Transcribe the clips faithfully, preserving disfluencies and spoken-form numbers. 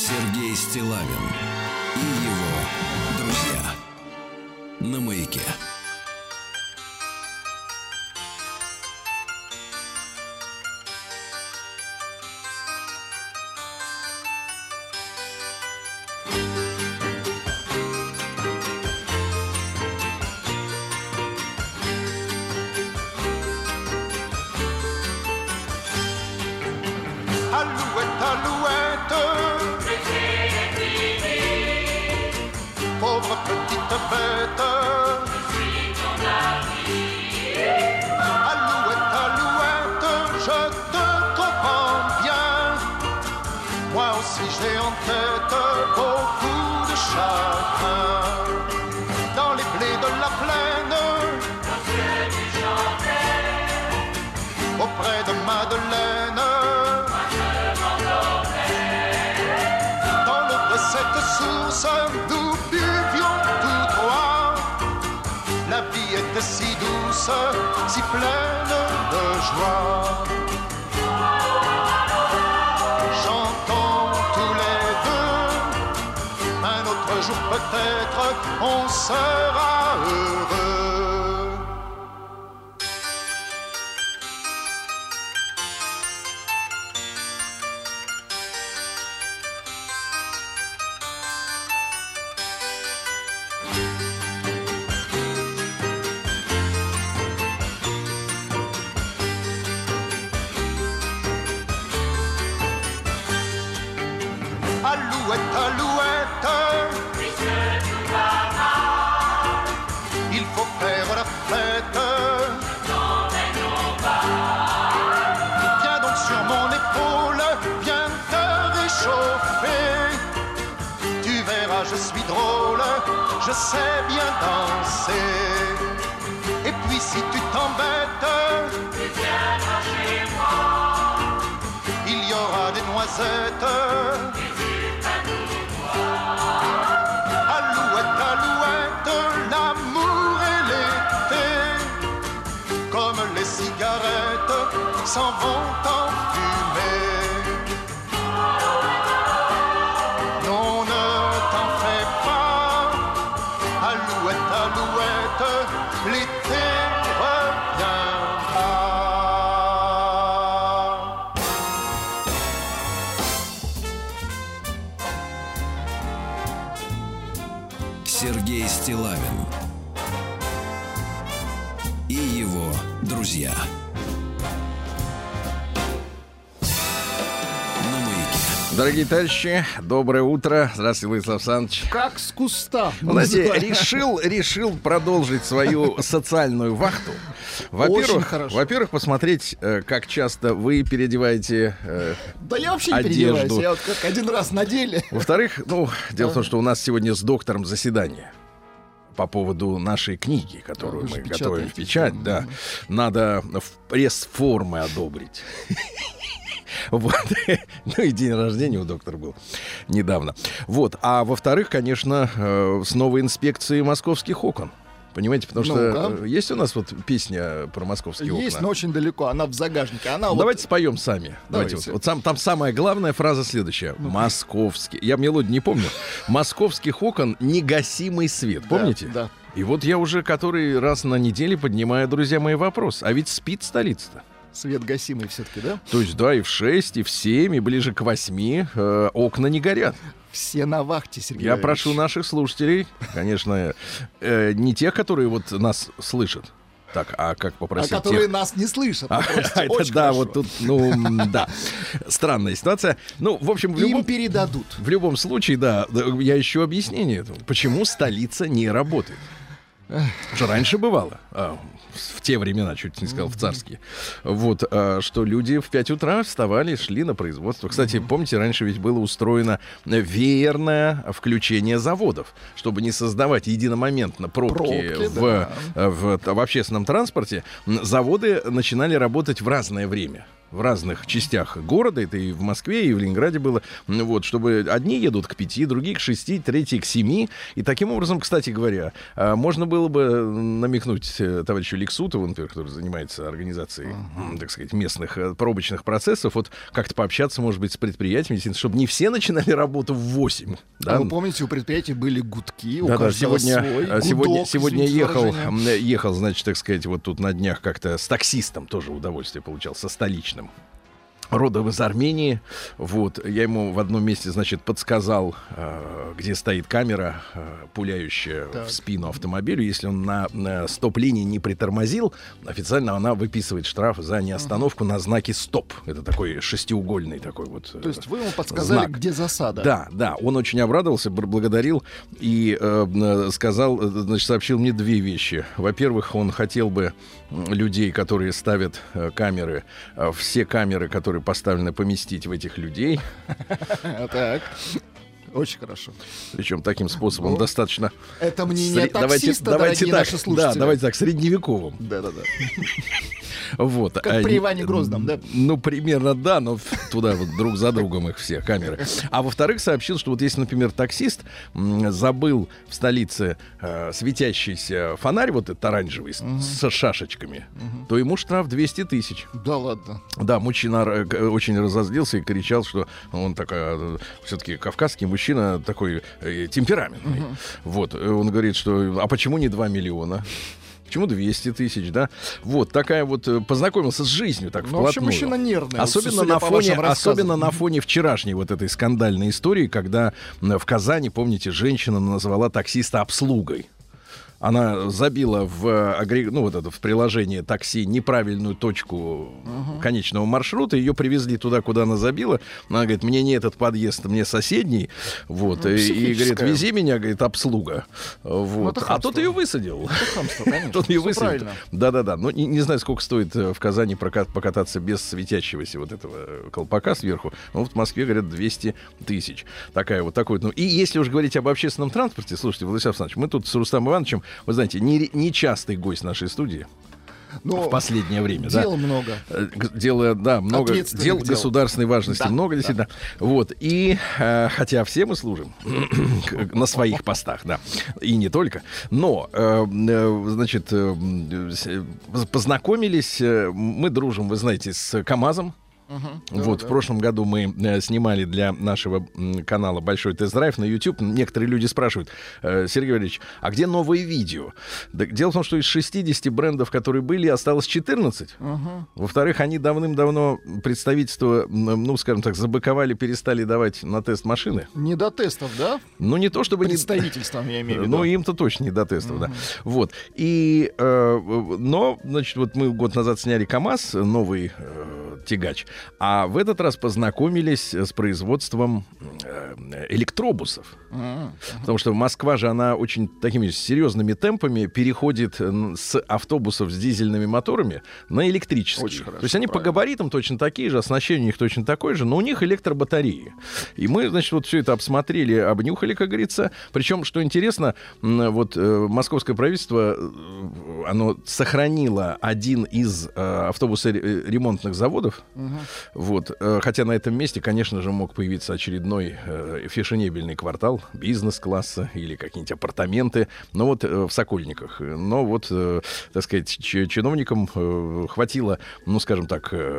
Сергей Стиллавин и его друзья на Маяке. Alouette, alouette, pauvre petite bête. Alouette, alouette, je te comprends bien. Moi aussi j'ai en tête beaucoup de chagrin. Dans les blés de la plaine, auprès de Madeleine, cette source nous buvions tous trois. La vie était si douce, si pleine de joie. Chantons tous les deux, un autre jour peut-être on sera heureux. Alouette, alouette, puisque tout va mal, il faut faire la fête. Non, mais non pas. Viens donc sur mon épaule, viens te réchauffer. Tu verras, je suis drôle, je sais bien danser. Et puis si tu t'embêtes, tu viendras chez moi. Il y aura des noisettes. Alouette, alouette, l'amour et l'été, comme les cigarettes, s'en vont en fumée. Non, ne t'en fais pas, alouette, alouette, l'été reviendra. Сергей Стиллавин и его друзья на Маяке. Дорогие товарищи, доброе утро. Здравствуйте, Владислав Александрович. Как с куста. Знаете, решил, решил продолжить свою социальную вахту. Во-первых, во-первых, посмотреть, как часто вы переодеваете э, Да я вообще не одежду. переодеваюсь, я вот как один раз надели. Во-вторых, ну, дело в том, что у нас сегодня с доктором заседание по поводу нашей книги, которую Вы мы же готовим в печатаете, печать. Да. да. Надо в пресс-формы одобрить. Вот. Ну и день рождения у доктора был недавно. Вот. А во-вторых, конечно, э, с новой инспекцией московских окон. Понимаете, потому что Ну-ка. э, есть у нас вот песня про московские Есть, окна. но очень далеко. Она в загажнике. Она вот- Давайте споем сами. Давайте. Давайте. Вот, вот сам, там самая главная фраза следующая. Московский. Я мелодию не помню. Московских окон негасимый свет. Да, Помните? Да. И вот я уже который раз на неделе поднимаю, друзья мои, вопрос. А ведь спит столица-то. Свет гасимый все-таки, да? То есть, да, и в шесть, и в семь, и ближе к восьми э, окна не горят. Все на вахте, Сергей Я Валерьевич. прошу наших слушателей, конечно, э, не тех, которые вот нас слышат. Так, а как А попросить которые тех? нас не слышат. А, вы просите. это Очень да, хорошо. вот тут, ну, м, да, странная ситуация. Ну, в общем, в Им любом, передадут. в любом случае, да, да, я ищу объяснение этому. Почему столица не работает? Что раньше бывало, а, в те времена, чуть не сказал, в царские, вот, а, что люди в пять утра вставали, шли на производство. Кстати, помните, раньше ведь было устроено веерное включение заводов, чтобы не создавать единомоментно пробки, Пробки, в, да. в, в общественном транспорте. Заводы начинали работать в разное время. в разных частях города, это и в Москве, и в Ленинграде было, вот, чтобы одни едут к пяти, другие к шести, третьи к семи. И таким образом, кстати говоря, можно было бы намекнуть товарищу Лексутову, например, который занимается организацией, uh-huh. так сказать, местных пробочных процессов, вот как-то пообщаться, может быть, с предприятиями, чтобы не все начинали работу в восемь. Да? А вы помните, у предприятий были гудки, у да, каждого да, сегодня, свой гудок, сегодня, сегодня ехал, выражение. ехал, значит, так сказать, вот тут на днях как-то с таксистом тоже удовольствие получал, со столичным. Родом из Армении. Вот. Я ему в одном месте, значит, подсказал, э, где стоит камера, э, пуляющая так. в спину автомобилю. Если он на, на стоп-линии не притормозил, официально она выписывает штраф за неостановку uh-huh. на знаке «стоп». Это такой шестиугольный такой вот э, То есть вы ему подсказали, знак. Где засада. Да, да. Он очень обрадовался, благодарил и э, сказал, значит, сообщил мне две вещи. Во-первых, он хотел бы людей, которые ставят э, камеры, э, все камеры, которые поставлены, поместить в этих людей. Так. Очень хорошо. Причем таким способом ну, достаточно... Это мнение сред... таксиста, давайте, давайте так, наши слушатели. Да, давайте так, средневековым. Да-да-да. Вот. Как а, при Иване Грозном, да? Ну, примерно, да, но туда вот друг за другом их все камеры. А во-вторых, сообщил, что вот если, например, таксист м, забыл в столице э, светящийся фонарь вот этот оранжевый uh-huh. с, с шашечками, uh-huh. то ему штраф двести тысяч. Да ладно? Да, мужчина э, очень разозлился и кричал, что он такой, э, все-таки кавказский мужчина, такой э, темпераментный. Uh-huh. Вот, он говорит, что а почему не два миллиона? Почему двести тысяч, да? Вот такая вот, познакомился с жизнью так вплотную. Ну, в общем, мужчина нервный. Особенно, на фоне, особенно на фоне вчерашней вот этой скандальной истории, когда в Казани, помните, женщина назвала таксиста обслугой. Она забила в, ну, вот это, в приложение такси неправильную точку uh-huh. конечного маршрута. Ее привезли туда, куда она забила. Она говорит, мне не этот подъезд, мне соседний. Вот. Ну, и, и говорит, вези меня, говорит, обслуга. Вот. А тот ее высадил. Тот ее высадил. Да-да-да. Но не, не знаю, сколько стоит в Казани прокат, покататься без светящегося вот этого колпака сверху. Но вот в Москве, говорят, двести тысяч. Такая вот такой. Ну, и если уж говорить об общественном транспорте, слушайте, Владислав Александрович, мы тут с Рустамом Ивановичем, вы знаете, не, не частый гость нашей студии. Но в последнее время, дел да. много. Дела, да, много дел, дел государственной важности, да, много действительно. Да. Вот. И э, хотя все мы служим на своих постах, да, и не только, но, э, э, значит, э, познакомились, э, мы дружим, вы знаете, с КамАЗом. Uh-huh. Вот, да, в прошлом году мы э, снимали для нашего м, канала «Большой тест-драйв» на YouTube. Некоторые люди спрашивают, э, Сергей Валерьевич, а где новые видео? Да, дело в том, что из шестидесяти брендов, которые были, осталось четырнадцать. Uh-huh. Во-вторых, они давным-давно представительство, ну, скажем так, забыковали, перестали давать на тест машины. Не до тестов, да? Ну, не то чтобы... Представительством, не... я имею в виду. Ну, им-то точно не до тестов, uh-huh. да. Вот. И, э, но, значит, вот мы год назад сняли КамАЗ, новый э, тягач. А в этот раз познакомились с производством э, электробусов. Uh-huh. Потому что Москва же, она очень такими серьезными темпами переходит с автобусов с дизельными моторами на электрические. Очень хорошо, То есть они правильно. По габаритам точно такие же, оснащение у них точно такое же, но у них электробатареи. И мы, значит, вот все это обсмотрели, обнюхали, как говорится. Причем, что интересно, вот э, московское правительство, э, оно сохранило один из э, автобусоремонтных заводов. Uh-huh. Вот. Хотя на этом месте, конечно же, мог появиться очередной э, фешенебельный квартал бизнес-класса или какие-нибудь апартаменты, но вот э, в Сокольниках. Но вот, э, так сказать, ч- чиновникам э, хватило, ну, скажем так, э,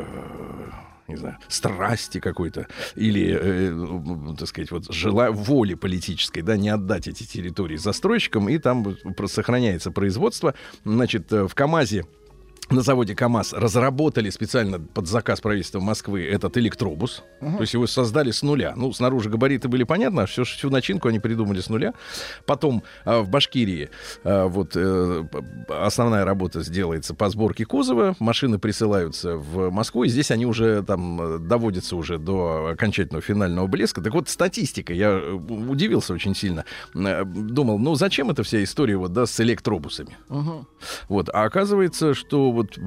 не знаю, страсти какой-то или, э, так сказать, вот жела... воли политической, да, не отдать эти территории застройщикам, и там сохраняется производство. Значит, в КамАЗе, на заводе КамАЗ разработали специально под заказ правительства Москвы этот электробус. Uh-huh. То есть его создали с нуля. Ну, снаружи габариты были понятны, а всю, всю начинку они придумали с нуля. Потом э, в Башкирии э, вот, э, основная работа сделается по сборке кузова. Машины присылаются в Москву, и здесь они уже там доводятся уже до окончательного финального блеска. Так вот, статистика. Я удивился очень сильно. Думал, ну зачем эта вся история вот, да, с электробусами? Uh-huh. Вот. А оказывается, что вот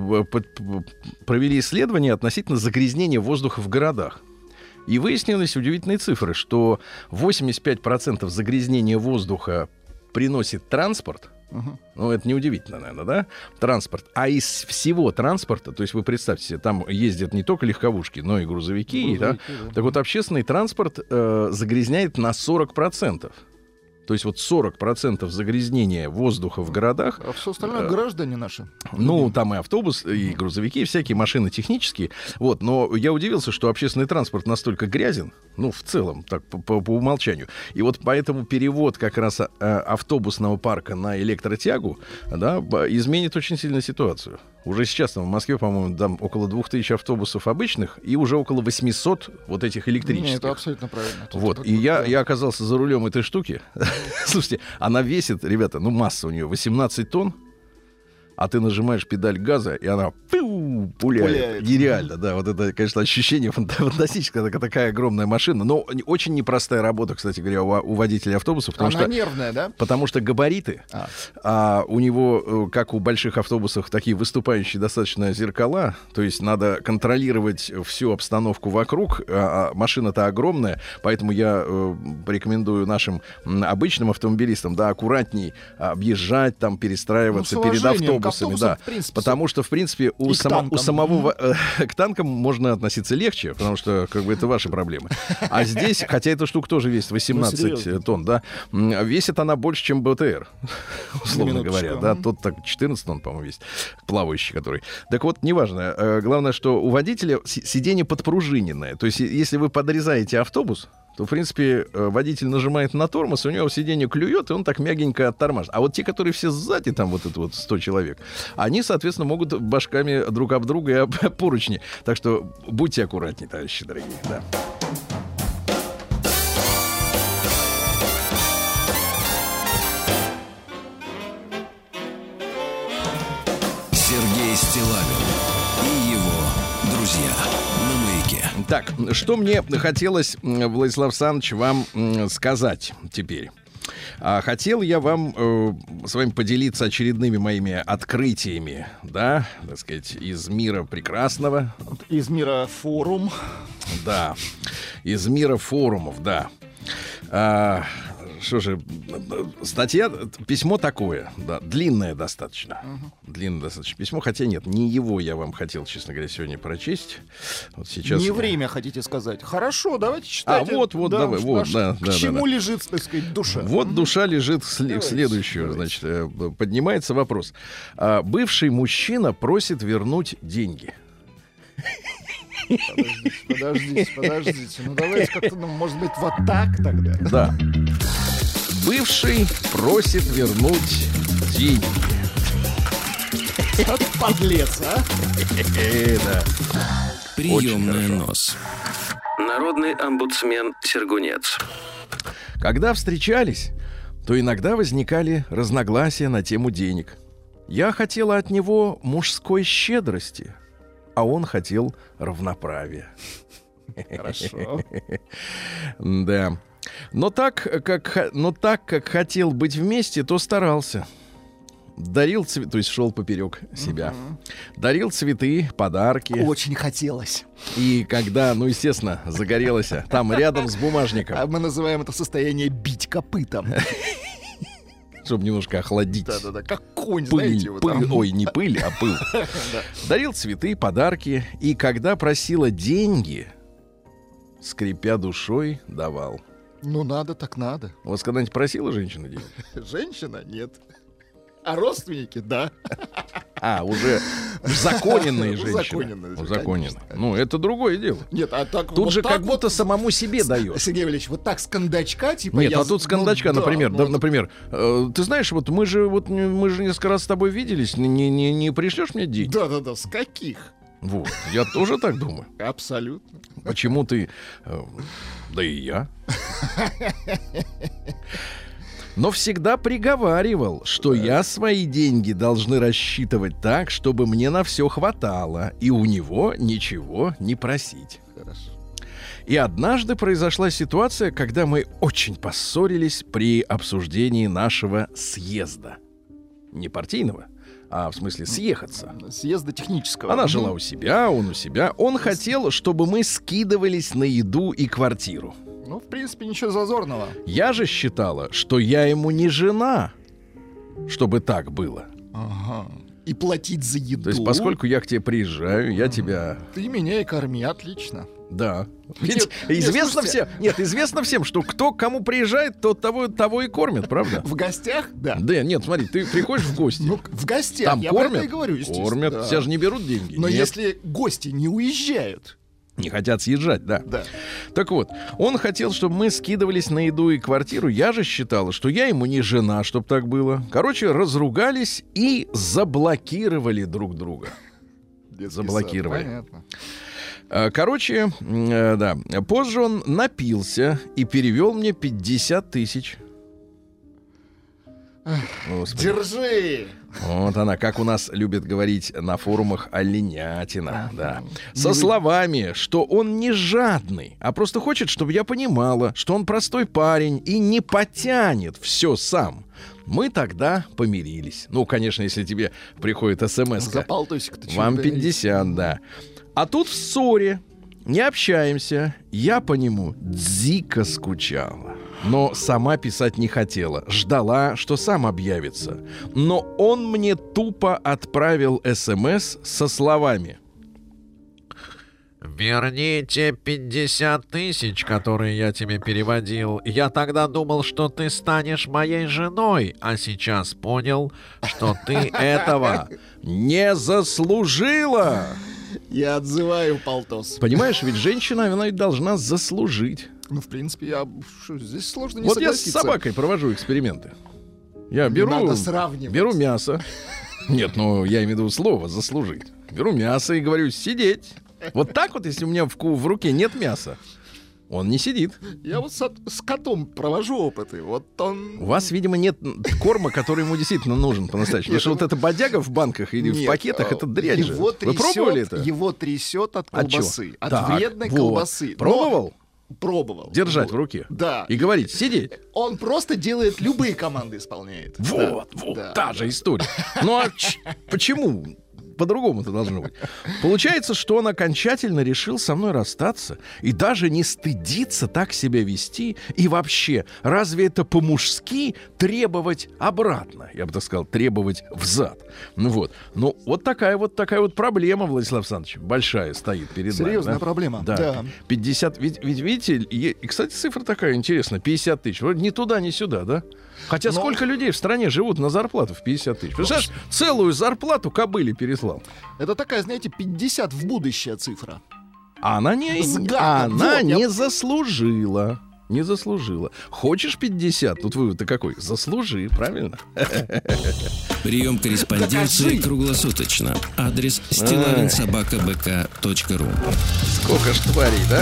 провели исследования относительно загрязнения воздуха в городах. И выяснились удивительные цифры, что восемьдесят пять процентов загрязнения воздуха приносит транспорт, Мгм. Ну, это неудивительно, наверное, да? Транспорт. А из всего транспорта, то есть вы представьте себе, там ездят не только легковушки, но и грузовики. да? Грузовики, да. Так вот, общественный транспорт э, загрязняет на сорок процентов. То есть вот сорок процентов загрязнения воздуха в городах. А все остальное Э, граждане наши. Ну, там и автобус, и грузовики, и всякие машины технические. Вот, но я удивился, что общественный транспорт настолько грязен, ну, в целом, так, по, по- по умолчанию. И вот поэтому перевод как раз э, автобусного парка на электротягу, да, б- изменит очень сильно ситуацию. Уже сейчас там в Москве, по-моему, там около двух тысяч автобусов обычных и уже около восьмисот вот этих Не, электрических. это абсолютно правильно. Тут- Вот, тут- и я, да. я оказался за рулем этой штуки. Слушайте, она весит, ребята, ну масса у нее восемнадцать тонн, а ты нажимаешь педаль газа, и она пиу, пуляет. Пуляет. Нереально, да. Вот это, конечно, ощущение фанта- фантастическое, такая, такая огромная машина. Но не- очень непростая работа, кстати говоря, у, у водителя автобуса, потому Она что... нервная, да? Потому что габариты, А. а у него, э, как у больших автобусов, такие выступающие достаточно зеркала, то есть надо контролировать всю обстановку вокруг, а, а машина-то огромная, поэтому я э, порекомендую нашим м, обычным автомобилистам, да, аккуратней объезжать, там, перестраиваться Ну, с перед уважением к автобусами, автобусам, да, в принципе, потому что, в принципе, у, И к само- у танкам. самого э, к танкам можно относиться легче, потому что, как бы, это ваши проблемы. А здесь, хотя эта штука тоже весит восемнадцать серьезно. тонн, да, м, весит она больше, чем БТР, условно минуточку. говоря, да, Мгм. тот так четырнадцать тонн, по-моему, весит, плавающий который. Так вот, неважно, э, главное, что у водителя си- сиденье подпружиненное, то есть и- если вы подрезаете автобус, то, в принципе, э, водитель нажимает на тормоз, у него сиденье клюет, и он так мягенько оттормаживает. А вот те, которые все сзади, там вот это вот сто человек, они, соответственно, могут башками друг об друга и об поручни. Так что будьте аккуратнее, товарищи дорогие. Да. Сергей Стиллавин и его друзья на Маяке. Так, что мне хотелось, м, Владислав Александрович, вам м, сказать теперь. А, хотел я вам э, с вами поделиться очередными моими открытиями, да, так сказать, из мира прекрасного, Из мира форум. да, из мира форумов, да. А, что же, статья, письмо такое, да, длинное достаточно. Длинное достаточно письмо, хотя нет, не его я вам хотел, честно говоря, сегодня прочесть. Вот сейчас. Не время, хотите сказать. Хорошо, давайте читайте. А, вот, вот, Да, давай, вот, наш- да, К да, чему да, да. лежит, так сказать, душа? Вот душа лежит в сле- в Давайте, следующую, давайте. значит, э, поднимается вопрос. А, бывший мужчина просит вернуть деньги. Подождите, подождите, подождите. Ну давайте как-то, ну, может быть, вот так тогда. Да. Бывший просит вернуть деньги. Вот подлец, а? Э, да. Приемная хорошо. нос. Народный омбудсмен Сергунец. Когда встречались, то иногда возникали разногласия на тему денег. Я хотела от него мужской щедрости, а он хотел равноправия. Хорошо. Да. Но так, как, х- но так как хотел быть вместе, то старался. Дарил цветы, то есть шел поперек себя. Дарил цветы, подарки. Очень хотелось. И когда, ну, естественно, загорелось, а, там рядом с А бумажником, мы называем это состояние бить копытом. чтобы немножко охладить. Да-да-да, как конь, Пыль, знаете, вот пыль, там. ой, не пыль, а пыл. Дарил цветы, подарки, и когда просила деньги, скрипя душой, давал. Ну надо, так надо. У вас когда-нибудь просила женщина деньги? Женщина? Нет. А родственники? Да. А, уже узаконенные женщины. Узаконенные, Узаконенные. конечно. Ну, это другое дело. Нет, а так Тут вот же так как будто вот, самому себе даешь. Сергей Валерьевич, вот так с кондачка, типа... Нет, я а тут з- с кондачка, ну, да, например, ну да, вот например, э, ты знаешь, вот мы же вот не- мы же несколько раз с тобой виделись, не, не, не пришлешь мне деньги? Да-да-да, с каких? Вот, я тоже так думаю. Абсолютно. Почему ты, э, да и я. Но всегда приговаривал, что я свои деньги должны рассчитывать так, чтобы мне на все хватало, и у него ничего не просить. Хорошо. И однажды произошла ситуация, когда мы очень поссорились при обсуждении нашего съезда. Не партийного, а в смысле съехаться. Съезда технического. Она Мгм. жила у себя, он у себя. Он хотел, чтобы мы скидывались на еду и квартиру. Ну, в принципе, ничего зазорного. Я же считала, что я ему не жена. чтобы так было. Ага. И платить за еду. То есть, поскольку я к тебе приезжаю, я тебя... Ты меня и корми, отлично. Да. Нет, Ведь нет, известно слушайте. всем, нет, известно всем, что кто к кому приезжает, тот того, того и кормит, правда? В гостях, да. Да, нет, смотри, ты приходишь в гости, Ну, в гостях, там я про это кормят, и говорю, естественно. кормят, да. тебя же не берут деньги. Но нет. если гости не уезжают, Не хотят съезжать, да. да. Так вот, он хотел, чтобы мы скидывались на еду и квартиру. Я же считала, что я ему не жена, чтобы так было. Короче, разругались и заблокировали друг друга. Детский Заблокировали. сад, понятно. А, Короче, м, э, да. Позже он напился и перевел мне пятьдесят тысяч. Господи. Держи! Вот она, как у нас любят говорить на форумах, оленятина, Ага. да. Со словами, что он не жадный, а просто хочет, чтобы я понимала, что он простой парень и не потянет все сам. Мы тогда помирились. Ну, конечно, если тебе приходит За смс-ка. полтосик-то чё Вам дарить? пятьдесят, да. А тут в ссоре, не общаемся, я по нему дико скучала. Но сама писать не хотела. Ждала, что сам объявится. Но он мне тупо отправил СМС со словами: «Верните пятьдесят тысяч, которые я тебе переводил. Я тогда думал, что ты станешь моей женой, а сейчас понял, что ты этого не заслужила. Я отзываю полтос. Понимаешь, ведь женщина, она ведь должна заслужить. Ну, в принципе, я... Шо, здесь сложно не Вот я с согласиться. собакой провожу эксперименты. Я Не беру, надо сравнивать. беру мясо. Нет, ну я имею в виду слово «заслужить». Беру мясо и говорю «сидеть». Вот так вот, если у меня в, ку- в руке нет мяса, он не сидит. Я вот с, от- с котом провожу опыты. Вот он... У вас, видимо, нет корма, который ему действительно нужен по-настоящему. Потому что вот эта бодяга в банках или в Нет, пакетах, а, это дрянь же. его Вы трясет, пробовали это? Его трясет от От чего? колбасы. От Так, вредной вот. колбасы. Но- Пробовал? Пробовал. Держать Вот. в руке? Да. И говорить «сидеть». Он просто делает любые команды, исполняет. Вот, Да, вот, да, та да. же история. Ну а ч- почему? По-другому это должно быть. Получается, что он окончательно решил со мной расстаться и даже не стыдится так себя вести. И вообще, разве это по-мужски требовать обратно? Я бы так сказал, требовать взад. Ну вот. Ну, вот такая вот такая вот проблема, Владислав Александрович, большая стоит перед нами. Серьезная да? проблема. Да. Да. пятьдесят, ведь, ведь видите, и, и, кстати, цифра такая интересная, пятьдесят тысяч. Вроде ни туда, ни сюда, да? Хотя Но- сколько людей в стране живут на зарплату в пятьдесят тысяч? Представляешь, целую зарплату кобыле переслал. Это такая, знаете, пятьдесят в будущее цифра. А она не, С гадом. она Вот, не я- заслужила. Не заслужила. Хочешь пятьдесят? Тут вывод-то какой? Заслужи, правильно? Прием корреспонденции Докажи. круглосуточно. Адрес стилавин собака бэ ка точка ру. Сколько ж тварей, да?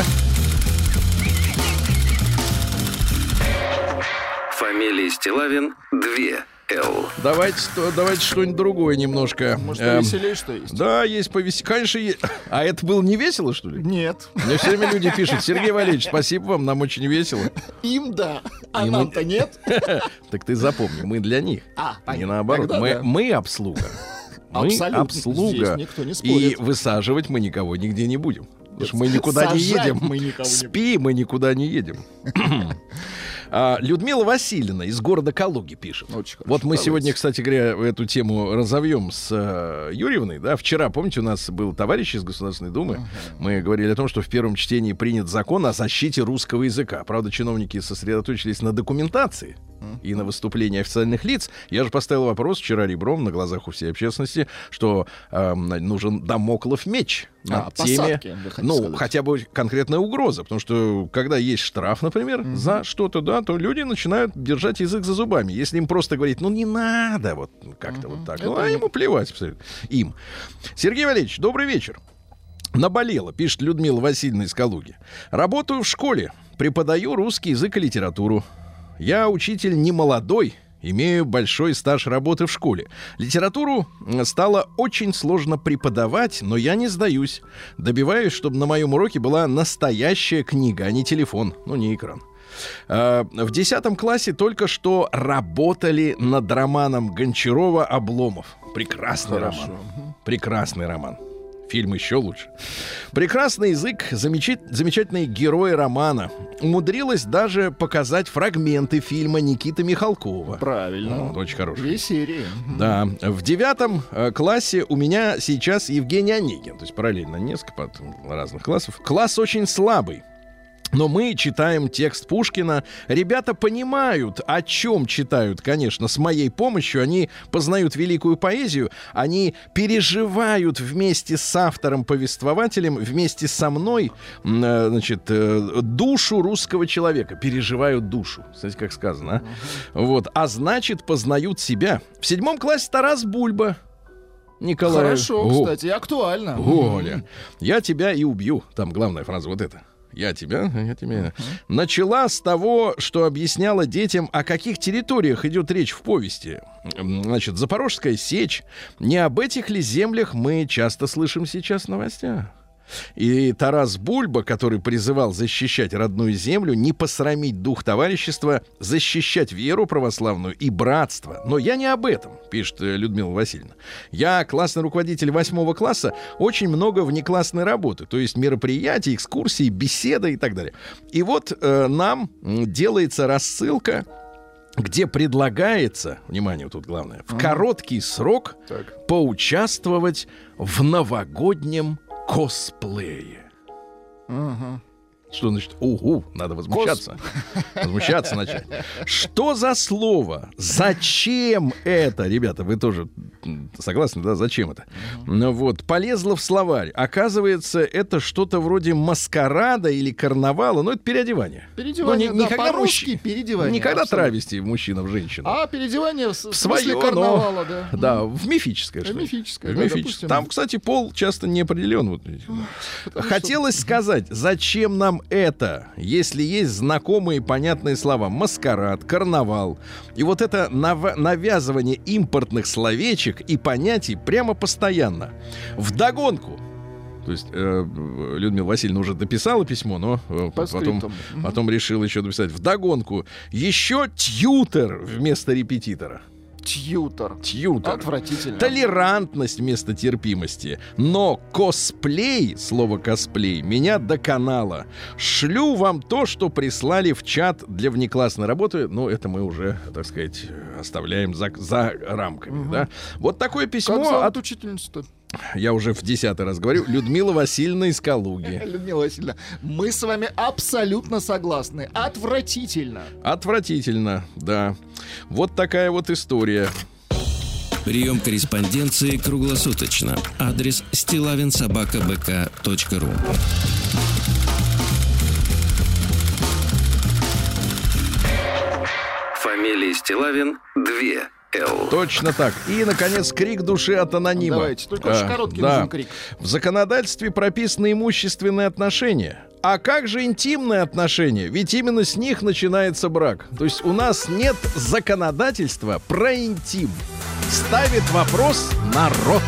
Фамилия Стилавин два Л. Давайте, что, давайте что-нибудь другое немножко. Может, Эм, повеселее, что есть? Да, есть повеселее. Конечно, е- а это было не весело, что ли? Нет. Мне все время люди пишут: Сергей Валерьевич, спасибо вам, нам очень весело. Им да, а Им- нам-то нет. Так ты запомни, мы для них. А, Не понятно. наоборот. Тогда Мы, да. мы обслуга. Мы Абсолютно. обслуга. Здесь никто не И спорит. высаживать мы никого нигде не будем. Потому что мы никуда не Сажать едем. мы никого не Спи, мы никуда не едем. А, Людмила Васильевна из города Калуги пишет. Очень хорошо. Вот мы Давайте. сегодня, кстати говоря, эту тему разовьем с э, Юрьевной. Да? Вчера, помните, у нас был товарищ из Государственной Думы. Мы говорили о том, что в первом чтении принят закон о защите русского языка. Правда, чиновники сосредоточились на документации и на выступлении официальных лиц. Я же поставил вопрос вчера ребром на глазах у всей общественности, что э, нужен дамоклов меч на А, теме, посадки, вы хотите ну, сказать. хотя бы конкретная угроза. Потому что, когда есть штраф, например, за что-то, да, то люди начинают держать язык за зубами. Если им просто говорить, ну, не надо, вот как-то вот так. Ну, Это а не- ему плевать абсолютно. Им. Сергей Валерьевич, добрый вечер. Наболело, пишет Людмила Васильевна из Калуги. Работаю в школе, преподаю русский язык и литературу. Я учитель не молодой, имею большой стаж работы в школе. Литературу м, стало очень сложно преподавать, но я не сдаюсь. Добиваюсь, чтобы на моем уроке была настоящая книга, а не телефон, ну не экран. А, В десятом классе только что работали над романом Гончарова «Обломов». Прекрасный Хорошо. роман. Прекрасный роман. Фильм еще лучше. Прекрасный язык, замечи- замечательные герои романа. умудрилась даже показать фрагменты фильма Никиты Михалкова. Правильно. Вот, очень хороший. Две серии. Да. В девятом э, классе у меня сейчас Евгений Онегин. То есть параллельно несколько разных классов. Класс очень слабый. Но мы читаем текст Пушкина. Ребята понимают, о чем читают, конечно, с моей помощью. Они познают великую поэзию. Они переживают вместе с автором-повествователем, вместе со мной, э, значит, э, душу русского человека. Переживают душу. Кстати, как сказано, а? Вот. А значит, познают себя. В седьмом классе Тарас Бульба. Николай. Хорошо, О, кстати, актуально. Оля, я тебя и убью. Там главная фраза вот эта. Я тебя, я тебя. Uh-huh. Начала с того, что объясняла детям, о каких территориях идет речь в повести. Значит, Запорожская сечь. Не об этих ли землях мы часто слышим сейчас в новостях? И Тарас Бульба, который призывал защищать родную землю, не посрамить дух товарищества, защищать веру православную и братство. Но я не об этом, пишет Людмила Васильевна. Я классный руководитель восьмого класса, очень много внеклассной работы, то есть мероприятий, экскурсий, беседы и так далее. И вот э, нам делается рассылка, где предлагается, внимание, вот тут главное, в короткий срок так. поучаствовать в новогоднем косплее. Ага. Что значит? Угу, надо возмущаться. Кос... Возмущаться начать. Что за слово? Зачем это? Ребята, вы тоже согласны, да? Зачем это? Ну вот, полезло в словарь. Оказывается, это что-то вроде маскарада или карнавала. Но это переодевание. Переодевание, ну, не, да, никогда по-русски мужч... переодевание. Никогда абсолютно. Травести мужчина в женщину. А переодевание в, в смысле свое, карнавала, но... да. Да, в мифическое. В мифическое, в да, мифическое. Там, кстати, пол часто не определен. Вот, хотелось что... сказать, зачем нам это, если есть знакомые понятные слова: маскарад, карнавал. И вот это нав- навязывание импортных словечек и понятий прямо постоянно. Вдогонку. То есть э, Людмила Васильевна уже дописала письмо, но э, потом, потом решила еще дописать. Вдогонку. Еще тьютер вместо репетитора. Тьютер. Тьютер. Отвратительно. Толерантность вместо терпимости. Но косплей, слово косплей, меня доконало. Шлю вам то, что прислали в чат для внеклассной работы. Но это мы уже, так сказать, оставляем за, за рамками. Угу. Да? Вот такое письмо. Как зовут от учительницу-то? Я уже в десятый раз говорю. Людмила Васильевна из Калуги. Людмила Васильевна, мы с вами абсолютно согласны. Отвратительно. Отвратительно, да. Вот такая вот история. Прием корреспонденции круглосуточно. Адрес стилавин собака бэ ка точка ру. Фамилия Стилавин две. Л. Точно так. И, наконец, крик души от анонима. Давайте, только очень а, короткий да. нужен крик. В законодательстве прописаны имущественные отношения. А как же интимные отношения? Ведь именно с них начинается брак. То есть у нас нет законодательства про интим. Ставит вопрос народ.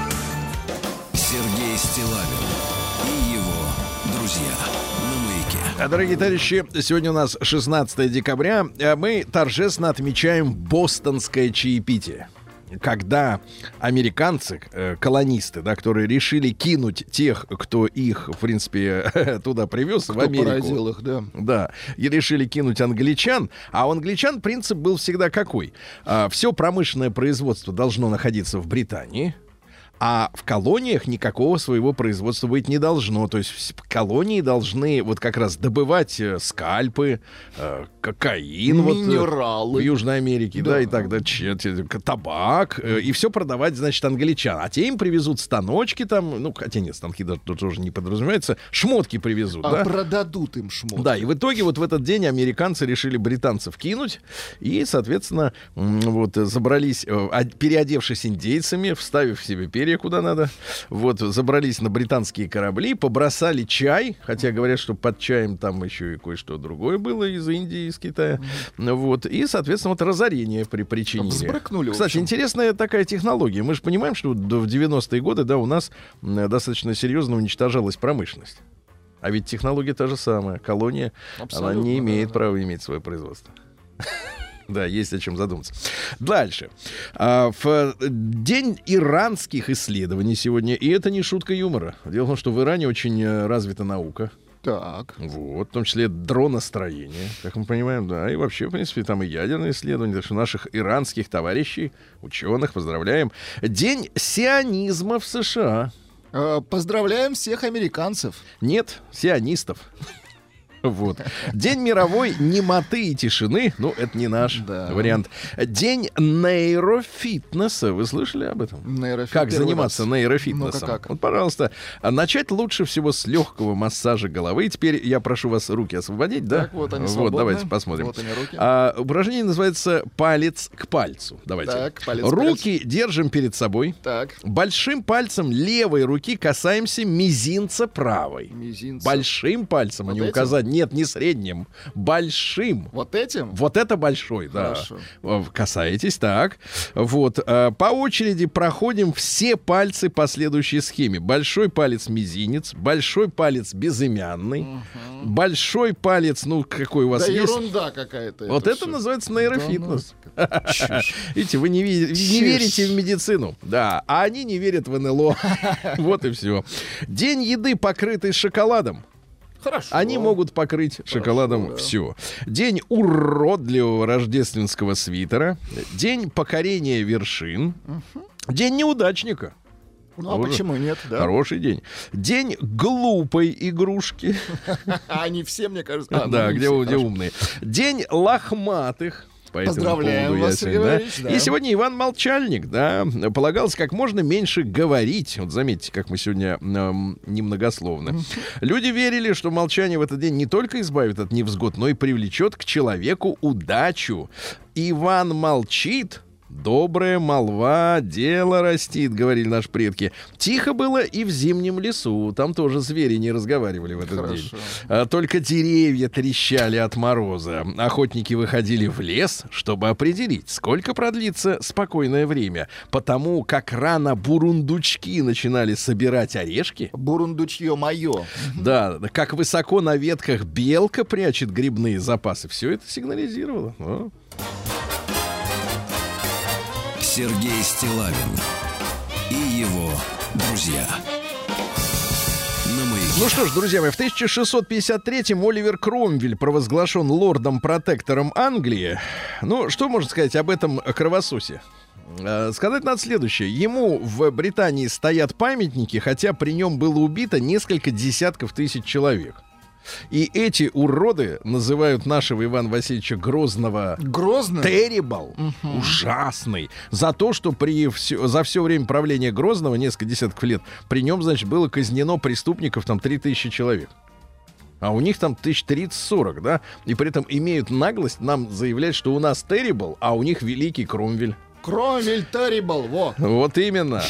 Сергей Стилавин и его друзья. Дорогие товарищи, сегодня у нас шестнадцатое декабря, а мы торжественно отмечаем бостонское чаепитие. Когда американцы, э, колонисты, да, которые решили кинуть тех, кто их, в принципе, туда привез, кто в Америку. поразил их, да. Да, и решили кинуть англичан. А у англичан принцип был всегда какой? А, все промышленное производство должно находиться в Британии. А в колониях никакого своего производства быть не должно. То есть колонии должны вот как раз добывать э, скальпы, э, кокаин минералы вот, э, в Южной Америке, да, да, и так далее, ч- ч- табак, э, и все продавать, значит, англичан. А те им привезут станочки там, ну, хотя нет, станки даже тут тоже не подразумевается, шмотки привезут, а да? продадут им шмотки. Да, и в итоге вот в этот день американцы решили британцев кинуть, и, соответственно, м- вот забрались, э, переодевшись индейцами, вставив себе перья куда надо. Вот, забрались на британские корабли, побросали чай, хотя говорят, что под чаем там еще и кое-что другое было из Индии, из Китая. Mm-hmm. Вот, и, соответственно, вот разорение при причинили. Взбрыкнули, Кстати, интересная такая технология. Мы же понимаем, что в девяностые годы, да, у нас достаточно серьезно уничтожалась промышленность. А ведь технология та же самая. Колония, абсолютно, она не имеет да, права иметь свое производство. Да, есть о чем задуматься. Дальше. А, в день иранских исследований сегодня, и это не шутка юмора. Дело в том, что в Иране очень развита наука. Так. Вот, в том числе дроностроение, как мы понимаем, да, и вообще, в принципе, там и ядерные исследования, так что наших иранских товарищей, ученых, поздравляем. День сионизма в США. Э, Поздравляем всех американцев. Нет, сионистов. Вот. День мировой немоты и тишины. Ну, это не наш Да. вариант. День нейрофитнеса. Вы слышали об этом? Нейрофит Как первый заниматься раз. нейрофитнесом? Ну-ка, как? Вот, пожалуйста, а начать лучше всего с легкого массажа головы. И теперь я прошу вас руки освободить, да? Так, вот они Вот, свободны. давайте посмотрим. Вот они, руки. А, упражнение называется «Палец к пальцу». Давайте. Так, палец к руки держим перед собой. Так, Большим пальцем левой руки касаемся мизинца правой. мизинца. Большим пальцем, Вот а не этим? указать. Нет, не средним. Большим. Вот этим? Вот это большой, да. Хорошо. Э, Касаетесь, так. Вот. э, По очереди проходим все пальцы по следующей схеме. Большой палец мизинец, большой палец безымянный, большой палец, ну, какой у вас Да есть? ерунда какая-то. Вот это всё. называется нейрофитнес. Да ну, чушь. Видите, вы не, ви- не Чушь. верите в медицину. Да, а они не верят в эн эл о. Вот и все. День еды, покрытый шоколадом. Хорошо. Они могут покрыть шоколадом да. все. День уродливого рождественского свитера. День покорения вершин. День неудачника. Ну а Тоже почему нет? Да? Хороший день. День глупой игрушки. А они все, мне кажется. А, а, ну, да, не где, все, где хорошо. умные. День лохматых. По этому Поздравляем поводу вас, я Сергей сегодня, да. Валерьевич, да. И сегодня Иван Молчальник, да, полагалось как можно меньше говорить. Вот заметьте, как мы сегодня эм, немногословны. Люди верили, что молчание в этот день не только избавит от невзгод, но и привлечет к человеку удачу. Иван молчит, добрая молва, дело растит, говорили наши предки. Тихо было и в зимнем лесу. Там тоже звери не разговаривали в этот Хорошо. день. А, только деревья трещали от мороза. Охотники выходили в лес, чтобы определить, сколько продлится спокойное время. Потому как рано бурундучки начинали собирать орешки. Бурундучье мое. Да, как высоко на ветках белка прячет грибные запасы. Все это сигнализировало. Ну. Сергей Стиллавин и его друзья. На маяке. Ну что ж, друзья мои, в тысяча шестьсот пятьдесят третьем Оливер Кромвель провозглашен лордом-протектором Англии. Ну, что можно сказать об этом кровососе? Э, Сказать надо следующее. Ему в Британии стоят памятники, хотя при нем было убито несколько десятков тысяч человек. И эти уроды называют нашего Ивана Васильевича Грозного Грозный? terrible, ужасный, за то, что при все, за все время правления Грозного, несколько десятков лет, при нем, значит, было казнено преступников там три тысячи человек. А у них там тысяч тридцать-сорок, да? И при этом имеют наглость нам заявлять, что у нас terrible, а у них великий Кромвель. Кромвель Террибл, во. Вот именно.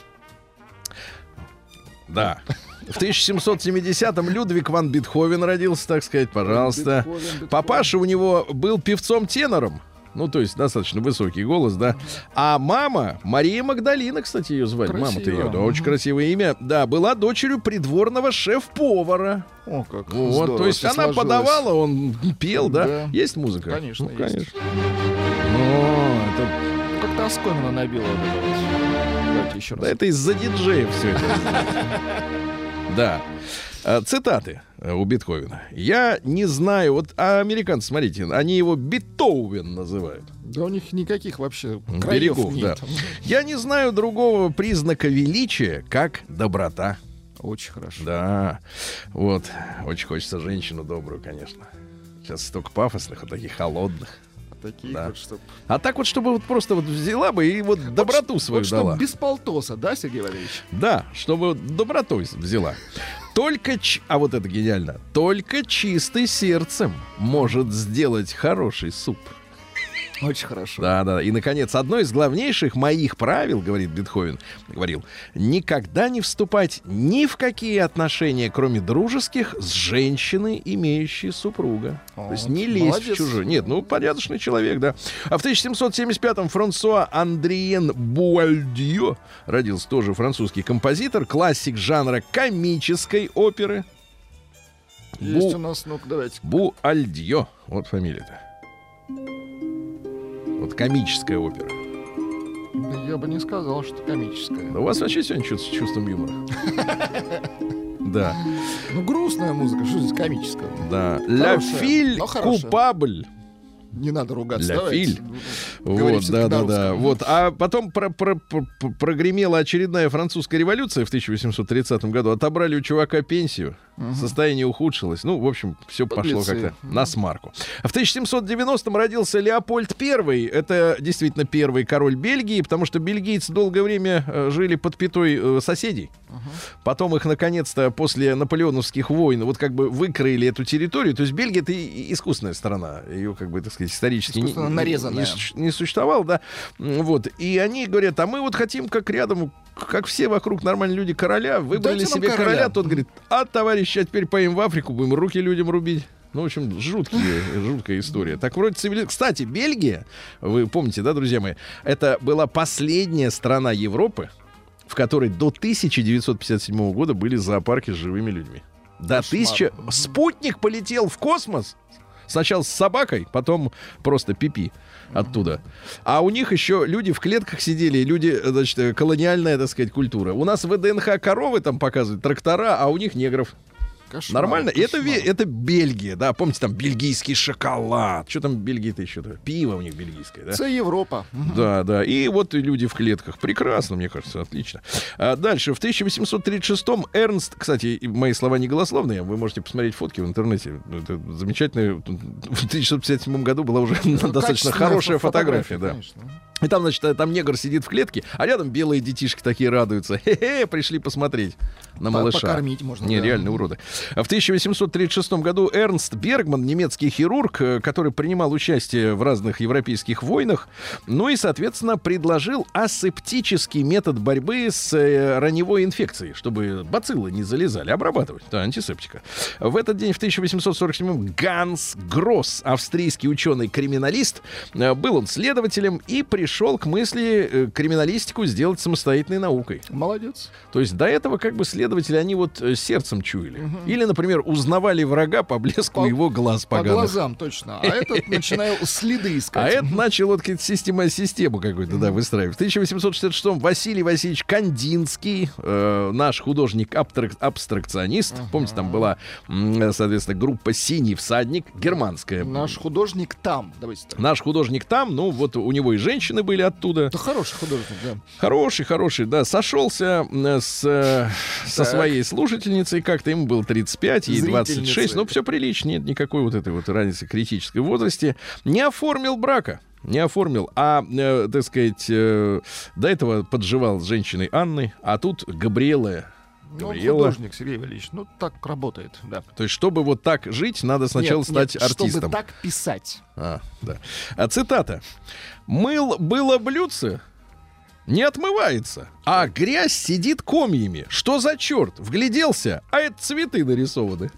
Да. В тысяча семьсот семидесятом Людвиг ван Бетховен родился, так сказать, пожалуйста. Бетховен, Бетховен. Папаша у него был певцом-тенором. Ну, то есть достаточно высокий голос, да. А мама, Мария Магдалина, кстати, ее звали. Красиво. Мама-то ее, да, очень красивое имя. Да, была дочерью придворного шеф-повара. О, как Вот, здорово то есть всё она сложилось. подавала, он пел, да? Да. Есть музыка? Конечно, Ну, есть. конечно. Ну, это, Как-то оскомину набило вот это вот. Давайте еще раз. да, это из-за диджеев все это. Да. А, Цитаты э, у Бетховена. Я не знаю, вот а американцы, смотрите, они его Бетховен называют. Да у них никаких вообще краев Берегов, да. нет. Я не знаю другого признака величия, как доброта. Очень хорошо. Да. Вот. Очень хочется женщину добрую, конечно. Сейчас столько пафосных, вот таких холодных. Такие Да. вот, чтоб... А так вот, чтобы вот просто вот взяла бы и вот доброту вот, свою вот чтоб дала. без полтоса, да, Сергей Валерьевич? Да, чтобы добротой взяла. Только, ч... а вот это гениально, только чистый сердцем может сделать хороший суп. Очень хорошо. Да, да. И, наконец, одно из главнейших моих правил, говорит Бетховен, говорил, никогда не вступать ни в какие отношения, кроме дружеских, с женщиной, имеющей супруга. О, То есть не лезть молодец. в чужой. Нет, ну, порядочный человек, да. А в тысяча семьсот семьдесят пятом Франсуа Андриен Буальдьо родился, тоже французский композитор, классик жанра комической оперы. Есть Бу- у нас, ну-ка, давайте. Буальдьо. Вот фамилия-то. Вот комическая опера. Да я бы не сказал, что комическое. Да у вас вообще сегодня что-то с чувством юмора. Да. Ну, грустная музыка, что здесь комическая? Да. «Ля Хорошая, филь но хорошая. купабль». Не надо ругаться. «Ля давайте. филь». Говорим Вот, всё-таки да, на да, да. русском. Вот. А потом про- про- про- про- прогремела очередная французская революция в тысяча восемьсот тридцатом году. Отобрали у чувака пенсию. Состояние ухудшилось. Ну, в общем, все пошло Подлецы. как-то на смарку. В тысяча семьсот девяностом родился Леопольд Первый. Это действительно первый король Бельгии, потому что бельгийцы долгое время э, жили под пятой э, соседей. Потом их, наконец-то, после наполеоновских войн, вот как бы выкроили эту территорию. То есть Бельгия — это и- искусственная страна. Ее, как бы, так сказать, исторически не, Искусственно нарезанная. не су- не существовало, да. М, Вот. И они говорят, а мы вот хотим, как рядом, как все вокруг нормальные люди, короля. Выбрали Дайте нам себе короля. короля. Тот говорит, а, товарищи, а теперь поим в Африку, будем руки людям рубить. Ну, в общем, жуткие, жуткая история. Так вроде цивилизация. Кстати, Бельгия, вы помните, да, друзья мои, это была последняя страна Европы, в которой до тысяча девятьсот пятьдесят седьмого года были зоопарки с живыми людьми. До тысячи... Спутник полетел в космос. Сначала с собакой, потом просто пипи оттуда. А у них еще люди в клетках сидели, люди, значит, колониальная, так сказать, культура. У нас в ВДНХ коровы там показывают, трактора, а у них негров. Кошмар, Нормально? И это, кошмар. ве- это Бельгия, да. Помните, там бельгийский шоколад. Что там в Бельгии-то еще? Пиво у них бельгийское, да? Это Европа. Да, да. И вот и люди в клетках. Прекрасно, мне кажется, отлично. А дальше. В тысяча восемьсот тридцать шестом Эрнст, кстати, и мои слова не голословные, вы можете посмотреть фотки в интернете. Это замечательно. В тысяча девятьсот пятьдесят седьмом году была уже достаточно Качественная хорошая фо- фотография, да. конечно. И там, значит, там негр сидит в клетке, а рядом белые детишки такие радуются. Хе-хе, пришли посмотреть на По- малыша. покормить можно, Не, да. реально уроды. А в тысяча восемьсот тридцать шестом году Эрнст Бергман, немецкий хирург, э, который принимал участие в разных европейских войнах, ну и, соответственно, предложил асептический метод борьбы с э, раневой инфекцией, чтобы бациллы не залезали, обрабатывать. Да, антисептика. В этот день, в тысяча восемьсот сорок седьмом, Ганс Гросс, австрийский ученый-криминалист, э, был он следователем и пришел к мысли э, криминалистику сделать самостоятельной наукой. Молодец. То есть до этого как бы следователи, они вот э, сердцем чуяли. Или, например, узнавали врага по блеску По- его глаз По поганых. глазам точно. А этот начинал следы А искать. это начал вот какая-то система, систему какую-то, да, выстраивать. В тысяча восемьсот шестьдесят шестом Василий Васильевич Кандинский, э, наш художник-абстракционист. Помните, там была, м, соответственно, группа «Синий всадник», германская. Наш художник там. Давайте так. Наш художник там, ну, вот у него и женщины были оттуда. Это хороший художник, да. Хороший, хороший, да. Сошелся э, с, э, со Так. своей слушательницей. Как-то ему было тридцать пять, ей двадцать шесть. Зрительницей. Ну, все прилично. Нет никакой вот этой вот разницы критической в возрасте. Не оформил брака. Не оформил. А, э, так сказать, э, до этого подживал с женщиной Анной. А тут Габриэла. Ну, он Габриэла. художник, Сергей Валерьевич. Ну, так работает, да. То есть, чтобы вот так жить, надо сначала Нет, стать нет, артистом. Чтобы так писать. А, да. А цитата. «Мыл было блюдце, не отмывается, а грязь сидит комьями. Что за черт? Вгляделся, а это цветы нарисованы».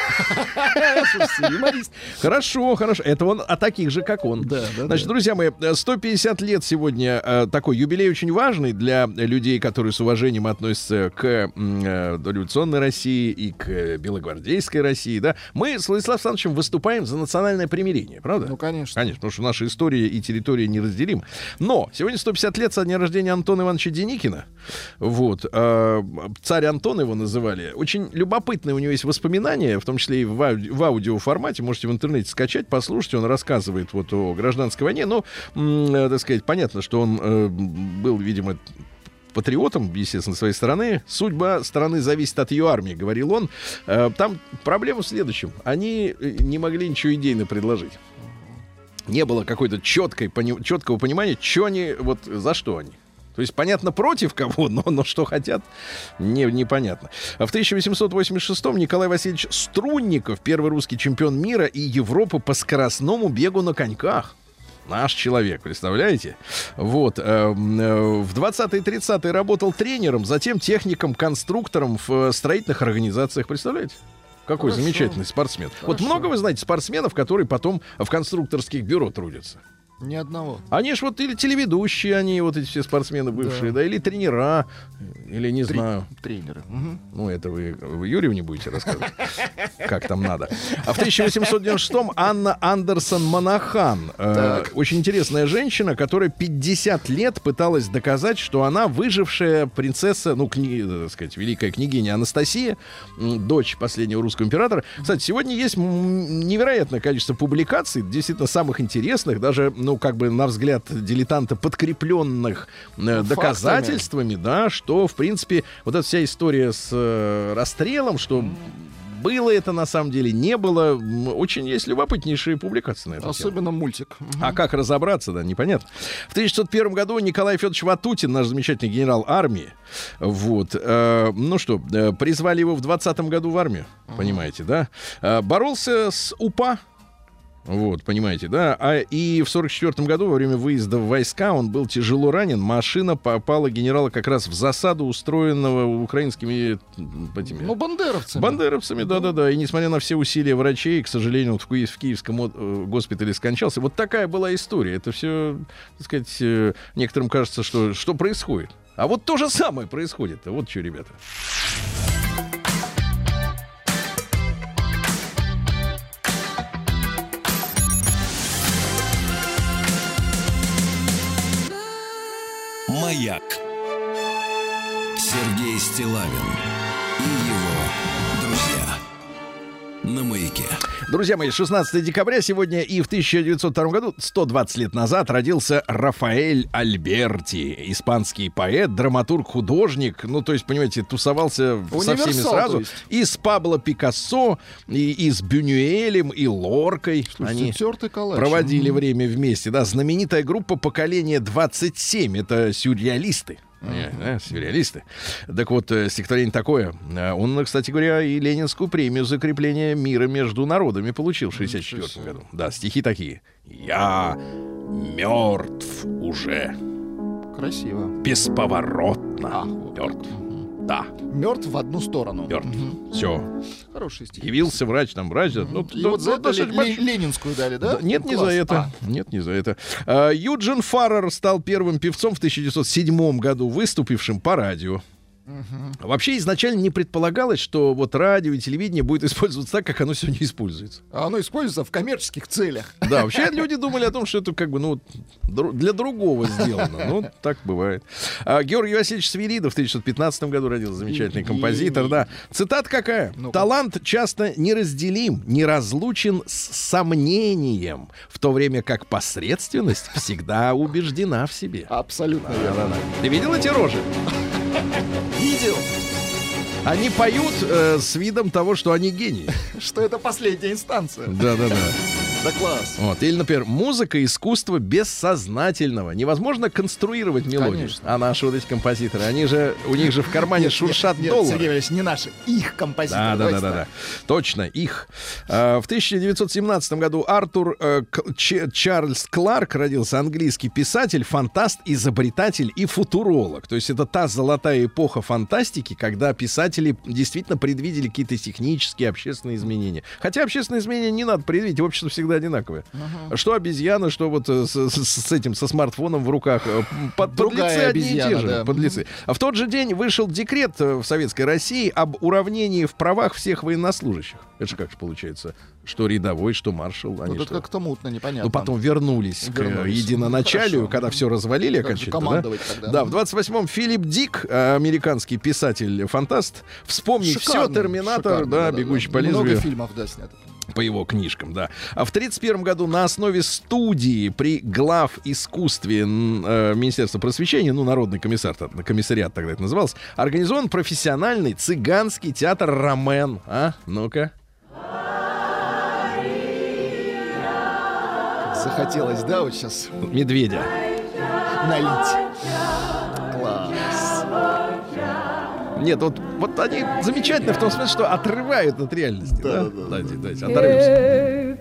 Слушайте, юморист. Хорошо, хорошо. Это он о таких же, как он. Да, да, Значит, да. друзья мои, сто пятьдесят лет сегодня, э, такой юбилей очень важный для людей, которые с уважением относятся к м, э, революционной России и к э, белогвардейской России. Да? Мы с Владиславом Александровичем выступаем за национальное примирение, правда? Ну, конечно. Конечно, потому что наша история и территория неразделимы. Но сегодня сто пятьдесят лет со дня рождения Антона Ивановича Деникина. Вот. э, Царь Антон его называли. Очень любопытные у него есть воспоминания, в том числе и в, ауди- в аудиоформате. Можете в интернете скачать, послушать. Он рассказывает вот о гражданской войне. Ну, м, э, так сказать, понятно, что он э, был, видимо, патриотом, естественно, своей страны. Судьба страны зависит от ее армии, говорил он. Э, Там проблема в следующем. Они э, не могли ничего идейно предложить. Не было какой-то четкой, пони- четкого понимания, что они, вот за что они. То есть, понятно, против кого, но, но что хотят, не, непонятно. А в тысяча восемьсот восемьдесят шестом Николай Васильевич Струнников, первый русский чемпион мира и Европы по скоростному бегу на коньках. Наш человек, представляете? Вот. э, э, В двадцатые-тридцатые работал тренером, затем техником-конструктором в э, строительных организациях. Представляете? Какой Хорошо. замечательный спортсмен. Вот Хорошо. много вы знаете спортсменов, которые потом в конструкторских бюро трудятся. Ни одного. Они ж вот или телеведущие, они вот эти все спортсмены бывшие, да, да или тренера, или не Три- знаю. Тренеры. Угу. Ну, это вы, вы Юрьевне будете рассказывать, как там надо. А в тысяча восемьсот девяносто шестом Анна Андерсон Монахан. Э, очень интересная женщина, которая пятьдесят лет пыталась доказать, что она выжившая принцесса, ну, кни, так сказать, великая княгиня Анастасия, м, дочь последнего русского императора. Кстати, сегодня есть м, невероятное количество публикаций, действительно самых интересных, даже, ну, как бы, на взгляд дилетанта, подкрепленных э, доказательствами, да, что, в принципе, вот эта вся история с э, расстрелом, что было это на самом деле, не было, м, очень есть любопытнейшие публикации на эту тему. Особенно мультик. Мгм. А как разобраться, да, непонятно. В тысяча девятьсот первом году Николай Федорович Ватутин, наш замечательный генерал армии, вот, э, ну что, э, призвали его в двадцатом году в армию, понимаете, да, э, боролся с УПА. Вот, понимаете, да? А и в сорок четвёртом году, во время выезда в войска, он был тяжело ранен. Машина попала генерала как раз в засаду, устроенного украинскими м, этими... Ну, бандеровцами. Бандеровцами, да-да-да. И несмотря на все усилия врачей, к сожалению, вот в, Киев, в Киевском э, госпитале скончался. Вот такая была история. Это все, так сказать, э, некоторым кажется, что, что происходит. А вот то же самое происходит. Вот что, ребята. Маяк. Сергей Стиллавин и его друзья на Маяке. Друзья мои, шестнадцатого декабря сегодня и в тысяча девятьсот втором году, сто двадцать лет назад, родился Рафаэль Альберти, испанский поэт, драматург, художник. Ну, то есть, понимаете, тусовался со всеми Универсал, сразу. то есть. И с Пабло Пикассо, и, и с Бюнюэлем, и Лоркой. Слушайте, Они тёртый калач. проводили Мгм. время вместе. Да, знаменитая группа «Поколение двадцать семь». Это сюрреалисты. Не, да, сюрреалисты. Так вот, э, стихотворение такое. Э, Он, кстати говоря, и Ленинскую премию за закрепление мира между народами получил в шестьдесят четвёртом году. Да, стихи такие. «Я мертв уже, Красиво. бесповоротно А, вот. мертв». Да, Мертв в одну сторону. мертв. Мгм. Все. Хороший стих. Явился врач, там врач. да, ну, И да, вот за ну, это достаточно Ле- большой- Ленинскую дали, да? Да, Нет, Ну, не класс. за это. А, Нет, не за это. А, Юджин Фаррер стал первым певцом в тысяча девятьсот седьмом году, выступившим по радио. Вообще изначально не предполагалось, что вот радио и телевидение будет использоваться так, как оно сегодня используется. а оно используется в коммерческих целях. Да, вообще люди думали о том, что это как бы, ну, дру- для другого сделано. Ну, так бывает. А, Георгий Васильевич Свиридов в тысяча девятьсот пятнадцатом году родился, замечательный композитор, да. Цитата какая? Ну-ка. «Талант часто неразделим, неразлучен с сомнением, в то время как посредственность всегда убеждена в себе». Абсолютно верно. Ты видел эти рожи? Видел, Они поют э, с видом того, что они гении. что это последняя инстанция. Да-да-да. Да класс. Вот. Или, например, музыка, искусство бессознательного. Невозможно конструировать мелодию. Конечно. А наши вот эти композиторы, они же, у них же в кармане шуршат Нет, доллары. Сергей Валерьевич, не наши, их композиторы. Да, да, да, Давайте да, так. да. Точно, их. А, в тысяча девятьсот семнадцатом году Артур э, К- Ч- Чарльз Кларк родился, английский писатель, фантаст, изобретатель и футуролог. То есть это та золотая эпоха фантастики, когда писатели действительно предвидели какие-то технические, общественные изменения. Хотя общественные изменения не надо предвидеть, общество всегда одинаковое. Что обезьяна, что вот э, с, с- с этим, со смартфоном в руках. э, Под, Другая подлецы одни и те обезьяна, же. да. Подлецы. А в тот же день вышел декрет э, в Советской России об уравнении в правах всех военнослужащих. Это же как же получается, что рядовой, что маршал. Они Вот это что? как-то мутно, непонятно. Ну, потом вернулись, к э, Вернулись. единоначалию, Хорошо. когда все развалили Как же окончательно. Да? командовать тогда? Да, в двадцать восьмом Филипп Дик, э, американский писатель-фантаст, вспомнив все, Шикарный, «Терминатор», шикарный, да, да-да-да. «Бегущий по Много лезвию». фильмов, да, снято. По его книжкам, да. А в тридцать первом году на основе студии при глав искусстве м, э, Министерства просвещения, ну, Народный комиссар, т- комиссариат тогда это назывался, организован профессиональный цыганский театр «Ромен». А, ну-ка. Захотелось, да, вот сейчас Медведя. налить. Класс. Нет, вот, вот они замечательны в том смысле, что отрывают от реальности. Да, Да, да, да. Дайте, дайте, оторвемся. Э,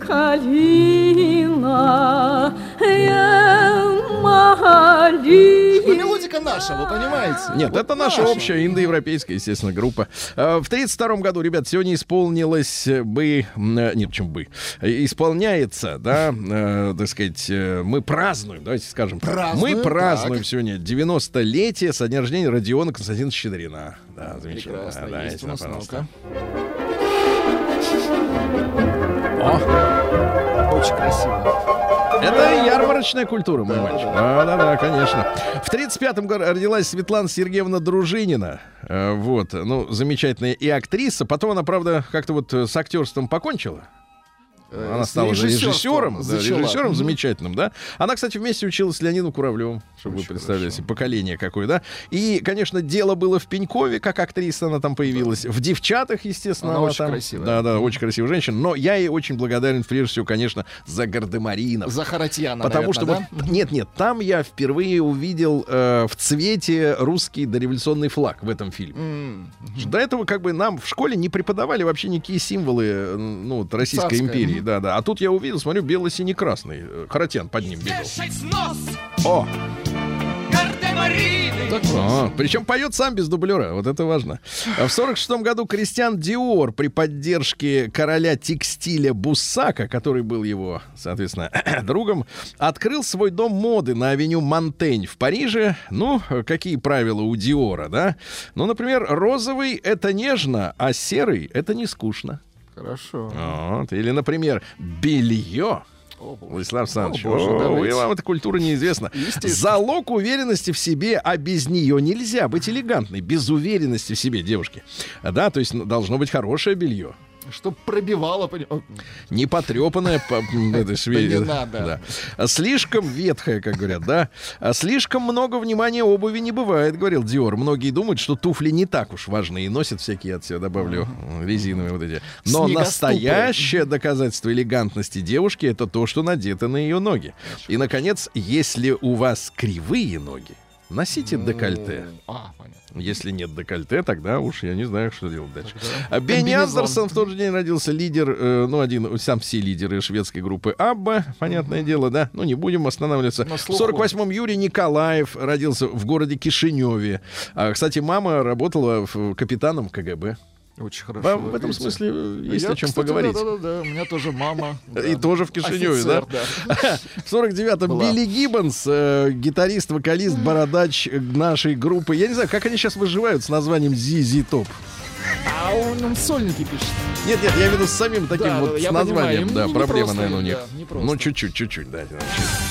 Калина, э, Малина. Но мелодика наша, вы понимаете? Нет, Вот это наша общая индоевропейская, естественно, группа. Э, В тридцать втором году, ребят, сегодня исполнилось бы... м, э, Нет, почему бы? Э, Исполняется, да, э, так сказать, э, мы празднуем, давайте скажем. так. Празднуем, Мы празднуем так. сегодня девяностолетие со дня рождения Родиона Константиновича Щедрина. Да, замечательно. Прекрасно, Да, есть у нас, пожалуйста. ну-ка. Очень красиво. Это ярмарочная культура, мой мальчик. Да-да-да, конечно. В тридцать пятом году родилась Светлана Сергеевна Дружинина. Э, Вот, ну, замечательная и актриса. Потом она, правда, как-то вот э, с актерством покончила. Она С стала же режиссерством режиссером, да, зачала. режиссером Мгм. замечательным, да. Она, кстати, вместе училась с Леонидом Куравлевым, чтобы Очень вы представляете, хорошо. поколение какое, да. И, конечно, дело было в Пенькове, как актриса она там появилась. В «Девчатах», естественно, Она она очень там. красивая. Да, да, очень красивая женщина. Но я ей очень благодарен, прежде всего, конечно, за «Гардемаринов». Захаратьяна, Потому наверное, что да? вот, нет, нет, там я впервые увидел э, в цвете русский дореволюционный флаг в этом фильме. М, До этого как бы нам в школе не преподавали вообще никакие символы, э, ну, вот, Российской Царская. империи, Мгм. да, да. А тут я увидел, смотрю, бело-синий-красный. э, Харатьян под ним бегал. О, так вот. а, причем поет сам без дублера, вот это важно. А в сорок шестом году Кристиан Диор при поддержке короля текстиля Буссака, который был его, соответственно, другом, открыл свой дом моды на авеню Монтень в Париже. Ну, какие правила у Диора, да? Ну, например, розовый — это нежно, а серый — это не скучно. Хорошо. Вот. Или, например, белье. О, боже. Владислав Александрович, О, боже, о, давайте. и вам эта культура неизвестна. Естественно. Залог уверенности в себе, а без нее нельзя быть элегантной. Без уверенности в себе, девушки. Да, то есть ну, должно быть хорошее белье. Чтоб пробивало. пони- О, Не потрепанное. по- м, этой шве- Да не надо. да. А слишком ветхое, как говорят, да. А слишком много внимания обуви не бывает, говорил Диор. Многие думают, что туфли не так уж важны и носят всякие, от себя добавлю, резиновые вот эти. Но Снегоступы. настоящее доказательство элегантности девушки — это то, что надето на ее ноги. И, наконец, если у вас кривые ноги, носите декольте. А, понятно. Если нет декольте, тогда уж я не знаю, что делать дальше. Тогда А Бенни комбинезон. Андерсон в тот же день родился, лидер, э, ну, один, сам все лидеры шведской группы Абба, понятное дело, да? Ну, не будем останавливаться. На В слуху. сорок восьмом Юрий Николаев родился в городе Кишиневе. А, кстати, мама работала в- капитаном КГБ. Очень хорошо. Вам вы в этом видите. смысле э, есть Я, о чем кстати, поговорить. Да, да, да, у меня тоже мама. И да. тоже в Кишиневе, Офицер, да? В сорок девятом Была. Билли Гиббонс, э, гитарист, вокалист, бородач э, нашей группы. Я не знаю, как они сейчас выживают с названием зи зи Top. А он, он сольники пишет. Нет, нет, я имею в виду с самим таким Да, вот да, с я названием. понимаю. Да, Не- проблема, непросто, наверное, у них. да, непросто. Ну, чуть-чуть, чуть-чуть, да. значит.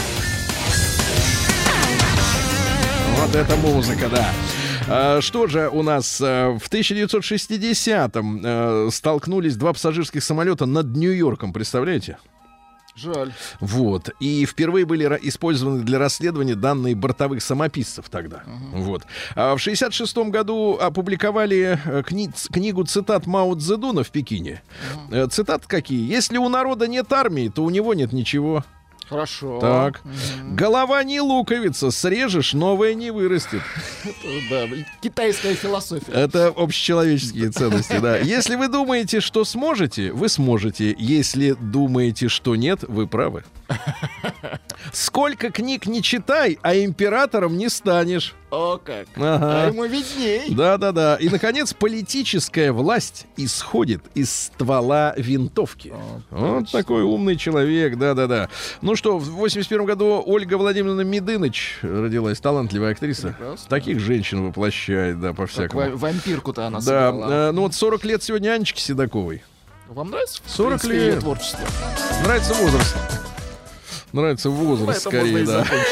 Вот это музыка, да. А, что же у нас а, в тысяча девятьсот шестидесятом а, столкнулись два пассажирских самолета над Нью-Йорком, представляете? Жаль. Вот. И впервые были ра- использованы для расследования данные бортовых самописцев тогда. Вот. А в шестьдесят шестом году опубликовали э, кни- ц- книгу цитат Мао Цзэдуна в Пекине. Э, Цитаты какие? «Если у народа нет армии, то у него нет ничего». Хорошо. Так. Мгм. «Голова не луковица, срежешь, новая не вырастет». Да, китайская философия. Это общечеловеческие ценности, да. «Если вы думаете, что сможете, вы сможете. Если думаете, что нет, вы правы». «Сколько книг не читай, а императором не станешь». О, как. Ага. А ему видней. Да-да-да. И, наконец, политическая власть исходит из ствола винтовки. О, Вот точно. такой умный человек, да-да-да. Ну что, в восемьдесят первом году Ольга Владимировна Медыныч родилась, талантливая актриса. Прекрасно. Таких женщин воплощает, да, Так, по-всякому. ва- вампирку-то она Да, сыграла. э, ну вот сорок лет сегодня Анечке Седоковой. Вам нравится? в сорок принципе, лет. её творчество? Нравится возраст. Нравится возраст, На этом можно скорее, и да. закончить.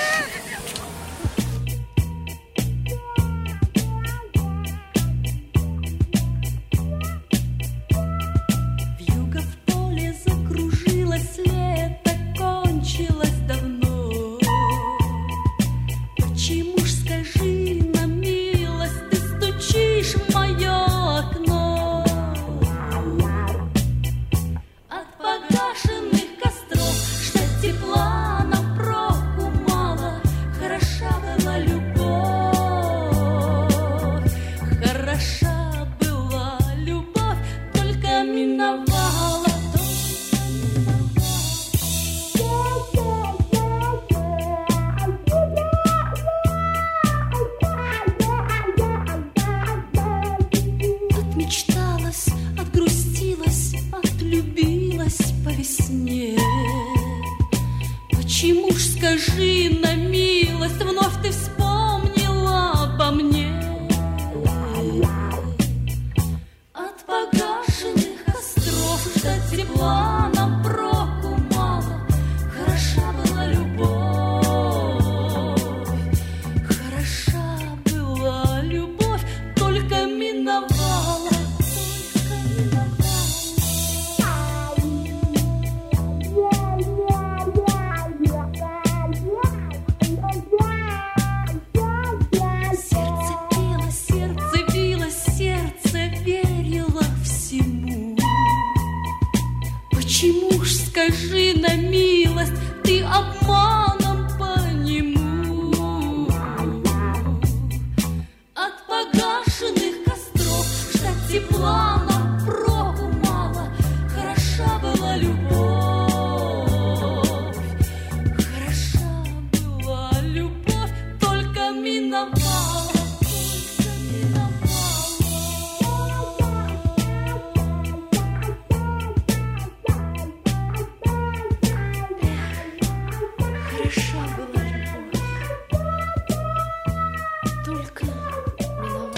Вьюга в поле закружилась, лето кончилось давно. Почему ж, скажи на милость, ты стучишь в мое окно? От погашенных костров ждать тепла напрок ума. Почему ж, скажи на милость, вновь ты вспомнила обо мне? От погашенных костров ждать тепла нам проку мало. Хороша была любовь, хороша была любовь, только миновала, только миновала. Сердце пело, сердце билось, сердце верило всему. Почему ж, скажи на милость, ты обманом по нему? От погашенных костров ждать тепла нам проку мало. Хороша была любовь, хороша была любовь, только миновала, только миновала. Хороша была любовь, только миновала.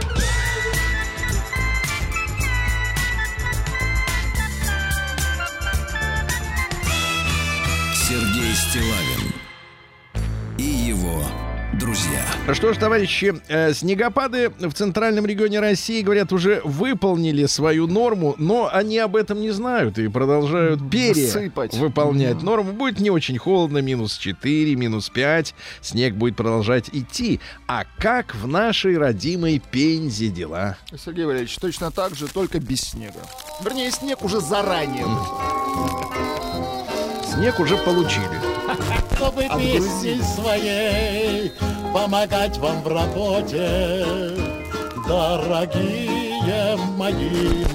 Сергей Стиллавин и его друзья. Что ж, товарищи, э, снегопады в центральном регионе России, говорят, уже выполнили свою норму, но они об этом не знают и продолжают Сыпать. перевыполнять норму. Будет не очень холодно, минус четыре, минус пять, снег будет продолжать идти. А как в нашей родимой Пензе дела? Сергей Валерьевич, точно так же, только без снега. Вернее, снег уже заранее. Снег уже получили. Чтобы От песней Грузии. своей помогать вам в работе, дорогие мои.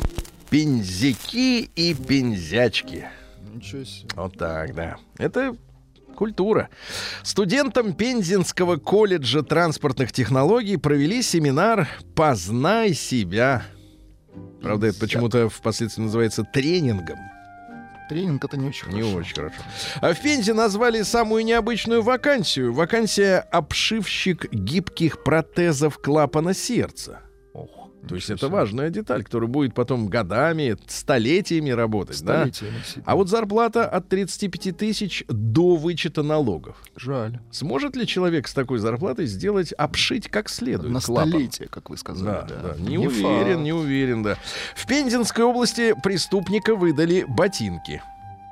Пензяки и пензячки. Ничего себе. Вот так, да. Это культура. Студентам Пензенского колледжа транспортных технологий провели семинар «Познай себя». Правда, это почему-то впоследствии называется тренингом. Тренинг — это не очень Не хорошо. очень хорошо. А в Пензе назвали самую необычную вакансию. Вакансия обшивщик гибких протезов клапана сердца. То есть это важная деталь, которая будет потом годами, столетиями работать. Да? Столетиями себе. А вот зарплата от тридцати пяти тысяч до вычета налогов. Жаль. Сможет ли человек с такой зарплатой сделать, обшить как следует На клапан? столетие, как вы сказали. Да, Да, да. Не, Не уверен, факт. не уверен, да. В Пензенской области преступника выдали ботинки.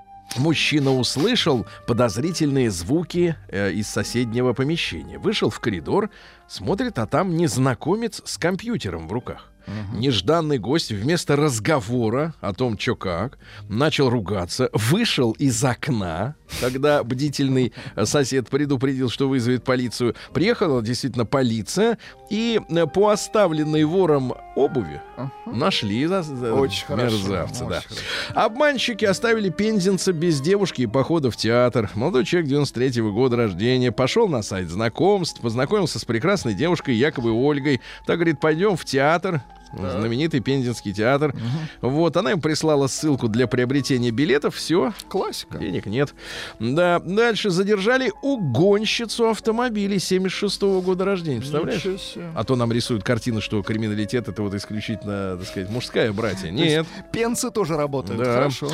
Мужчина услышал подозрительные звуки э, из соседнего помещения. Вышел в коридор, смотрит, а там незнакомец с компьютером в руках. Нежданный гость вместо разговора о том, что как, начал ругаться, вышел из окна, когда бдительный сосед предупредил, что вызовет полицию. Приехала действительно полиция, и э, по оставленной вором обуви нашли за, за- Очень хорошо, мерзавца. очень Да. хорошо. Обманщики оставили пензенца без девушки и похода в театр. Молодой человек девяносто третьего года рождения пошел на сайт знакомств, познакомился с прекрасной девушкой, якобы Ольгой. Так говорит, пойдем в театр. Знаменитый Пензенский театр. Вот, она им прислала ссылку для приобретения билетов. Все, Классика. денег нет. Да, дальше задержали угонщицу автомобилей семьдесят шестого года рождения. Представляешь? Ничего себе. А то нам рисуют картину, что криминалитет — это вот исключительно, так сказать, мужская братья. Нет. Пенсы тоже работают. Да. Хорошо.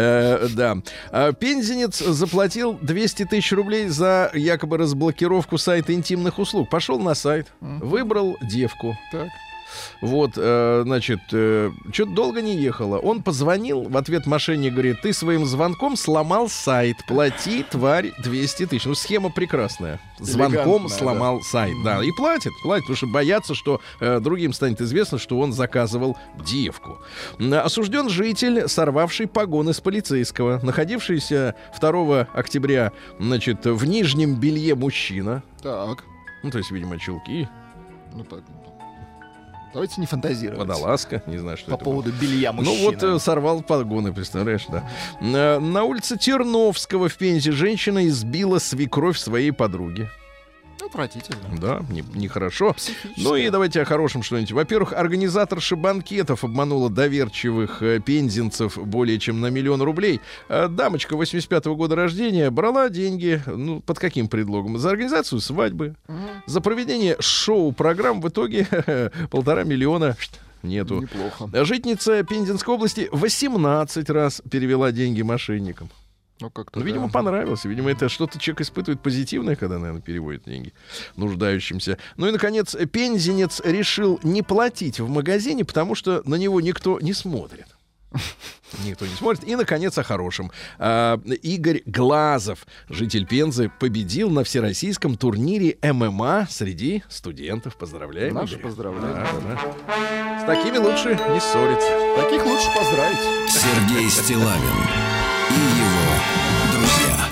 Э, да. А пензенец заплатил двести тысяч рублей за якобы разблокировку сайта интимных услуг. Пошел на сайт, выбрал девку. Так. Вот, э, значит, э, что-то долго не ехала. Он позвонил, в ответ мошенник говорит: ты своим звонком сломал сайт, плати, тварь, двести тысяч. Ну, схема прекрасная. Звонком Элегантная, сломал сайт, да. И платит, платит, потому что боятся, что э, другим станет известно, что он заказывал девку. М, Осужден житель, сорвавший погоны с полицейского, находившийся второго октября, значит, в нижнем белье мужчина. Так. Ну, то есть, видимо, чулки, Ну так. Давайте не фантазировать. водолазка, не знаю, что По это было. поводу белья мужчины. Ну вот э, сорвал погоны, представляешь, да. На, на улице Терновского в Пензе женщина избила свекровь своей подруги. Отвратительно. Да, не- нехорошо. Психическое. Ну и давайте о хорошем что-нибудь. Во-первых, организаторша банкетов обманула доверчивых э, пензенцев более чем на миллион рублей. Э, дамочка восемьдесят пятого года рождения брала деньги, ну, под каким предлогом? За организацию свадьбы, за проведение шоу-программ. В итоге полтора миллиона нету. Неплохо. Житница Пензенской области восемнадцать раз перевела деньги мошенникам. Ну, как-то, Ну, видимо, да. понравилось. Видимо, это что-то человек испытывает позитивное, когда, наверное, переводит деньги нуждающимся. Ну и, наконец, пензенец решил не платить в магазине, потому что на него никто не смотрит. Никто не смотрит. И, наконец, о хорошем. А, Игорь Глазов, житель Пензы, победил на всероссийском турнире ММА среди студентов. Поздравляем. Наши Игорь. поздравляем. Да, да. С такими лучше не ссориться. Таких лучше поздравить. Сергей Стиллавин и его друзья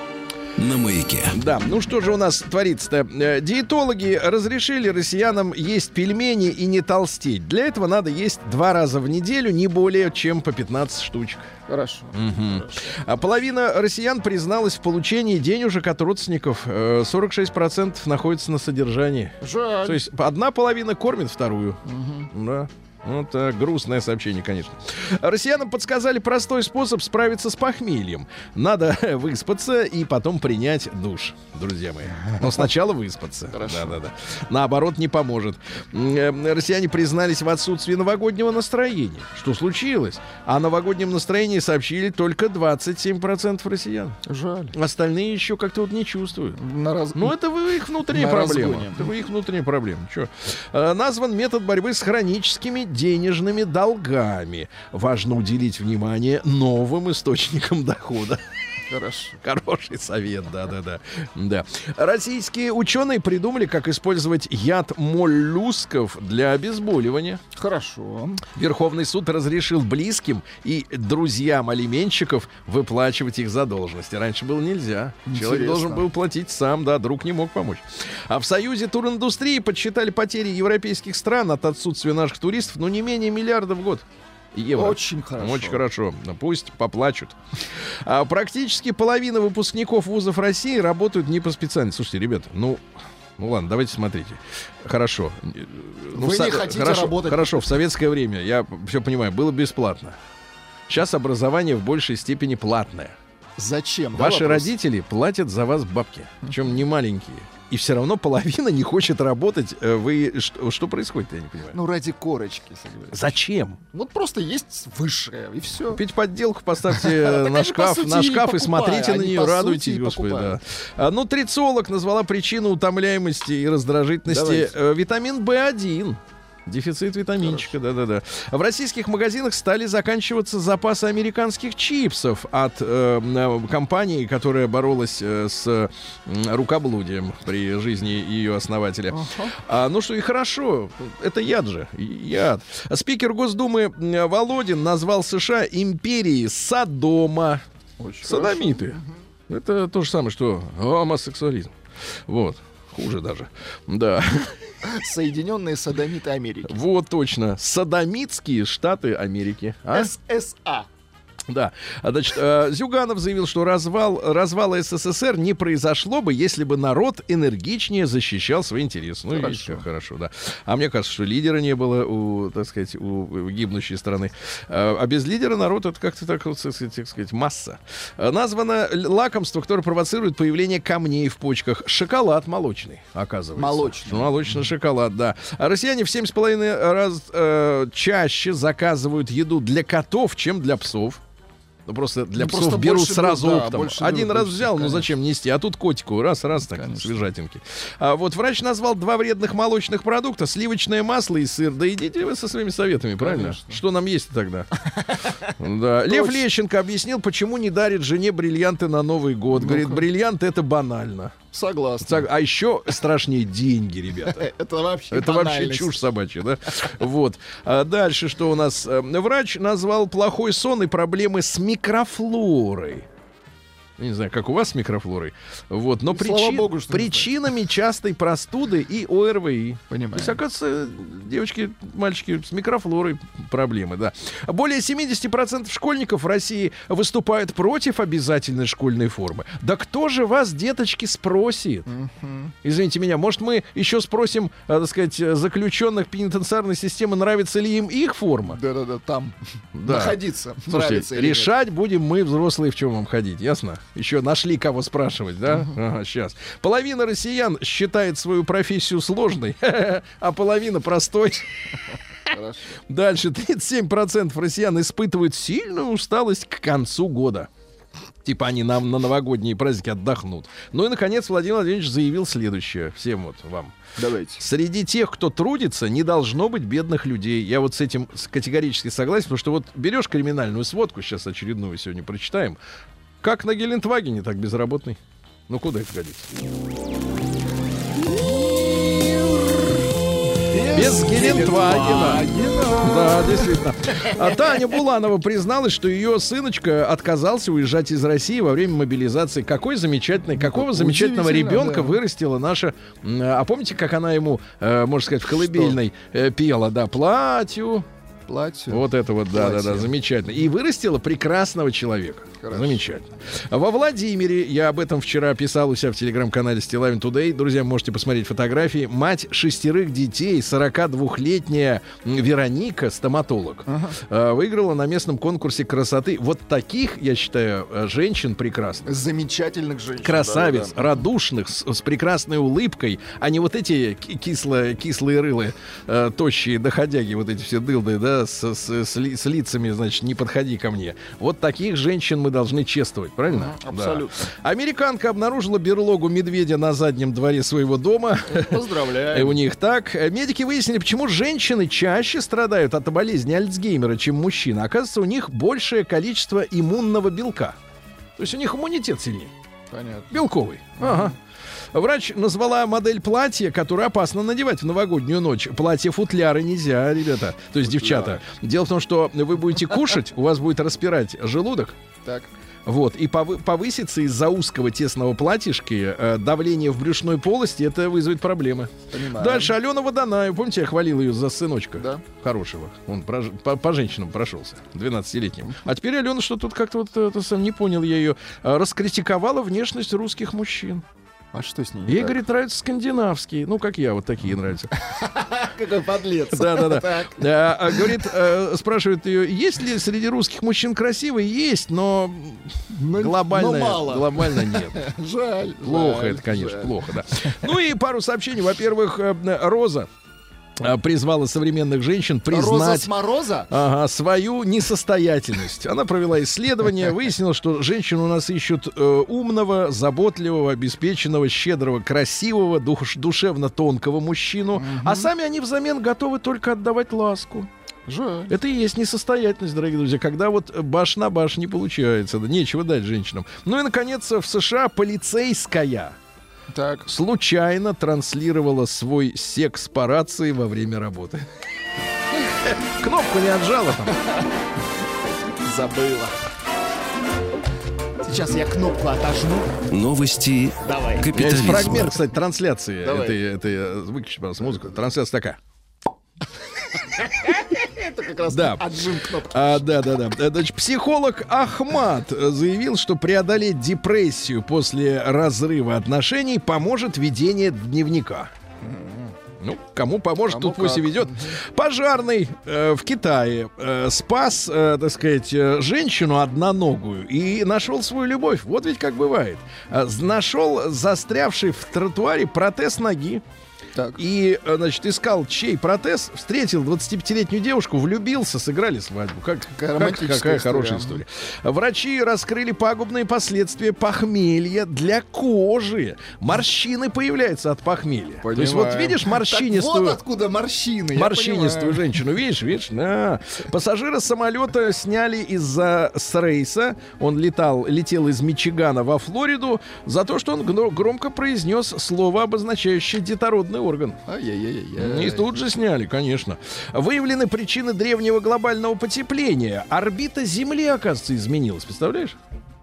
на Маяке. Да, ну что же у нас творится-то? Э, Диетологи разрешили россиянам есть пельмени и не толстеть. Для этого надо есть два раза в неделю, не более чем по пятнадцать штучек. Хорошо. Мгм. А половина россиян призналась в получении денежек от родственников. Э, сорок шесть процентов находится на содержании. Жаль. То есть одна половина кормит вторую. Да. Вот так, грустное сообщение, конечно. Россиянам подсказали простой способ справиться с похмельем. Надо выспаться и потом принять душ, друзья мои. Но сначала выспаться. Да-да-да. Наоборот, не поможет. М, э, Россияне признались в отсутствии новогоднего настроения. Что случилось? О новогоднем настроении сообщили только двадцать семь процентов россиян. Жаль. Остальные еще как-то вот не чувствуют. На раз... Ну, это вы- их внутренняя На проблема. разгоне. Это вы- их внутренняя проблема. Чё? Э, назван метод борьбы с хроническими денежными долгами. Важно уделить внимание новым источникам дохода. Хорошо. Хороший совет, да-да-да. Да. Российские ученые придумали, как использовать яд моллюсков для обезболивания. Хорошо. Верховный суд разрешил близким и друзьям алименщиков выплачивать их задолженности. Раньше было нельзя. Человек Интересно. должен был платить сам, да, друг не мог помочь. А в Союзе туриндустрии подсчитали потери европейских стран от отсутствия наших туристов, ну, не менее миллиарда в год. Евро. Очень хорошо. Очень хорошо. Ну, пусть поплачут. А практически половина выпускников вузов России работают не по специальности. Слушайте, ребята, ну... Ну ладно, давайте смотрите. Хорошо. Ну, Вы в со- не хотите хорошо, работать- Хорошо, в советское время, я все понимаю, было бесплатно. Сейчас образование в большей степени платное. Зачем? Да, Ваши вопрос? родители платят за вас бабки, причем не маленькие. И все равно половина не хочет работать. Э, Вы что, что происходит, я не понимаю. Ну, ради корочки, Сергей Валерьевич. Зачем? Вот просто есть высшее, и все. Купить подделку, поставьте на они, шкаф, по сути, на и шкаф и покупают. смотрите на Они, нее, по сути, радуйтесь, и господи, да. покупают. А, нутрициолог назвала причину утомляемости и раздражительности Давайте. э, витамин бэ один. Дефицит витаминчика, да-да-да. В российских магазинах стали заканчиваться запасы американских чипсов от э, э, компании, которая боролась э, с э, рукоблудием при жизни ее основателя. А, ну что, и хорошо. Это яд же. Яд. Спикер Госдумы э, Володин назвал США империей Содома. Очень Содомиты. Это то же самое, что гомосексуализм. Вот. Хуже даже. Да. Соединенные Содомиты Америки. Вот точно. Содомитские штаты Америки. А? эс эс а. Да. А, Значит, э, Зюганов заявил, что развал, развала эс эс эс эр не произошло бы, если бы народ энергичнее защищал свои интересы. Ну, Хорошо. видите, как хорошо, да. А мне кажется, что лидера не было у, так сказать, у гибнущей страны. А, а без лидера народ — это как-то так, вот, так сказать, так сказать, масса. А, названо л- лакомство, которое провоцирует появление камней в почках. Шоколад молочный, оказывается. Молочный. Молочный шоколад, да. А россияне в семь с половиной раз э, чаще заказывают еду для котов, чем для псов. Ну, просто для Ну, псов просто берут больше сразу берут, да, оптом. больше Один берут, раз больше, взял, ну конечно. зачем нести? А тут котику раз, раз, так, Конечно. свежатинки. А вот врач назвал два вредных молочных продукта: сливочное масло и сыр. Да идите вы со своими советами, правильно? Конечно. Что нам есть тогда? Да. Лев Лещенко объяснил, почему не дарит жене бриллианты на Новый год. Говорит, бриллианты — это банально. Согласен. Так, а еще страшнее деньги, ребята. Это вообще Это вообще банальность. чушь собачья, да? Вот. А дальше что у нас? Э, Врач назвал плохой сон и проблемы с микрофлорой. Я не знаю, как у вас с микрофлорой. Вот, но Ну, слава причи- богу, что не причинами частой простуды и ОРВИ. Понимаю. То есть, оказывается, девочки, мальчики с микрофлорой проблемы, да. Более семьдесят процентов школьников в России выступают против обязательной школьной формы. Да кто же вас, деточки, спросит? Извините меня, может, мы еще спросим, а, так сказать, заключенных пенитенциарной системы, нравится ли им их форма? Да-да-да, там Да. находиться. Слушайте, Нравится или нет. решать будем мы, взрослые, в чем вам ходить, ясно? Еще нашли кого спрашивать, да? Ага, сейчас. Половина россиян считает свою профессию сложной, а половина простой. Хорошо. Дальше. тридцать семь процентов россиян испытывают сильную усталость к концу года. Типа они на, на новогодние праздники отдохнут. Ну и, наконец, Владимир Владимирович заявил следующее. Всем вот вам. Давайте. Среди тех, кто трудится, не должно быть бедных людей. Я вот с этим с- категорически согласен, потому что вот берешь криминальную сводку, сейчас очередную сегодня прочитаем, как на Гелендвагене, так безработный. Ну куда это годится? Без Гелендвагена. Да, действительно. А Таня Буланова призналась, что ее сыночка отказался уезжать из России во время мобилизации. Какой замечательный, какого замечательного Удивительно, ребенка да. вырастила наша... м, А помните, как она ему, э, можно сказать, в колыбельной э, пела, да, платью. Платье. Вот это вот, да, да, да, Платье. замечательно. И вырастила прекрасного человека. Хорошо. Замечательно. Во Владимире, я об этом вчера писал у себя в телеграм-канале Стилавин Тудей. Друзья, можете посмотреть фотографии. Мать шестерых детей, сорокадвухлетняя Вероника, стоматолог, э, выиграла на местном конкурсе красоты. Вот таких, я считаю, э, женщин прекрасных. Замечательных женщин. Красавиц, да-да-да. радушных, с, с прекрасной улыбкой, а не вот эти ки- кисло, кислые рылы, э, тощие доходяги, вот эти все дылды, да, с, с- с ли- с лицами, значит, не подходи ко мне. Вот таких женщин мы должны чествовать, правильно? Мгм, абсолютно. Да. Американка обнаружила берлогу медведя на заднем дворе своего дома. И Поздравляю. у них так. Медики выяснили, почему женщины чаще страдают от болезни Альцгеймера, чем мужчины. Оказывается, у них большее количество иммунного белка. То есть у них иммунитет сильнее. Понятно. Белковый. Ага. Врач назвала модель платья, которое опасно надевать в новогоднюю ночь. Платье-футляры нельзя, ребята. То есть, девчата. Дело в том, что вы будете кушать, у вас будет распирать желудок. Так. Вот, и повы- повысится из-за узкого тесного платьишки э, давление в брюшной полости, это вызовет проблемы. Понимаю. Дальше Алена Водонаева, помните, я хвалил ее за сыночка? Да. Хорошего. Он прож- по, по женщинам прошелся, двенадцатилетним. А теперь Алена что тут как-то вот это сам не понял я ее, э, раскритиковала внешность русских мужчин. А что с ней? Ей, говорит, нравятся скандинавские. Ну, как я, вот такие нравятся. Какой подлец. Да-да-да. Так. А, а, Говорит, э, спрашивает ее, есть ли среди русских мужчин красивые? Есть, но Но- глобально, но мало. глобально нет. Жаль. Плохо жаль, это, конечно, жаль. плохо, да. Ну и пару сообщений. Во-первых, э, Роза э, призвала современных женщин Роза признать с мороза? ага, свою несостоятельность. Она провела исследование, выяснила, что женщины у нас ищут э, умного, заботливого, обеспеченного, щедрого, красивого, душ- душевно тонкого мужчину, а сами они взамен готовы только отдавать ласку. Жаль. Это и есть несостоятельность, дорогие друзья, когда вот баш на баш не получается, да, нечего дать женщинам. Ну и, наконец, в США полицейская Так. случайно транслировала свой секс по рации во время работы. Кнопку не отжала там. Забыла. Сейчас я кнопку отожму. Новости Давай. У меня есть капитализма. фрагмент, кстати, трансляции. Давай. этой, этой, э, выключи, пожалуйста, музыку. Трансляция такая. Это как раз Да. отжим кнопки. А, да, да, да. Значит, психолог Ахмад заявил, что преодолеть депрессию после разрыва отношений поможет ведение дневника. Ну, кому поможет, Кому тут пусть и как. ведет. Пожарный э, в Китае э, спас, э, так сказать, э, женщину одноногую и нашел свою любовь. Вот ведь как бывает. Э, нашел застрявший в тротуаре протез ноги. Так. И, э, значит, искал, чей протез, встретил двадцатипятилетнюю девушку, влюбился, сыграли свадьбу. Как, Какая как- романтическая какая история. хорошая история. Врачи раскрыли пагубные последствия похмелья для кожи. Морщины появляются от похмелья. То есть вот Понимаю. видишь Так морщинистую... вот откуда морщины. я Морщинистую понимаю. женщину, видишь, видишь? Да. Пассажира самолета сняли из-за с рейса. Он летал, летел из Мичигана во Флориду за то, что он гно- громко произнес слово, обозначающее детородный орган. Ай-яй-яй-яй. И тут же сняли, конечно. Выявлены причины древнего глобального потепления. Орбита Земли, оказывается, изменилась. Представляешь?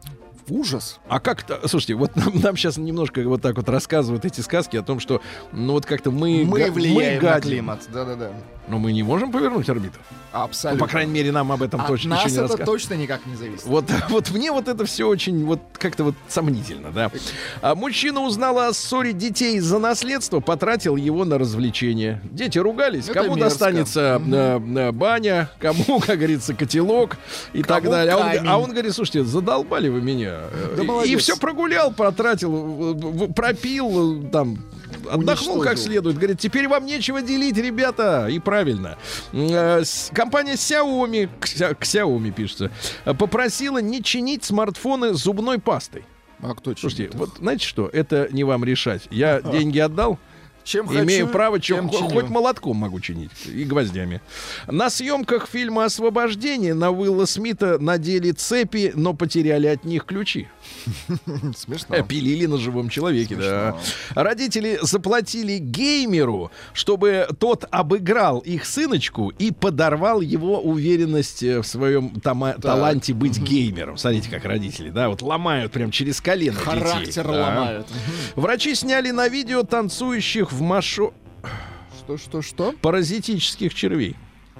Ужас. А как-то, слушайте, вот нам, нам сейчас немножко вот так вот рассказывают эти сказки о том, что, ну вот как-то мы, Мы га- влияем мы на гадим. климат. Да-да-да. Но мы не можем повернуть орбиту. Ну, Абсолютно. по крайней мере, нам об этом От точно нас еще не это рассказывают. точно никак не зависит. Вот, вот мне вот это все очень вот как-то вот сомнительно, да. А мужчина узнал о ссоре детей из-за наследства, потратил его на развлечения. Дети ругались, Это кому мерзко. достанется Мгм. э, э, баня, кому, как говорится, котелок и Кому так далее. А он, камень. а он говорит, слушайте, задолбали вы меня. Да И- и молодец. все прогулял, потратил, в- в- пропил, э, там, отдохнул как Уничтожил. следует. Говорит, теперь вам нечего делить, ребята. И правильно. Э, с- Компания Xiaomi, Xia- к Xiaomi пишется, э, попросила не чинить смартфоны зубной пастой. А кто Слушайте, чинит? вот знаете что, это не вам решать. Я деньги отдал, Чем имею хочу, право, чё, тем хо- чиню. хоть молотком могу чинить и гвоздями. На съемках фильма «Освобождение» на Уилла Смита надели цепи, но потеряли от них ключи. Смешно. Пилили на живом человеке, да. Смешно. Родители заплатили геймеру, чтобы тот обыграл их сыночку и подорвал его уверенность э, в своем тома- таланте быть геймером. Смотрите, как родители, да, вот ломают прям через колено детей. Характер Да. ломают. Врачи сняли на видео танцующих в машо Что, что, что? паразитических червей.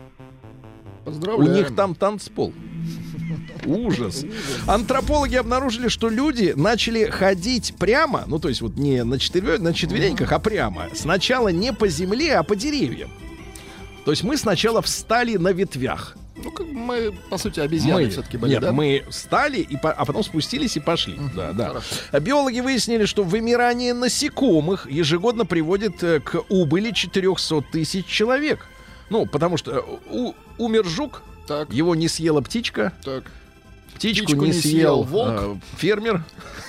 У Поздравляю. них там танцпол. Ужас. Антропологи обнаружили, что люди начали ходить прямо, ну то есть вот не на, четверё- на четвереньках, а прямо. Сначала не по земле, а по деревьям. То есть мы сначала встали на ветвях. Ну, как бы мы, по сути, обезьяны Мы- все-таки были, Нет, да? мы встали, и по- а потом спустились и пошли. Да, да. хорошо. Биологи выяснили, что вымирание насекомых ежегодно приводит э, к убыли четыреста тысяч человек. Ну, потому что э, у- умер жук, Так, его не съела птичка, так. птичку, Птичку не не съел съел волк. э, фермер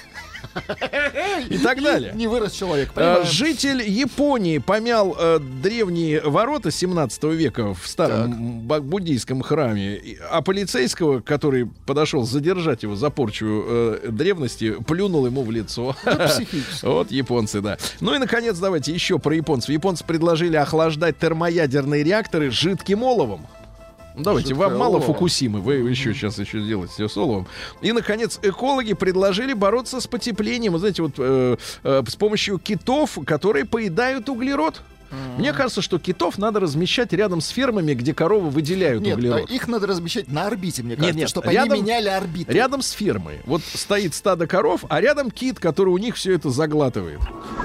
и так далее. Не вырос человек, Э, понимаю. Житель Японии помял э, древние ворота семнадцатого века в старом ба- буддийском храме, И- а полицейского, который подошел задержать его за порчу э, древности, плюнул ему в лицо. Психически. Вот японцы, да. Ну и, наконец, давайте еще про японцев. Японцы предложили охлаждать термоядерные реакторы жидким оловом. Ну, давайте, Жидкое вам мало олово. Фукусимы, вы еще сейчас еще сделаете с оловом. И, наконец, экологи предложили бороться с потеплением, вы знаете, вот э, э, с помощью китов, которые поедают углерод. Мне кажется, что китов надо размещать рядом с фермами, где коровы выделяют Нет, а углерод. их надо размещать на орбите, мне Нет, кажется, нет, чтобы рядом- они меняли орбиту. Рядом с фермой. Вот стоит стадо коров, а рядом кит, который у них все это заглатывает.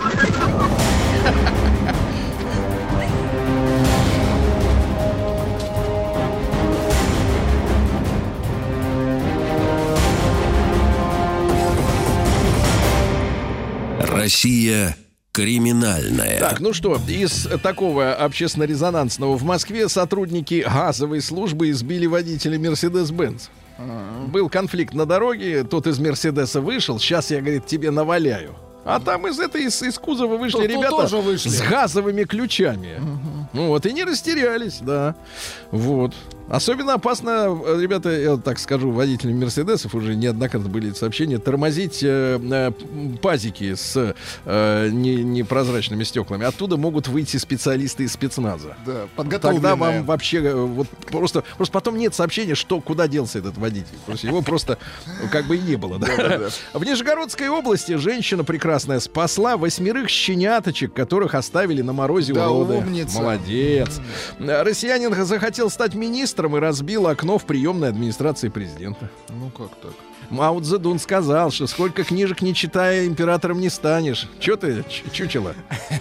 Россия криминальная. Так, ну что, из такого общественно-резонансного в Москве сотрудники газовой службы избили водителя Mercedes-Benz. Был конфликт на дороге, тот из Мерседеса вышел, сейчас я, говорит, тебе наваляю. А там из этой, из, из кузова вышли То- то ребята тоже вышли. с газовыми ключами. Ну вот, и не растерялись, да. Вот. Особенно опасно, э, ребята, я так скажу, водителям Мерседесов уже неоднократно были эти сообщения, тормозить э, э, пазики с э, не- непрозрачными стеклами. Оттуда могут выйти специалисты из спецназа. Да, подготовленная. Тогда вам вообще э, вот просто, просто потом нет сообщения, что куда делся этот водитель. То есть его просто ну, как бы и не было. Да? В Нижегородской области женщина прекрасная спасла восьмерых щеняточек, которых оставили на морозе Да, у рода. умница. Молодец. Россиянин захотел стать министром и разбил окно в приемной администрации президента. Ну как так? Мао Цзэдун сказал, что сколько книжек не читая, императором не станешь. Че ты, ч- чучело?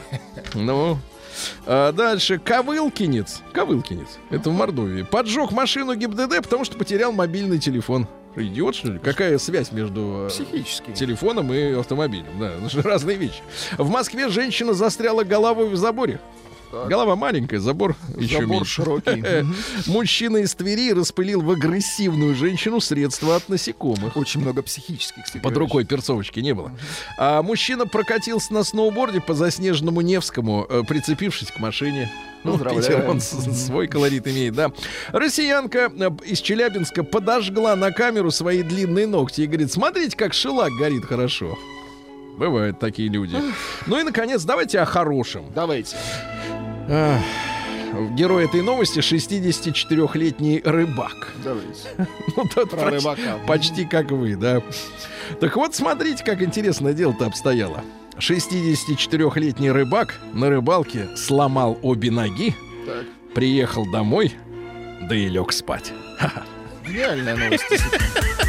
Ну... А дальше Ковылкинец. Ковылкинец. Это в Мордовии. Поджег машину ГИБДД, потому что потерял мобильный телефон. Идиот, что ли? Какая связь между э, Психически. телефоном и автомобилем? Да, это же разные вещи. В Москве женщина застряла головой в заборе. Так. Голова маленькая, забор еще Забор меньше. широкий. Мгм. Мужчина из Твери распылил в агрессивную женщину средства от насекомых. Очень много психических, кстати, Под говоришь. рукой перцовочки не было. А мужчина прокатился на сноуборде по заснеженному Невскому, э, прицепившись к машине. Ну, Поздравляем. Питер, он с- свой колорит имеет, да. Россиянка э, из Челябинска подожгла на камеру свои длинные ногти и говорит, смотрите, как шелак горит хорошо. Бывают такие люди. Ну и, наконец, давайте о хорошем. Давайте. Ах, герой этой новости шестидесятичетырёхлетний рыбак. Давайте. Ну, тот Про почти, рыбака. почти как вы, да. Так вот, смотрите, как интересно дело-то обстояло. шестидесятичетырёхлетний рыбак на рыбалке сломал обе ноги, Так. приехал домой, да и лег спать. Ха-ха. Гениальная новость. действительно.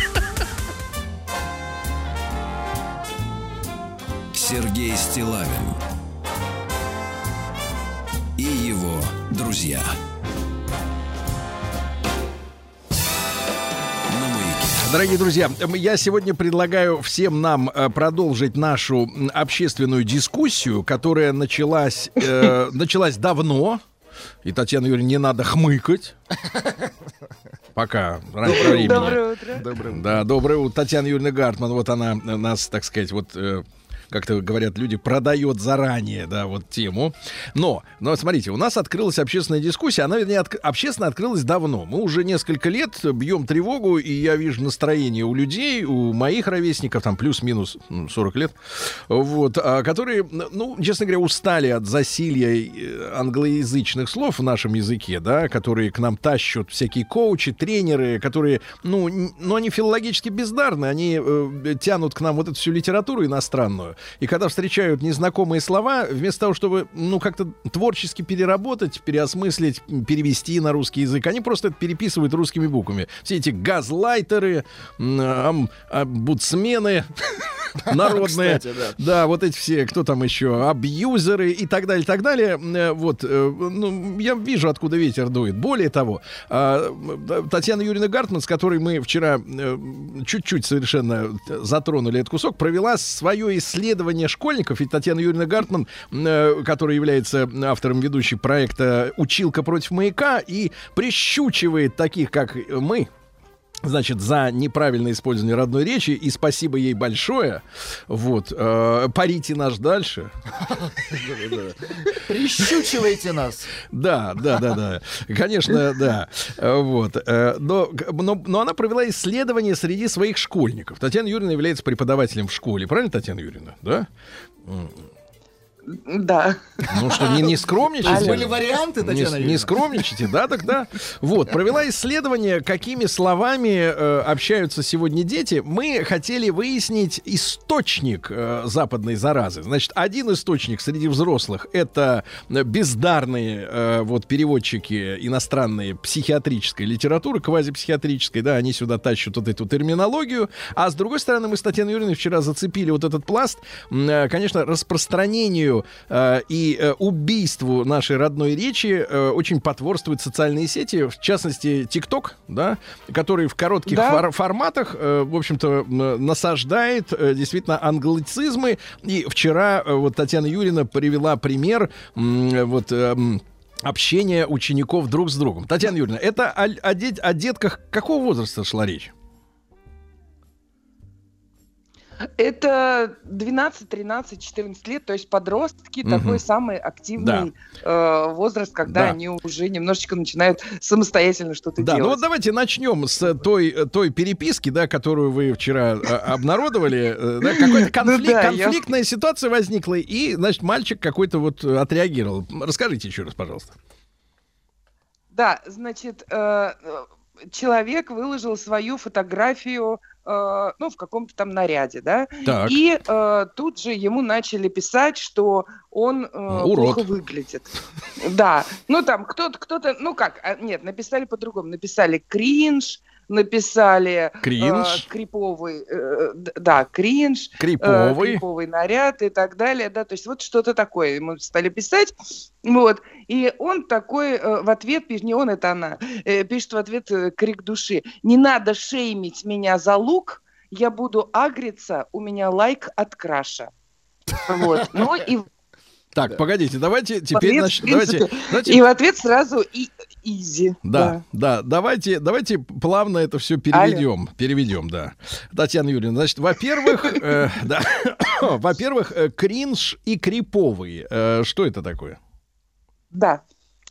Сергей Стиллавин и его друзья. На маяке. Дорогие друзья, я сегодня предлагаю всем нам э, продолжить нашу м, общественную дискуссию, которая началась, э, началась давно. И, Татьяна Юрьевна, не надо хмыкать. Пока раньше времени. Доброе утро. Доброе утро. Да, доброе утро. Татьяна Юрьевна Гартман, вот она нас, так сказать, вот... э, как-то говорят люди, продает заранее, да, вот тему. Но, но смотрите, у нас открылась общественная дискуссия, она, вернее, от, общественно открылась давно. Мы уже несколько лет бьем тревогу, и я вижу настроение у людей, у моих ровесников, там плюс-минус ну, сорок лет, вот, а, которые, ну, честно говоря, устали от засилья англоязычных слов в нашем языке, да, которые к нам тащат всякие коучи, тренеры, которые, ну, н- ну они филологически бездарны, они э, тянут к нам вот эту всю литературу иностранную. И когда встречают незнакомые слова, вместо того, чтобы, ну, как-то творчески переработать, переосмыслить, перевести на русский язык, они просто это переписывают русскими буквами. Все эти газлайтеры, м, ам- омбудсмены народные, Кстати, да. да, вот эти все, кто там еще, абьюзеры и так далее, так далее. Э, Вот, э, ну, я вижу, откуда ветер дует. Более того, а, м, Татьяна Юрьевна Гартман, с которой мы вчера э, чуть-чуть совершенно затронули этот кусок, провела свое исследование школьников. И Татьяна Юрьевна Гартман, э, которая является автором ведущей проекта «Училка против маяка» и прищучивает таких, как мы, значит, за неправильное использование родной речи, и спасибо ей большое. Вот. Э, парите наш дальше. Прищучивайте нас. Да, да, да, да. Конечно, да. Э, Вот. Э, Но, но, но она провела исследование среди своих школьников. Татьяна Юрьевна является преподавателем в школе. Правильно, Татьяна Юрьевна? Да? Да. Ну что, не, не скромничайте? Были варианты, Не, Татьяна не Юрьевна? скромничайте, да, тогда. Вот, провела исследование, какими словами э, общаются сегодня дети. Мы хотели выяснить источник э, западной заразы. Значит, один источник среди взрослых — это бездарные э, вот переводчики иностранной психиатрической литературы, квазипсихиатрической, да, они сюда тащат вот эту терминологию. А с другой стороны, мы с Татьяной Юрьевной вчера зацепили вот этот пласт, э, конечно, распространению э, и э, убийству нашей родной речи э, очень потворствуют социальные сети, в частности, ТикТок, да, который в коротких Да. фор- форматах, э, в общем-то, м, насаждает э, действительно англицизмы. И вчера э, вот Татьяна Юрьевна привела пример м, вот э, м, общения учеников друг с другом. Татьяна Юрьевна, это о, о дет- о детках какого возраста шла речь? Это двенадцать, тринадцать, четырнадцать лет, то есть подростки, Мгм. такой самый активный э, возраст, когда Да. они уже немножечко начинают самостоятельно что-то Да, ну делать. вот давайте начнем с той, той переписки, да, которую вы вчера а, обнародовали. э, Да, какой-то конфликт, да, я- конфликтная ситуация возникла, и, значит, мальчик какой-то вот э, отреагировал. Расскажите еще раз, пожалуйста. Да, значит, э, э, человек выложил свою фотографию, э, ну, в каком-то там наряде, да, Так. и э, тут же ему начали писать, что он э, Урод. плохо выглядит. Да, ну там кто-то, кто-то, ну как, а, нет, написали по-другому, написали кринж, написали э, Кринж? криповый, э, д- да, кринж, э, Криповый. криповый наряд и так далее, да, то есть вот что-то такое ему стали писать, вот, и он такой э, в ответ пишет, не он, это она, э, пишет в ответ э, крик души: не надо шеймить меня за лук, я буду агриться, у меня лайк от краша. Вот, ну и Так, погодите, давайте теперь ответ, нач- в принципе, давайте, давайте- и в ответ сразу и изи. Да, да, давайте, давайте плавно это все переведем, переведем, да. Татьяна Юрьевна, значит, во-первых, э, да, во-первых, э, кринж и криповый, э, что это такое? Да.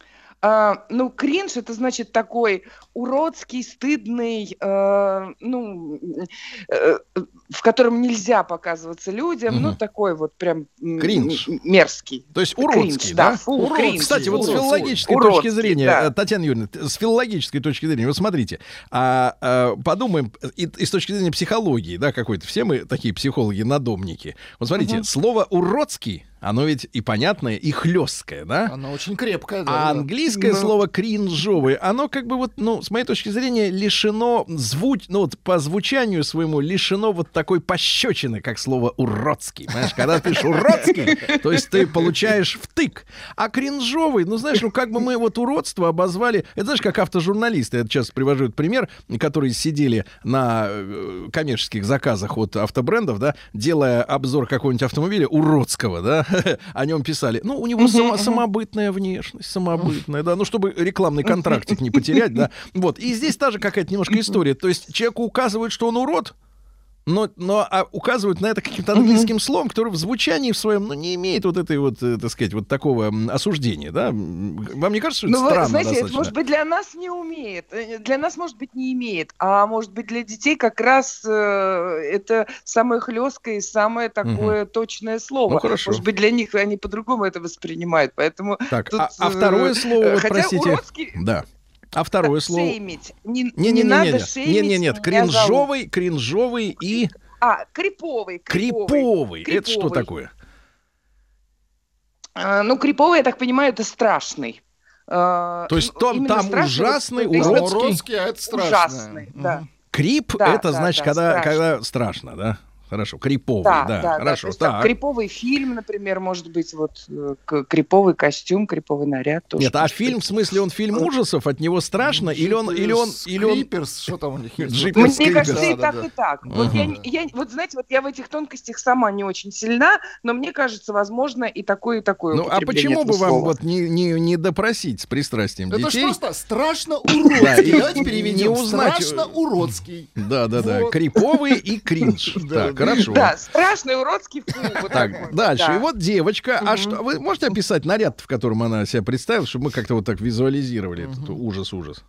А, ну, кринж — это значит такой уродский, стыдный, э, ну, э, в котором нельзя показываться людям, Мгм. ну, такой вот прям м, Кринж. м, мерзкий. То есть Кринж, уродский, да, да? фу, Урод- кринж. Кстати, вот с Урод- филологической уродский, точки зрения, да. э, Татьяна Юрьевна, т- с филологической точки зрения, вот смотрите, а, а, подумаем и, и с точки зрения психологии, да, какой-то, все мы такие психологи-надомники. Вот смотрите, Мгм. слово уродский, оно ведь и понятное, и хлесткое, да? Она очень крепкая, да. А да. английское Ну. слово кринжовый, оно как бы вот, ну, с моей точки зрения, лишено звуч, ну вот по звучанию своему лишено вот такой пощечины, как слово уродский. Понимаешь, когда ты пишешь уродский, то есть ты получаешь втык. А кринжовый, ну знаешь, ну как бы мы вот уродство обозвали, это знаешь, как автожурналисты, я сейчас привожу этот пример, которые сидели на э, коммерческих заказах от автобрендов, да, делая обзор какого-нибудь автомобиля уродского, да, о нем писали. Ну, у него само- самобытная внешность, самобытная, да, ну, чтобы рекламный контрактик не потерять, да. Вот, и здесь та же какая-то немножко история. То есть человеку указывают, что он урод, но, но а указывают на это каким-то английским словом, который в звучании в своем, ну, не имеет вот этой вот, э, так сказать, вот такого м, осуждения, да? М, Вам не кажется, что это Ну, вы странно знаете, это, достаточно? может быть, для нас не умеет, э, для нас, может быть, не имеет, а может быть, для детей как раз э, это самое хлесткое и самое такое точное слово. Ну, хорошо. Может быть, для них они по-другому это воспринимают, поэтому... Так, тут, а, а э, второе слово, вот, хотя простите. уродский... Да. А второе так, слово. Шеймить. Не, Не, не не, не, надо не, шеймить не, не, нет, меня за лук. кринжовый, кринжовый и А, криповый. Криповый. криповый. Это что Криповый. такое? А, ну, криповый, я так понимаю, это страшный. А, То есть ну, там- именно там страшный, ужасный, вот, то есть уродский. вот Уродский, а это страшно. ужасный, да. Крип Да, это да, значит, да, когда, страшно. когда страшно, да? Хорошо, криповый, Да, да, да, да. хорошо. То есть, там так. криповый фильм, например, может быть, вот э, к- криповый костюм, криповый наряд. Тоже Нет, а может фильм, быть. в смысле, он фильм ужасов, от него страшно, или он, или он, или он... Скриперс, что там у них есть? Джиперс, Мне Скриперс. кажется, и Да, да, так, да. и так. Вот, Мгм. я, не- я, вот знаете, вот я в этих тонкостях сама не очень сильна, но мне кажется, возможно, и такое, и такое Ну, а употребление почему бы этого вам слова. вот не, не, не допросить с пристрастием Это ж детей? просто страшно Да, и уродский. Давайте не переведем. узнать, Страшно уродский. Да, да, да, Вот. криповый и кринж. Да, Так, да. хорошо. Да, страшный, уродский фу. вот Так, такой вот, дальше. да. И вот девочка. А Мгм. что? Вы можете описать наряд, в котором она себя представила, чтобы мы как-то вот так визуализировали этот ужас-ужас?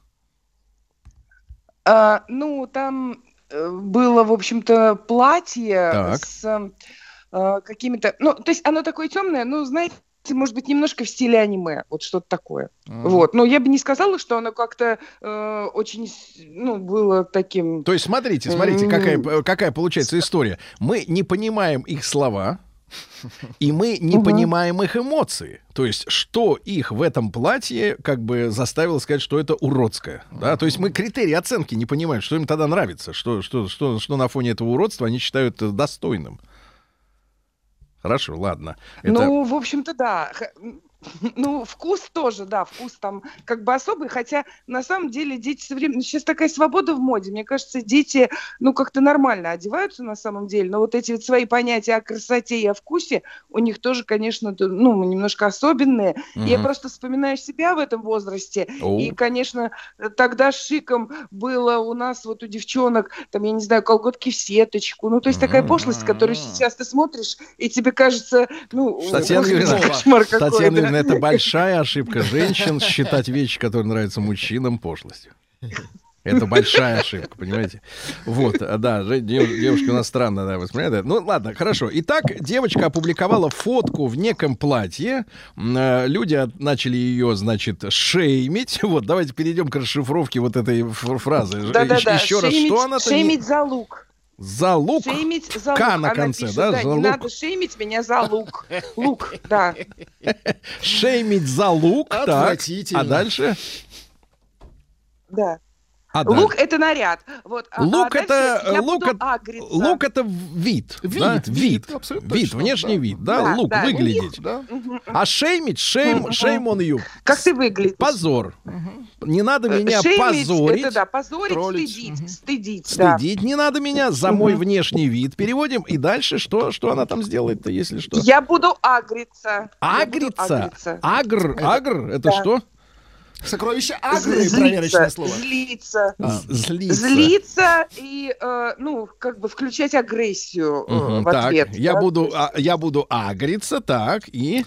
А, ну, там э, было, в общем-то, платье Так. с э, какими-то... Ну, то есть оно такое темное, ну, знаете, может быть, немножко в стиле аниме, вот что-то такое. Мгм. Вот. Но я бы не сказала, что оно как-то э, очень, с- ну, было таким... То есть, смотрите, смотрите, М. какая, какая получается история. Мы не понимаем их слова, и мы не Мгм. понимаем их эмоции. То есть, что их в этом платье как бы заставило сказать, что это уродское. Да? То есть, мы критерии оценки не понимаем, что им тогда нравится, что, что, что, что на фоне этого уродства они считают э, достойным. Хорошо, ладно. Это... Ну, в общем-то, да. Х- Ну, вкус тоже, да, вкус там как бы особый, хотя на самом деле дети современные, сейчас такая свобода в моде, мне кажется, дети, ну, как-то нормально одеваются на самом деле, но вот эти вот свои понятия о красоте и о вкусе у них тоже, конечно, т- ну, немножко особенные. Я Мгм. просто вспоминаю себя в этом возрасте, Оу. и, конечно, тогда шиком было у нас вот у девчонок, там, я не знаю, колготки в сеточку, ну, то есть такая Мгм. пошлость, которую сейчас ты смотришь, и тебе кажется, ну, Татьяна господи, Юрьевна, кошмар какой, Татьяна да. Юрьевна, это большая ошибка женщин считать вещи, которые нравятся мужчинам, пошлостью. Это большая ошибка, понимаете? Вот, а, да, же- дев- девушка у нас странно, да, воспринимает. Ну, ладно, хорошо. Итак, девочка опубликовала фотку в неком платье. М, э, Люди от- начали ее, значит, шеймить. Вот, давайте перейдем к расшифровке вот этой ф- фразы. Ж- Да-да-да, Еще раз, шеймить- что она-то не- Шеймить за лук. За лук? Шеймить за К лук. на Она конце, пишет, да, да, за не лук. надо шеймить меня за лук. Лук, да. Шеймить за лук. Так, Отвратительно. а дальше? Да. А Лук дальше? это наряд. Вот. а- Лук а это, дальше я лук буду это- агриться. Лук это вид. Вид, да? вид, вид. абсолютно Вид, точно, внешний да. вид, да, Да, лук, да, выглядеть. Да? Мгм. А шеймить, шейм, Мгм. шейм он ее. Как ты выглядишь? Позор. Не надо Э, меня шеймить, позорить. это да, позорить, троллить. стыдить, Мгм. стыдить, да. Стыдить не надо меня за мой Мгм. внешний вид. Переводим. И дальше что, что она там сделает-то, если что? Я буду агриться. Я буду Агриться. агриться. Агр, агр, это Да. что? Сокровище Агры, Злиться, проверочное слово. злиться. А, Злиться. Злиться и, э, ну, как бы включать агрессию э, Мгм, в так, ответ. я да, буду, то есть- а, я буду агриться, так, и...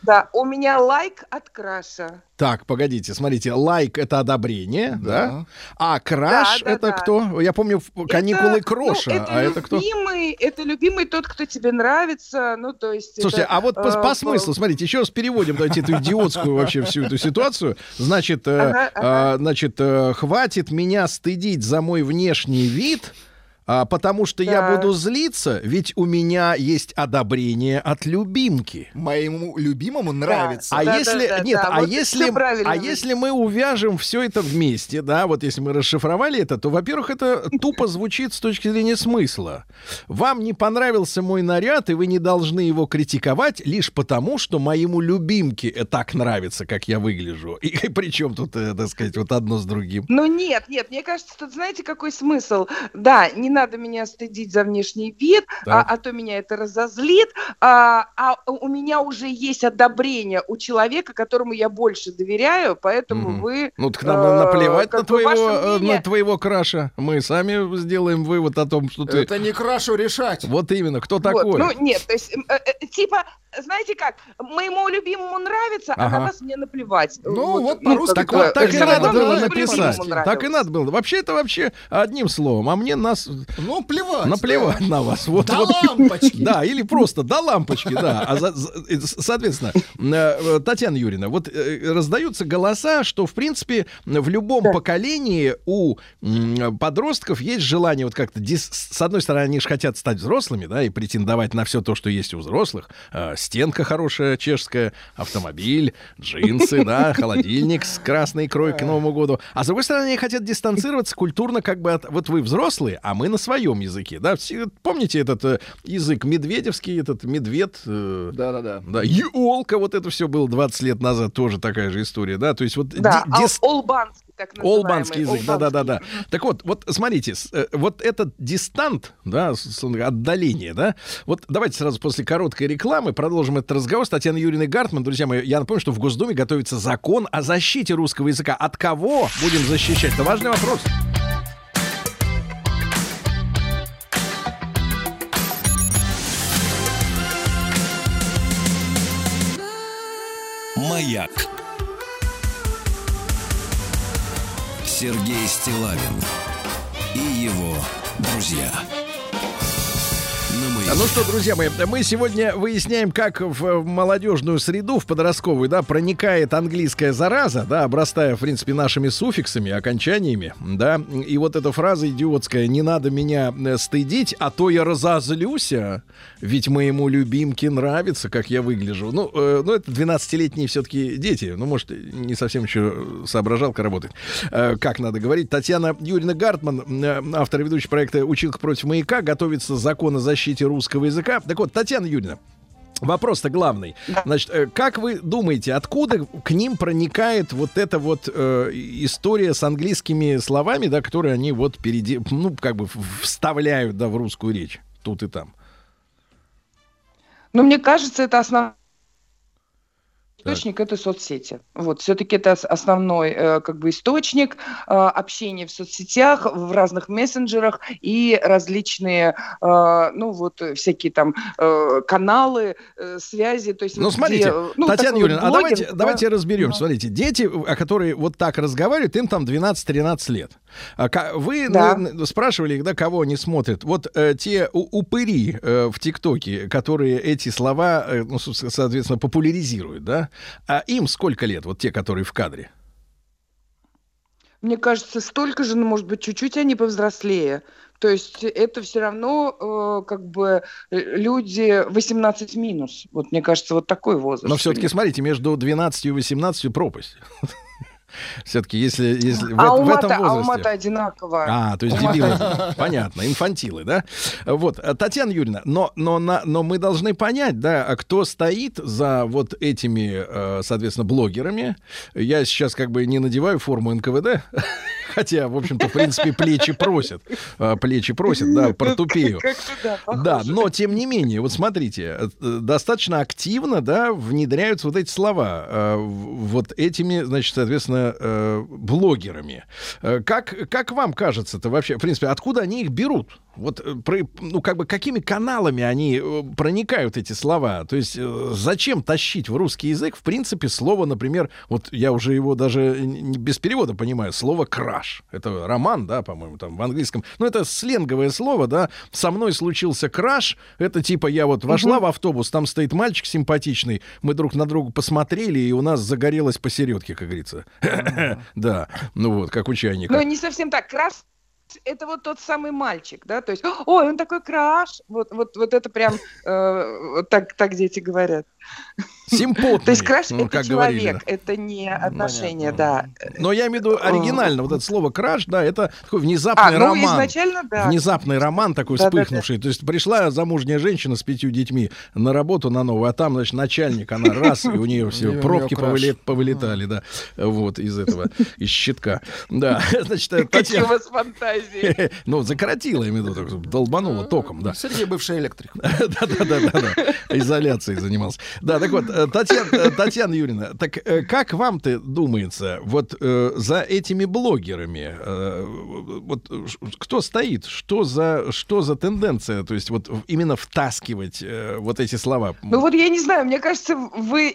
Да, у меня лайк от краша. Так, погодите, смотрите, лайк — это одобрение, да? Да. А краш Да, да, это да. кто? Я помню в- каникулы Это, Кроша, ну, это а это кто? любимый, это любимый тот, кто тебе нравится, ну, то есть... Слушайте, это, а вот по, э, по смыслу, смотрите, еще раз переводим, давайте эту идиотскую вообще всю эту ситуацию. Значит, э, Ага, ага. э, значит, э, хватит меня стыдить за мой внешний вид, а, потому что я Да. буду злиться, ведь у меня есть одобрение от любимки. Моему любимому нравится. А Да, если да, да, нет, да, а вот если, всё правильно а вы- если мы увяжем все это вместе, да, вот если мы расшифровали это, то, во-первых, это тупо звучит с точки зрения смысла. Вам не понравился мой наряд, и вы не должны его критиковать лишь потому, что моему любимке э, так нравится, как я выгляжу. И, и причем тут, э, так сказать, вот одно с другим. Ну нет, нет, мне кажется, тут знаете, какой смысл? Да, не надо меня стыдить за внешний вид, а, Так. а то меня это разозлит, а, а у меня уже есть одобрение у человека, которому я больше доверяю, поэтому Мгм. вы... Ну, так нам э, наплевать на как бы ваше твоего, э, мнение- на твоего краша. Мы сами сделаем вывод о том, что ты... Это не крашу решать. Вот именно, кто Вот, такой? ну нет, то есть, э, э, типа, знаете как, моему любимому нравится, а Ага. на вас мне наплевать. Ну, вот по-русски Так как вот, бы, так и самое надо главное, было чтобы написать. любимому нравилось. Так и надо было. Вообще, это вообще одним словом. А мне нас Ну, плевать. наплевать на вас. Вот, Да вот. лампочки. Да, или просто до лампочки, да. А за- за- э, с- соответственно, э, Татьяна Юрьевна, вот э, раздаются голоса, что, в принципе, в любом Да. поколении у м, подростков есть желание вот как-то... дис- С одной стороны, они же хотят стать взрослыми, да, и претендовать на все то, что есть у взрослых. Э, Стенка хорошая чешская, автомобиль, джинсы, да, холодильник с красной икрой к Новому году. А с другой стороны, они хотят дистанцироваться культурно как бы от... Вот вы взрослые, а мы на своем языке, да. Все- Помните этот э, язык медведевский, этот медведь... э, Да-да-да. да, елка, вот это все было двадцать лет назад, тоже такая же история, да, то есть вот Да, ди- а дис- олбанский, так называемый. Олбанский язык, да-да-да-да. Так вот, вот смотрите, с- э, вот этот дистант, да, с- с- отдаление, да, вот давайте сразу после короткой рекламы продолжим этот разговор с Татьяной Юрьевной Гартман. Друзья мои, я напомню, что в Госдуме готовится закон о защите русского языка. От кого будем защищать? Это важный вопрос. Маяк. Сергей Стиллавин и его друзья. На А, Маяке. Ну что, друзья мои, мы сегодня выясняем, как в в молодежную среду, в подростковую, да, проникает английская зараза, да, обрастая, в принципе, нашими суффиксами, окончаниями, да, и вот эта фраза идиотская: «Не надо меня э, стыдить, а то я разозлюсь, а, ведь моему любимке нравится, как я выгляжу». Ну, э, ну это двенадцатилетние все-таки дети, ну, может, не совсем еще соображалка работает. Э, как надо говорить. Татьяна Юрьевна Гартман, э, автор и ведущий проекта «Училка против маяка», готовится закон о защите русского языка. Так вот, Татьяна Юрьевна, вопрос-то главный. Значит, э, как вы думаете, откуда к ним проникает вот эта вот э, история с английскими словами, да, которые они вот впереди, ну, как бы в- вставляют, да, в русскую речь тут и там? Но мне кажется, это основной источник — это соцсети. Вот, все-таки это ос- основной э, как бы источник э, общения в соцсетях, в разных мессенджерах и различные, э, ну вот, э, всякие там э, каналы, э, связи. То есть, Ну, вот смотрите, где, э, ну, Татьяна такой Юрьевна, вот а давайте, блогинг, да. давайте разберем. Да. Смотрите, дети, а, которые вот так разговаривают, им там двенадцать-тринадцать лет. А ка- Вы Да. ну, спрашивали их, да, кого они смотрят. Вот э, те у- упыри э, в ТикТоке, которые эти слова, э, ну, со- соответственно, популяризируют, да, а им сколько лет, вот те, которые в кадре? Мне кажется, столько же, ну, может быть, чуть-чуть они повзрослее. То есть это все равно э, как бы э, люди восемнадцать минус. Вот мне кажется, вот такой возраст. Но у все-таки, них. смотрите, между двенадцатью и восемнадцатью пропасть. Все-таки, если, если в, А эт- в ума-то, этом а возрасте... ума-то одинаково. А, то есть Ума-то дебилы. одинаково. Понятно, инфантилы, да? Вот, а, Татьяна Юрьевна, но, но, на- но мы должны понять, да, а кто стоит за вот этими, э, соответственно, блогерами. Я сейчас как бы не надеваю форму эн ка вэ дэ, хотя, в общем-то, в принципе, плечи просят. э, Плечи просят, да, портупею. Как-то да, похоже. Да, но тем не менее, вот смотрите, э, достаточно активно, да, внедряются вот эти слова э, в- вот этими, значит, соответственно, э, блогерами. Э, Как, как вам кажется-то вообще, в принципе, откуда они их берут? Вот, э, про, ну, как бы, какими каналами они э, проникают, эти слова? То есть, э, зачем тащить в русский язык, в принципе, слово, например, вот я уже его даже не без перевода понимаю, слово «краш». Это роман, да, по-моему, там, в английском. Ну, это сленговое слово, да. «Со мной случился краш». Это типа я вот вошла угу. в автобус, там стоит мальчик симпатичный, мы друг на друга посмотрели, и у нас загорелось посередке, как говорится. Да, ну вот, как у чайника. Но не совсем так. Краш — это вот тот самый мальчик, да, то есть, ой, он такой краш, вот, вот, вот это прям э, так, так дети говорят. Симпотный. То есть краш — ну, это человек, говорили, да. Это не отношения, Понятно. да. Но я имею в виду оригинально, вот это слово краш, да, это такой внезапный а, ну, роман. Изначально, да. Внезапный роман такой да, вспыхнувший. Да, да. То есть пришла замужняя женщина с пятью детьми на работу на новую, а там, значит, начальник, она раз, и у нее все пробки повылетали, да, вот из этого, из щитка. Да, значит, Татьяна... у вас фантазии. Ну, закоротила, я имею в виду, долбанула током, да. Сергей бывший электрик. Да-да-да, изоляцией занимался. Да, так вот, Татьяна, Татьяна Юрьевна, так как вам-то думается, вот э, за этими блогерами, э, вот кто стоит, что за, что за тенденция, то есть вот именно втаскивать э, вот эти слова? Ну вот я не знаю, мне кажется, вы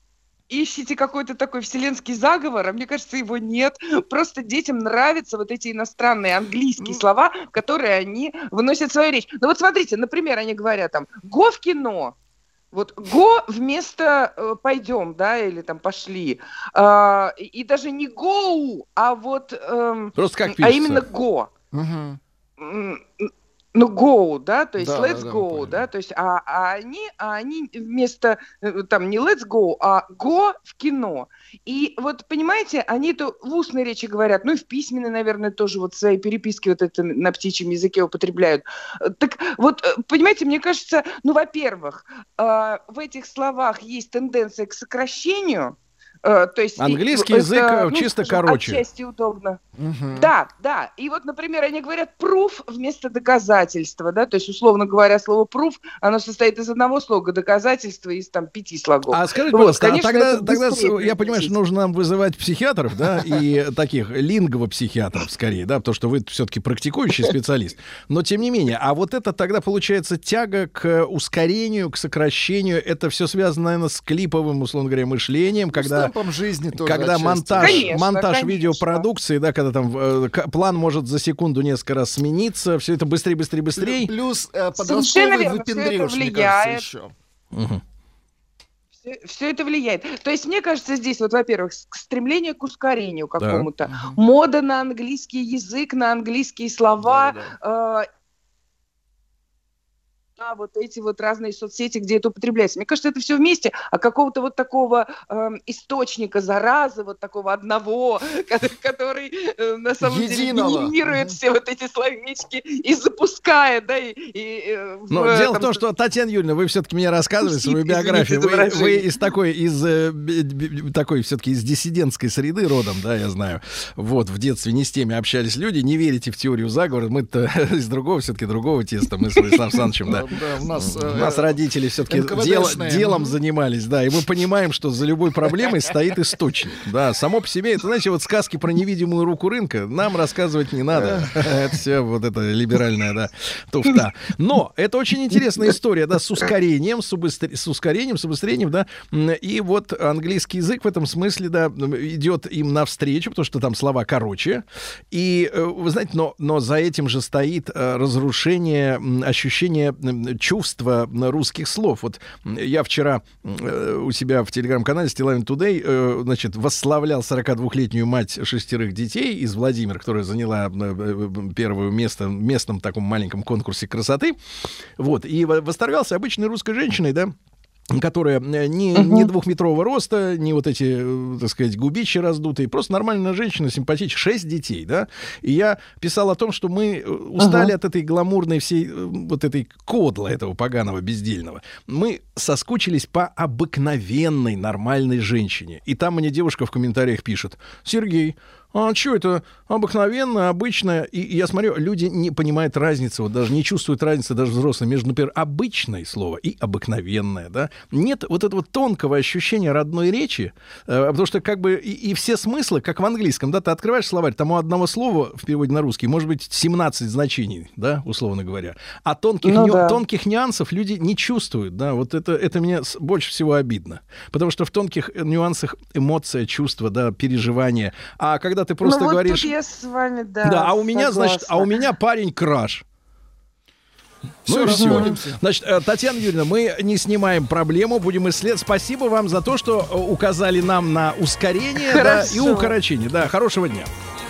ищете какой-то такой вселенский заговор, а мне кажется, его нет. Просто детям нравятся вот эти иностранные английские слова, в которые они выносят свою речь. Ну вот смотрите, например, они говорят там «го в кино». Вот «го» вместо э, «пойдем», да, или там «пошли». Э, и даже не «go», а вот... Э, Просто как пишется? А именно «go». Угу. Ну, go, да, то есть да, let's да, go, да, то есть, а, а, они, а они вместо, там, не let's go, а go в кино. И вот, понимаете, они это в устной речи говорят, ну и в письменной, наверное, тоже вот в своей переписке вот это на птичьем языке употребляют. Так вот, понимаете, мне кажется, ну, во-первых, э, в этих словах есть тенденция к сокращению. Uh, то есть, английский это, язык ну, чисто скажем, короче. Отчасти удобно. Uh-huh. Да, да. И вот, например, они говорят proof вместо доказательства, да, то есть, условно говоря, слово proof, оно состоит из одного слога, доказательства из там пяти слогов. А скажите, вот, пожалуйста, конечно, а тогда, тогда я понимаю, что нужно нам вызывать психиатров, да, и таких лингвопсихиатров скорее, да, потому что вы все-таки практикующий специалист. Но тем не менее, а вот это тогда получается тяга к ускорению, к сокращению, это все связано, наверное, с клиповым, условно говоря, мышлением, когда жизни тоже когда отчасти. монтаж, конечно, монтаж конечно. видеопродукции, да, когда там э, план может за секунду несколько раз смениться, все это быстрее, быстрее, быстрее. Плюс э, подростковый выпендрёж, мне кажется, еще. Угу. Все, все это влияет. То есть, мне кажется, здесь, вот, во-первых, стремление к ускорению какому-то, да. мода на английский язык, на английские слова, да, да. Э, а вот эти вот разные соцсети, где это употребляется. Мне кажется, это все вместе, а какого-то вот такого э, источника заразы, вот такого одного, который э, на самом Единого. деле генерирует все вот эти словечки и запускает, да, и... и э, Но в, дело там... в том, что, Татьяна Юрьевна, вы все-таки мне рассказывали свою биографию. Вы, вы из такой, из э, такой все-таки из диссидентской среды родом, да, я знаю. Вот, в детстве не с теми общались люди, не верите в теорию заговора. Мы-то из другого, все-таки другого теста, мы с Владиславом Александровичем, да. Да, у нас, у нас э, родители все-таки дел, делом занимались, да, и мы понимаем, что за любой проблемой стоит источник, да, само по себе, это, знаете, вот сказки про невидимую руку рынка нам рассказывать не надо, это все вот это либеральная, да, туфта. Но это очень интересная история, да, с ускорением, с, убыстр... с ускорением, с убыстрением, да, и вот английский язык в этом смысле, да, идет им навстречу, потому что там слова короче, и, вы знаете, но, но за этим же стоит разрушение ощущения чувства русских слов. Вот я вчера э, у себя в телеграм-канале Стилавин Today, э, значит, восславлял сорокадвухлетнюю мать шестерых детей из Владимира, которая заняла э, первое место в местном таком маленьком конкурсе красоты. Вот. И восторгался обычной русской женщиной, да, которая не, uh-huh. не двухметрового роста, не вот эти, так сказать, губища раздутые, просто нормальная женщина, симпатичная, шесть детей, да, и я писал о том, что мы устали uh-huh. от этой гламурной всей, вот этой кодла этого поганого, бездельного. Мы соскучились по обыкновенной, нормальной женщине. И там мне девушка в комментариях пишет: Сергей, А что это? Обыкновенное, обычное. И, и я смотрю, люди не понимают разницы, вот даже не чувствуют разницы, даже взрослые, между, например, обычное слово и обыкновенное, да. Нет вот этого тонкого ощущения родной речи, э, потому что как бы и, и все смыслы, как в английском, да, ты открываешь словарь, там у одного слова в переводе на русский может быть семнадцать значений, да, условно говоря. А тонких, Ну ню- да. тонких нюансов люди не чувствуют, да, вот это, это мне с- больше всего обидно. Потому что в тонких нюансах эмоция, чувства, да, переживания. А когда ты просто ну, вот говоришь... тут я с вами, да, Да, а у меня, значит, а у согласна. меня парень краш. Всё, Ну и все. расходимся. Значит, э, Татьяна Юрьевна, мы не снимаем проблему, будем исследовать. Спасибо вам за то, что э, указали нам на ускорение, да, и Хорошо. укорочение. Да, хорошего дня.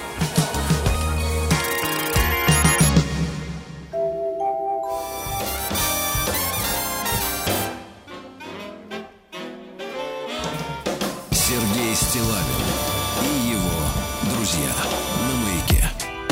Сергей Стиллавин и его друзья на Маяке.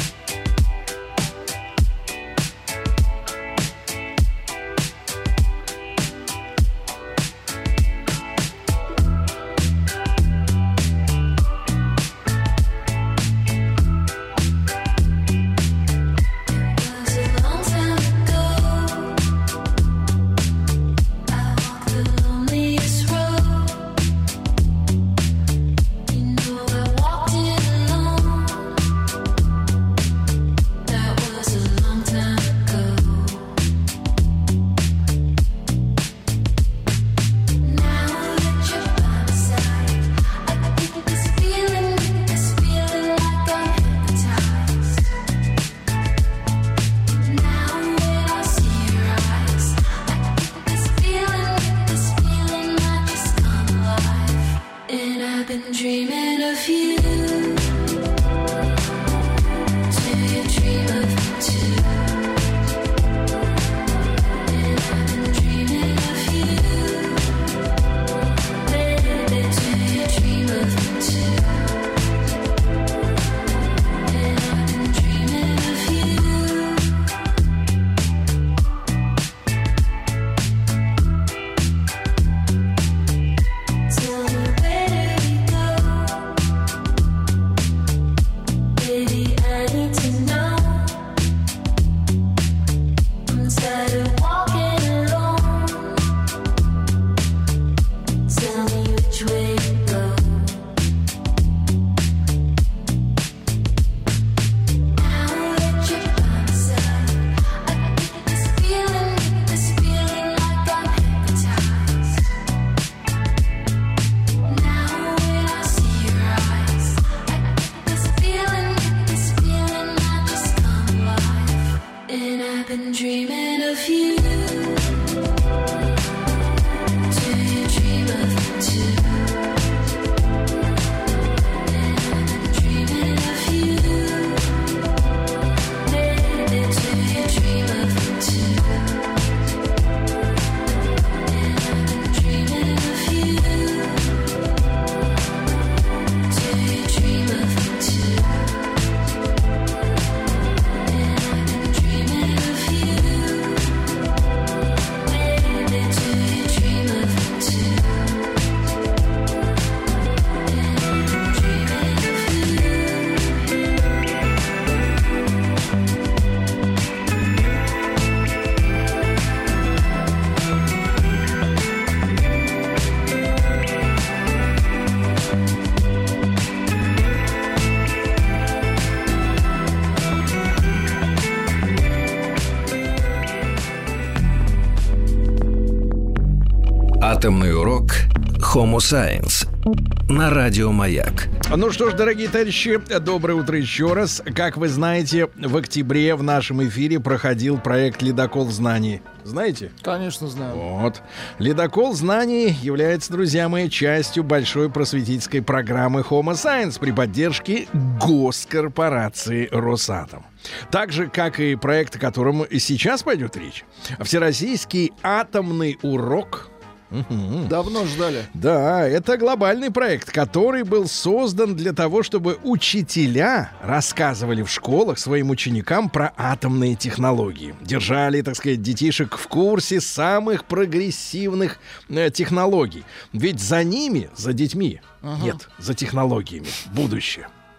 Атомный урок Homo Science на радио Маяк. Ну что ж, дорогие товарищи, доброе утро еще раз. Как вы знаете, в октябре в нашем эфире проходил проект «Ледокол знаний». Знаете? Конечно, знаю. Вот. «Ледокол знаний» является, друзья мои, частью большой просветительской программы Homo Science при поддержке госкорпорации «Росатом». Так же, как и проект, о котором сейчас пойдет речь. Всероссийский атомный урок. Угу. Давно ждали. Да, это глобальный проект, который был создан для того, чтобы учителя рассказывали в школах своим ученикам про атомные технологии. Держали, так сказать, детишек в курсе самых прогрессивных э, технологий. Ведь за ними, за детьми, Ага. нет, за технологиями будущее.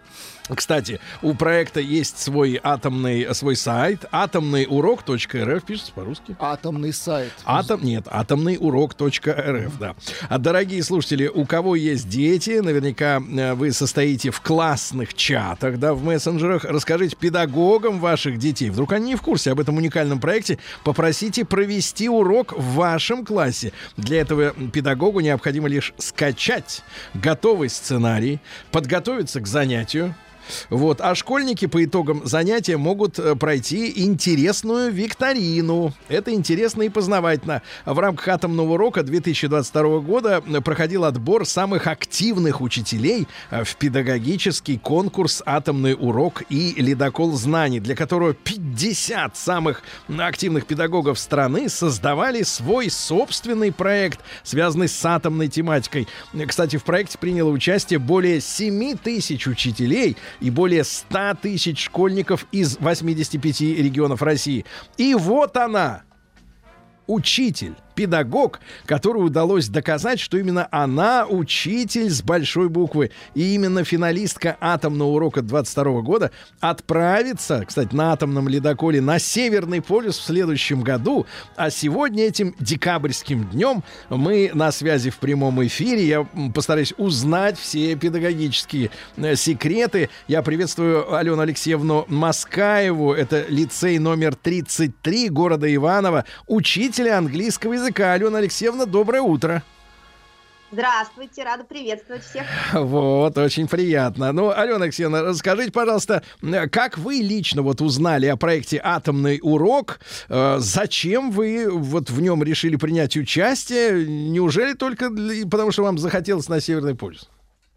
Кстати, у проекта есть свой атомный, свой сайт атомный урок точка эр эф, пишется по-русски. Атомный сайт. Атом, нет, атомный урок точка эр эф, да. А, дорогие слушатели, у кого есть дети, наверняка э, вы состоите в классных чатах, да, в мессенджерах. Расскажите педагогам ваших детей, вдруг они не в курсе об этом уникальном проекте, попросите провести урок в вашем классе. Для этого педагогу необходимо лишь скачать готовый сценарий, подготовиться к занятию. Вот, а школьники по итогам занятия могут э, пройти интересную викторину. Это интересно и познавательно. В рамках атомного урока две тысячи двадцать второго года проходил отбор самых активных учителей э, в педагогический конкурс «Атомный урок» и «Ледокол знаний», для которого пятьдесят самых активных педагогов страны создавали свой собственный проект, связанный с атомной тематикой. Кстати, в проекте приняло участие более семи тысяч учителей и более ста тысяч школьников из восьмидесяти пяти регионов России. И вот она, учитель, педагог, которой удалось доказать, что именно она учитель с большой буквы. И именно финалистка атомного урока двадцать второго года отправится, кстати, на атомном ледоколе на Северный полюс в следующем году. А сегодня, этим декабрьским днем, мы на связи в прямом эфире. Я постараюсь узнать все педагогические э, секреты. Я приветствую Алену Алексеевну Москаеву. Это лицей номер тридцать три города Иваново, учителя английского языка. Алена Алексеевна, доброе утро. Здравствуйте, рада приветствовать всех. Вот, очень приятно. Ну, Алена Алексеевна, расскажите, пожалуйста, как вы лично вот узнали о проекте «Атомный урок»? Зачем вы вот в нем решили принять участие? Неужели только для... потому, что вам захотелось на Северный полюс?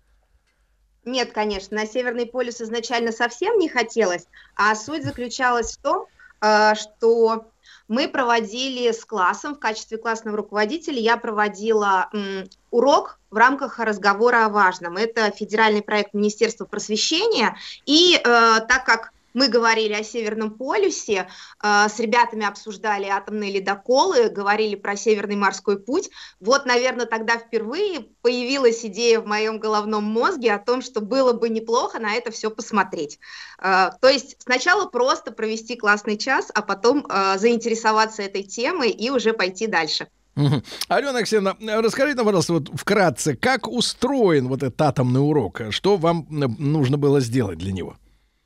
Нет, конечно, на Северный полюс изначально совсем не хотелось, а суть заключалась в том, что мы проводили с классом, в качестве классного руководителя я проводила м, урок в рамках разговора о важном. Это федеральный проект Министерства просвещения, и э, так как мы говорили о Северном полюсе, э, с ребятами обсуждали атомные ледоколы, говорили про Северный морской путь. Вот, наверное, тогда впервые появилась идея в моем головном мозге о том, что было бы неплохо на это все посмотреть. Э, то есть сначала просто провести классный час, а потом э, заинтересоваться этой темой и уже пойти дальше. Угу. Алена Алексеевна, расскажите, пожалуйста, вот вкратце, как устроен вот этот атомный урок? Что вам нужно было сделать для него?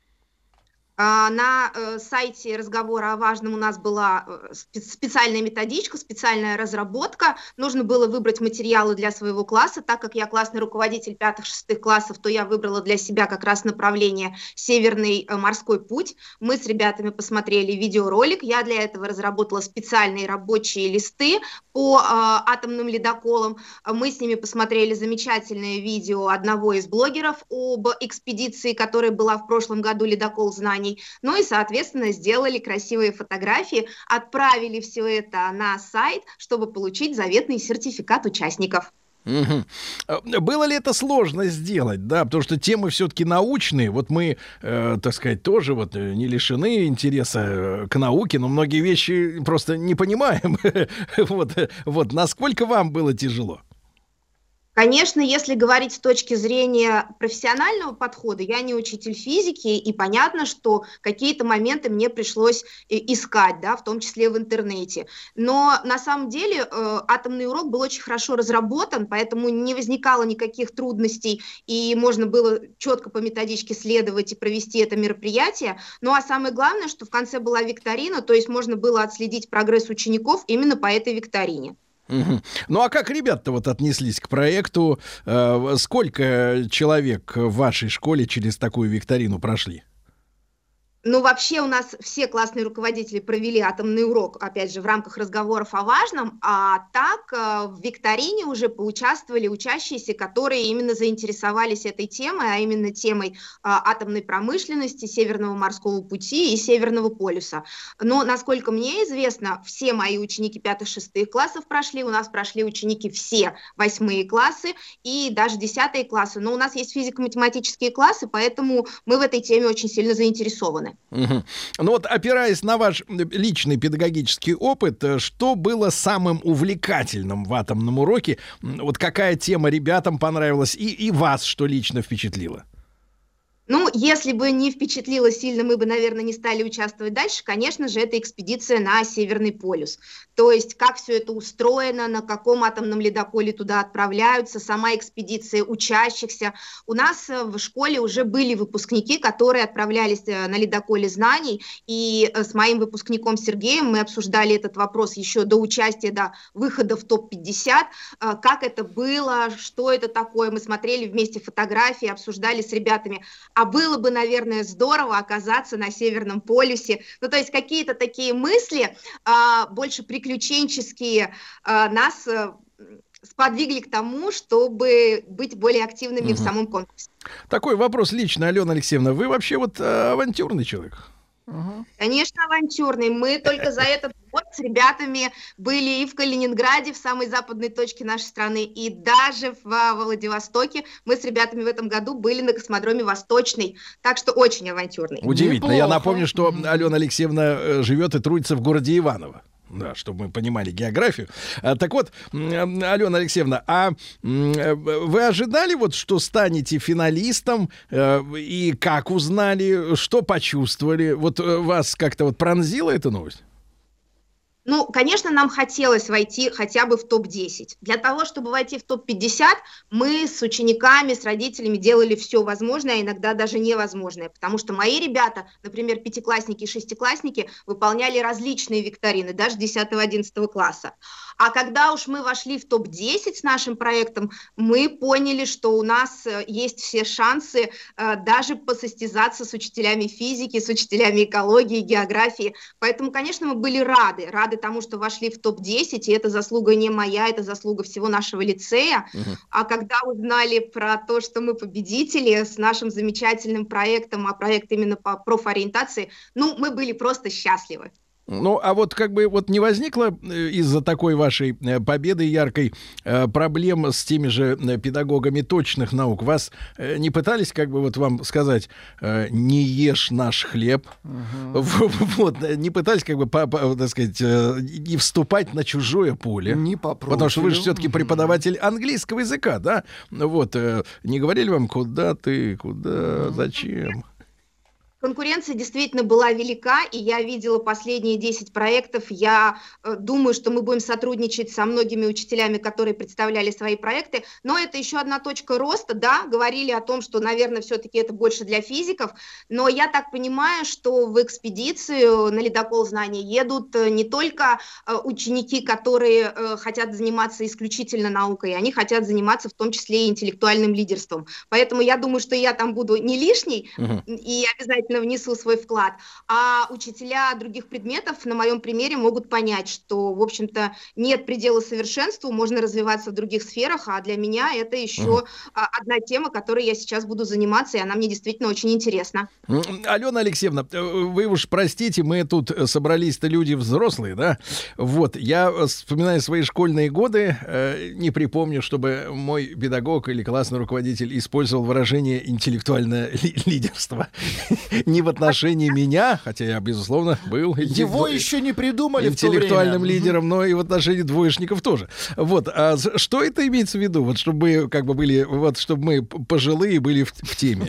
На сайте разговора о важном у нас была специальная методичка, специальная разработка. Нужно было выбрать материалы для своего класса. Так как я классный руководитель пятых-шестых классов, то я выбрала для себя как раз направление «Северный морской путь». Мы с ребятами посмотрели видеоролик. Я для этого разработала специальные рабочие листы по э, атомным ледоколам. Мы с ними посмотрели замечательное видео одного из блогеров об экспедиции, которая была в прошлом году, «Ледокол знаний». Ну и, соответственно, сделали красивые фотографии, отправили все это на сайт, чтобы получить заветный сертификат участников. Угу. Было ли это сложно сделать, да, потому что темы все-таки научные, вот мы, э, так сказать, тоже вот не лишены интереса к науке, но многие вещи просто не понимаем. вот, вот, насколько вам было тяжело? Конечно, если говорить с точки зрения профессионального подхода, я не учитель физики, и понятно, что какие-то моменты мне пришлось искать, да, в том числе в интернете. Но на самом деле э, атомный урок был очень хорошо разработан, поэтому не возникало никаких трудностей, и можно было четко по методичке следовать и провести это мероприятие. Ну а самое главное, что в конце была викторина, то есть можно было отследить прогресс учеников именно по этой викторине. Угу. Ну а как ребята-то вот отнеслись к проекту? Э, сколько человек в вашей школе через такую викторину прошли? Ну, вообще у нас все классные руководители провели атомный урок, опять же, в рамках разговоров о важном, а так в викторине уже поучаствовали учащиеся, которые именно заинтересовались этой темой, а именно темой атомной промышленности, Северного морского пути и Северного полюса. Но, насколько мне известно, все мои ученики пятых-шестых классов прошли, у нас прошли ученики все восьмые классы и даже десятые классы, но у нас есть физико-математические классы, поэтому мы в этой теме очень сильно заинтересованы. Угу. Ну вот, опираясь на ваш личный педагогический опыт, что было самым увлекательным в атомном уроке? Вот какая тема ребятам понравилась и, и вас что лично впечатлило? Ну, если бы не впечатлило сильно, мы бы, наверное, не стали участвовать дальше. Конечно же, это экспедиция на Северный полюс. То есть, как все это устроено, на каком атомном ледоколе туда отправляются, сама экспедиция учащихся. У нас в школе уже были выпускники, которые отправлялись на ледоколе знаний, и с моим выпускником Сергеем мы обсуждали этот вопрос еще до участия, до выхода в топ пятьдесят, как это было, что это такое. Мы смотрели вместе фотографии, обсуждали с ребятами. А было бы, наверное, здорово оказаться на Северном полюсе. Ну, то есть какие-то такие мысли, а, больше приключенческие, а, нас а, сподвигли к тому, чтобы быть более активными угу. в самом конкурсе. Такой вопрос лично, Алена Алексеевна. Вы вообще вот а, авантюрный человек? Угу. Конечно, авантюрный. Мы только за этот год с ребятами были и в Калининграде, в самой западной точке нашей страны, и даже в Владивостоке. Мы с ребятами в этом году были на космодроме Восточный, так что очень авантюрный. Удивительно. Неплохо. Я напомню, что Алена Алексеевна живет и трудится в городе Иваново. Да, чтобы мы понимали географию. А, так вот, Алена Алексеевна, а вы ожидали, вот, что станете финалистом, э, и как узнали, что почувствовали? Вот вас как-то вот пронзила эта новость? Ну, конечно, нам хотелось войти хотя бы в топ десять. Для того, чтобы войти в топ пятьдесят, мы с учениками, с родителями делали все возможное, а иногда даже невозможное. Потому что мои ребята, например, пятиклассники и шестиклассники, выполняли различные викторины, даже десятого-одиннадцатого класса. А когда уж мы вошли в топ десять с нашим проектом, мы поняли, что у нас есть все шансы э, даже посостязаться с учителями физики, с учителями экологии, географии. Поэтому, конечно, мы были рады, рады тому, что вошли в топ десять, и это заслуга не моя, это заслуга всего нашего лицея. Uh-huh. А когда узнали про то, что мы победители с нашим замечательным проектом, а проект именно по профориентации, ну, мы были просто счастливы. Ну, а вот как бы вот не возникло из-за такой вашей победы яркой проблем с теми же педагогами точных наук? Вас не пытались как бы вот вам сказать, не ешь наш хлеб? Uh-huh. Вот, не пытались как бы, по, по, так сказать, не вступать на чужое поле? Не попробовали. Потому что вы же все-таки преподаватель английского языка, да? Вот, не говорили вам, куда ты, куда, зачем? Конкуренция действительно была велика, и я видела последние десять проектов. Я э, думаю, что мы будем сотрудничать со многими учителями, которые представляли свои проекты. Но это еще одна точка роста, да, говорили о том, что, наверное, все-таки это больше для физиков. Но я так понимаю, что в экспедицию на ледокол знаний едут не только э, ученики, которые э, хотят заниматься исключительно наукой, они хотят заниматься в том числе и интеллектуальным лидерством. Поэтому я думаю, что я там буду не лишней, uh-huh. и обязательно внесу свой вклад, а учителя других предметов на моем примере могут понять, что, в общем-то, нет предела совершенству, можно развиваться в других сферах, а для меня это еще uh-huh. одна тема, которой я сейчас буду заниматься, и она мне действительно очень интересна. Алена Алексеевна, вы уж простите, мы тут собрались-то люди взрослые, да? Вот, я вспоминаю свои школьные годы, не припомню, чтобы мой педагог или классный руководитель использовал выражение «интеллектуальное ли- лидерство». Не в отношении меня, хотя я, безусловно, был его еще не придумали интеллектуальным лидером, но и в отношении двоечников тоже. Вот, а что это имеется в виду? Вот чтобы мы как бы были, вот чтобы мы пожилые были в, в теме.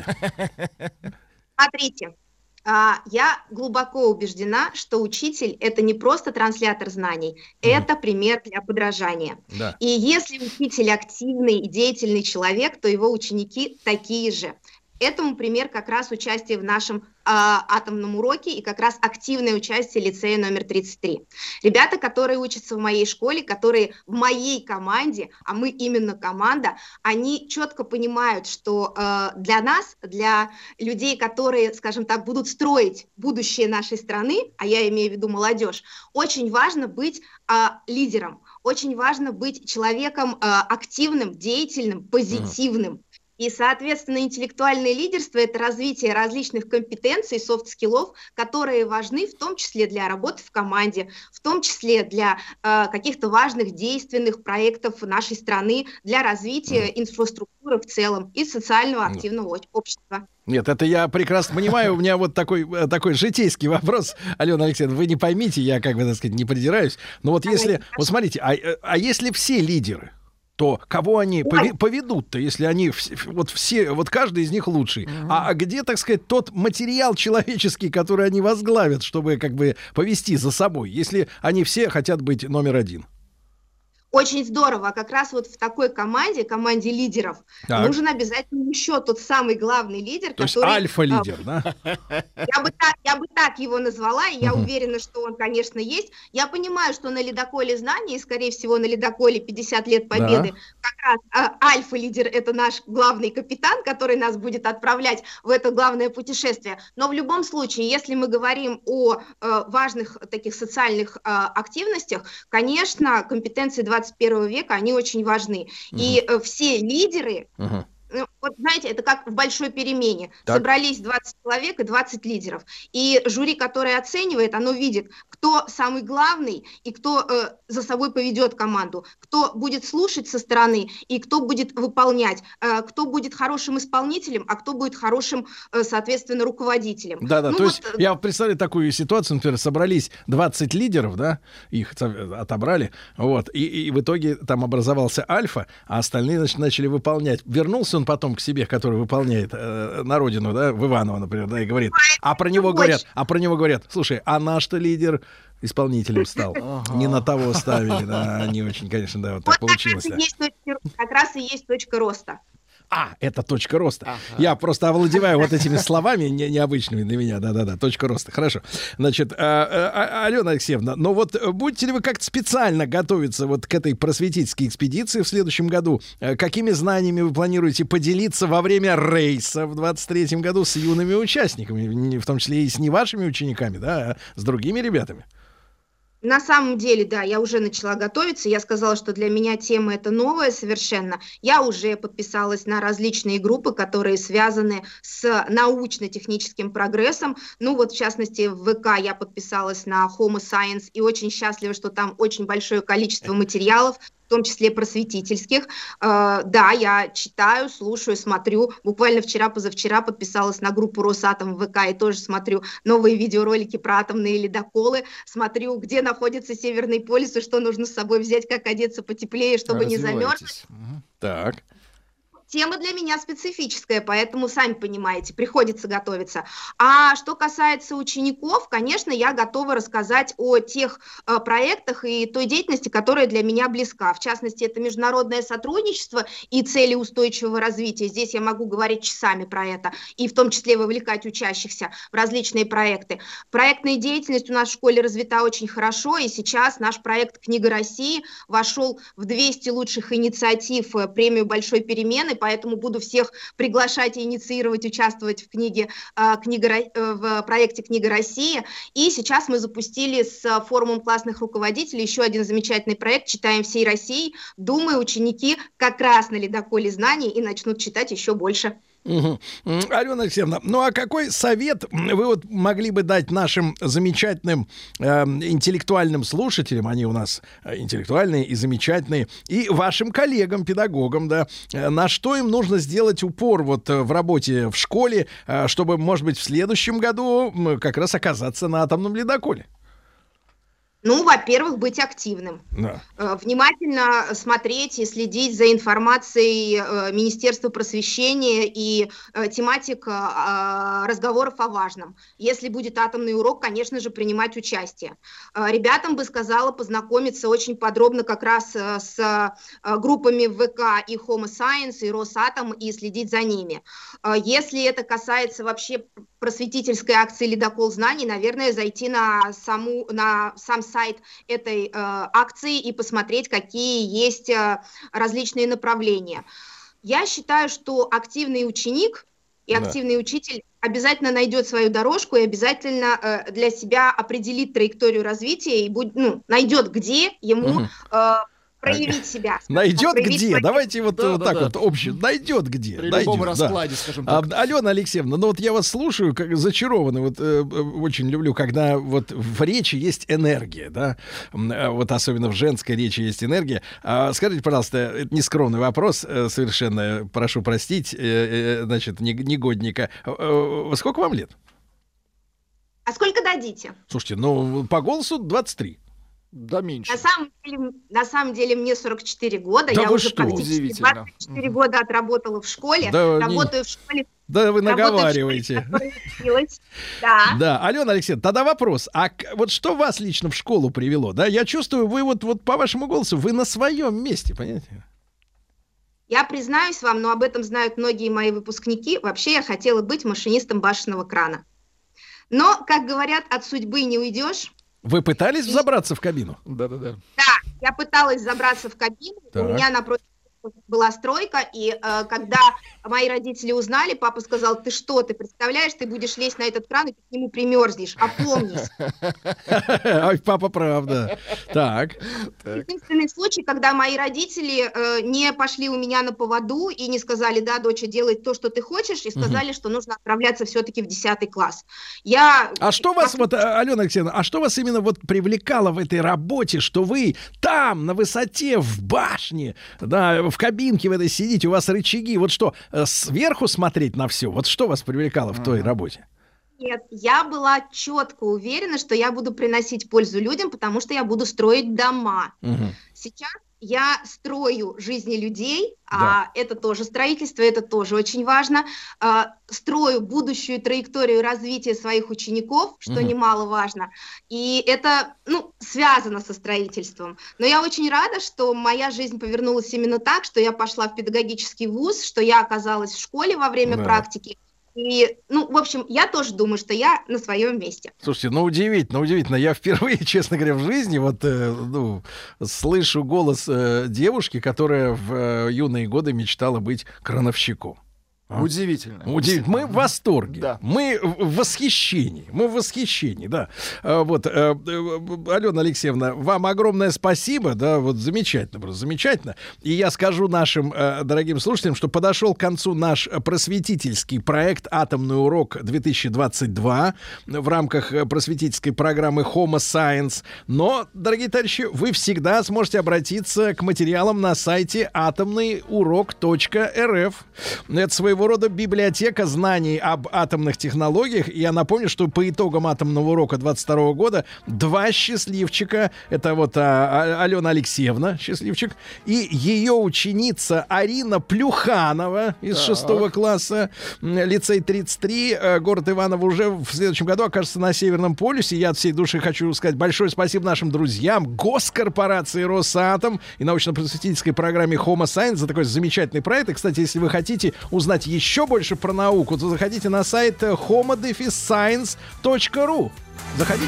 Смотрите, я глубоко убеждена, что учитель — это не просто транслятор знаний, mm. это пример для подражания. Да. И если учитель активный и деятельный человек, то его ученики такие же. Этому пример как раз участие в нашем э, атомном уроке и как раз активное участие лицея номер тридцать три. Ребята, которые учатся в моей школе, которые в моей команде, а мы именно команда, они четко понимают, что э, для нас, для людей, которые, скажем так, будут строить будущее нашей страны, а я имею в виду молодежь, очень важно быть э, лидером, очень важно быть человеком э, активным, деятельным, позитивным. И, соответственно, интеллектуальное лидерство – это развитие различных компетенций, софт-скиллов, которые важны в том числе для работы в команде, в том числе для э, каких-то важных действенных проектов нашей страны, для развития инфраструктуры в целом и социального активного общества. Нет, это я прекрасно понимаю. У меня вот такой, такой житейский вопрос. Алена Алексеевна, вы не поймите, я, как бы, так сказать, не придираюсь. Но вот если... Вот смотрите, а, а если все лидеры, то кого они пови- поведут-то, если они вс- вот все, вот каждый из них лучший. Mm-hmm. А, а где, так сказать, тот материал человеческий, который они возглавят, чтобы как бы повести за собой, если они все хотят быть номер один? Очень здорово. Как раз вот в такой команде, команде лидеров, так. нужен обязательно еще тот самый главный лидер, То который... есть альфа-лидер, а, да? Я бы, так, я бы так его назвала, и я uh-huh. уверена, что он, конечно, есть. Я понимаю, что на ледоколе знаний, и, скорее всего, на ледоколе пятьдесят лет Победы, да. как раз а, альфа-лидер — это наш главный капитан, который нас будет отправлять в это главное путешествие. Но в любом случае, если мы говорим о а, важных таких социальных а, активностях, конечно, компетенции двадцать первого века, они очень важны. Uh-huh. И э, все лидеры, uh-huh. ну, вот знаете, это как в большой перемене. Так. Собрались двадцать человек и двадцать лидеров. И жюри, которое оценивает, оно видит, кто самый главный и кто э, за собой поведет команду, кто будет слушать со стороны и кто будет выполнять, э, кто будет хорошим исполнителем, а кто будет хорошим, э, соответственно, руководителем. Да-да, ну, то вот... есть я представляю такую ситуацию, например, собрались двадцать лидеров, да, их отобрали, вот, и, и в итоге там образовался альфа, а остальные, значит, начали выполнять. Вернулся он потом к себе, который выполняет э, на родину, да, в Иваново, например, да, и говорит, а про него говорят, а про него говорят, слушай, а наш-то лидер исполнителем стал, не на того ставили, да, не очень, конечно, да, вот так получилось. Как раз и есть точка роста. А, это точка роста. Ага. Я просто овладеваю вот этими словами не, необычными для меня. Да-да-да, точка роста. Хорошо. Значит, а, а, Алена Алексеевна, но вот будете ли вы как-то специально готовиться вот к этой просветительской экспедиции в следующем году? Какими знаниями вы планируете поделиться во время рейса в двадцать третьем году с юными участниками, в том числе и с не вашими учениками, да, а с другими ребятами? На самом деле, да, я уже начала готовиться. Я сказала, что для меня тема это новая совершенно. Я уже подписалась на различные группы, которые связаны с научно-техническим прогрессом. Ну вот, в частности, в ВК я подписалась на Homo Science и очень счастлива, что там очень большое количество материалов, в том числе просветительских. Э, да, я читаю, слушаю, смотрю. Буквально вчера-позавчера подписалась на группу Росатом в ВК и тоже смотрю новые видеоролики про атомные ледоколы. Смотрю, где находится Северный полюс и что нужно с собой взять, как одеться потеплее, чтобы не замерзнуть. Угу. Так. Тема для меня специфическая, поэтому, сами понимаете, приходится готовиться. А что касается учеников, конечно, я готова рассказать о тех э, проектах и той деятельности, которая для меня близка. В частности, это международное сотрудничество и цели устойчивого развития. Здесь я могу говорить часами про это, и в том числе вовлекать учащихся в различные проекты. Проектная деятельность у нас в школе развита очень хорошо, и сейчас наш проект «Книга России» вошел в двести лучших инициатив премию «Большой перемены», поэтому буду всех приглашать и инициировать, участвовать в, книге, книга, в проекте «Книга России». И сейчас мы запустили с форумом классных руководителей еще один замечательный проект «Читаем всей Россией». Думаю, ученики как раз на ледоколе знаний и начнут читать еще больше. Угу. Алена Алексеевна, ну а какой совет вы вот могли бы дать нашим замечательным э, интеллектуальным слушателям, они у нас интеллектуальные и замечательные, и вашим коллегам, педагогам, да, на что им нужно сделать упор вот в работе в школе, чтобы, может быть, в следующем году как раз оказаться на атомном ледоколе? Ну, во-первых, быть активным. Да. Внимательно смотреть и следить за информацией Министерства просвещения и тематик разговоров о важном. Если будет атомный урок, конечно же, принимать участие. Ребятам бы сказала познакомиться очень подробно как раз с группами ВК и Homo Science, и Росатом, и следить за ними. Если это касается вообще просветительской акции «Ледокол знаний», наверное, зайти на, саму, на сам сайт этой э, акции и посмотреть, какие есть э, различные направления. Я считаю, что активный ученик и да. активный учитель обязательно найдет свою дорожку и обязательно э, для себя определит траекторию развития и будет, ну, найдет, где ему... Угу. Э, проявить себя. Найдет где? Свои... Давайте вот, да, вот да, так да. вот общее. Найдет где? При найдет, любом да. раскладе, скажем так. А, Алена Алексеевна, ну вот я вас слушаю, как зачарованный, вот э, очень люблю, когда вот в речи есть энергия, да, вот особенно в женской речи есть энергия. А, скажите, пожалуйста, это нескромный вопрос, совершенно, прошу простить, э, э, значит, негодника. Э, э, сколько вам лет? А сколько дадите? Слушайте, ну по голосу двадцать три. Да меньше. На самом деле, на самом деле мне сорок четыре года, Да я вы уже что? практически Удивительно. двадцать четыре года отработала в школе, Да, работаю в школе. Да вы работаю в школе, наговариваете. в которой училась. Да. Да, Алена Алексеевна, тогда вопрос. А к- вот что вас лично в школу привело? Да, я чувствую, вы вот, вот по вашему голосу, вы на своем месте, понимаете? Я признаюсь вам, но об этом знают многие мои выпускники. Вообще я хотела быть машинистом башенного крана. Но, как говорят, от судьбы не уйдешь. Вы пытались забраться в кабину? Да-да-да. Да, я пыталась забраться в кабину, Так. у меня напротив была стройка, и э, когда мои родители узнали, папа сказал: ты что, ты представляешь, ты будешь лезть на этот кран, и ты к нему примерзнешь, опомнись. Ой, папа, правда. Так. Единственный случай, когда мои родители э, не пошли у меня на поводу и не сказали: да, доча, делай то, что ты хочешь, и сказали, что нужно отправляться все-таки в десятый класс. Я... А что вас, вот, а, Алена Алексеевна, а что вас именно вот привлекало в этой работе, что вы там, на высоте, в башне, да, в кабинке в этой сидите, у вас рычаги, вот что, э, сверху смотреть на все, вот что вас привлекало в той работе? Нет, я была четко уверена, что я буду приносить пользу людям, потому что я буду строить дома. Мгм. Сейчас я строю жизни людей, Да. а это тоже строительство, это тоже очень важно. А, строю будущую траекторию развития своих учеников, что Мгм. немаловажно. И это, ну, связано со строительством. Но я очень рада, что моя жизнь повернулась именно так, что я пошла в педагогический вуз, что я оказалась в школе во время Да. практики. И, ну, в общем, я тоже думаю, что я на своем месте. Слушайте, ну удивительно, удивительно. Я впервые, честно говоря, в жизни вот э, ну, слышу голос э, девушки, которая в э, юные годы мечтала быть крановщиком. А? Удивительно. Удивительно. Мы в восторге. Да. Мы в восхищении. Мы в восхищении, да. А, Вот, э, э, Алена Алексеевна, вам огромное спасибо. Да, вот замечательно, просто замечательно. И я скажу нашим э, дорогим слушателям, что подошел к концу наш просветительский проект «Атомный урок-две тысячи двадцать два» в рамках э, просветительской программы Homo Science. Но, дорогие товарищи, вы всегда сможете обратиться к материалам на сайте атомный урок точка эр эф. Это своего рода библиотека знаний об атомных технологиях. И я напомню, что по итогам атомного урока двадцать второго года два счастливчика, это вот а, а, Алена Алексеевна, счастливчик, и ее ученица Арина Плюханова из шестого класса, м, лицей тридцать три, э, город Иваново, уже в следующем году окажется на Северном полюсе. Я от всей души хочу сказать большое спасибо нашим друзьям, госкорпорации Росатом и научно-просветительской программе Homo Science за такой замечательный проект. И, кстати, если вы хотите узнать еще больше про науку, то заходите на сайт homo dash science точка ру. Заходите.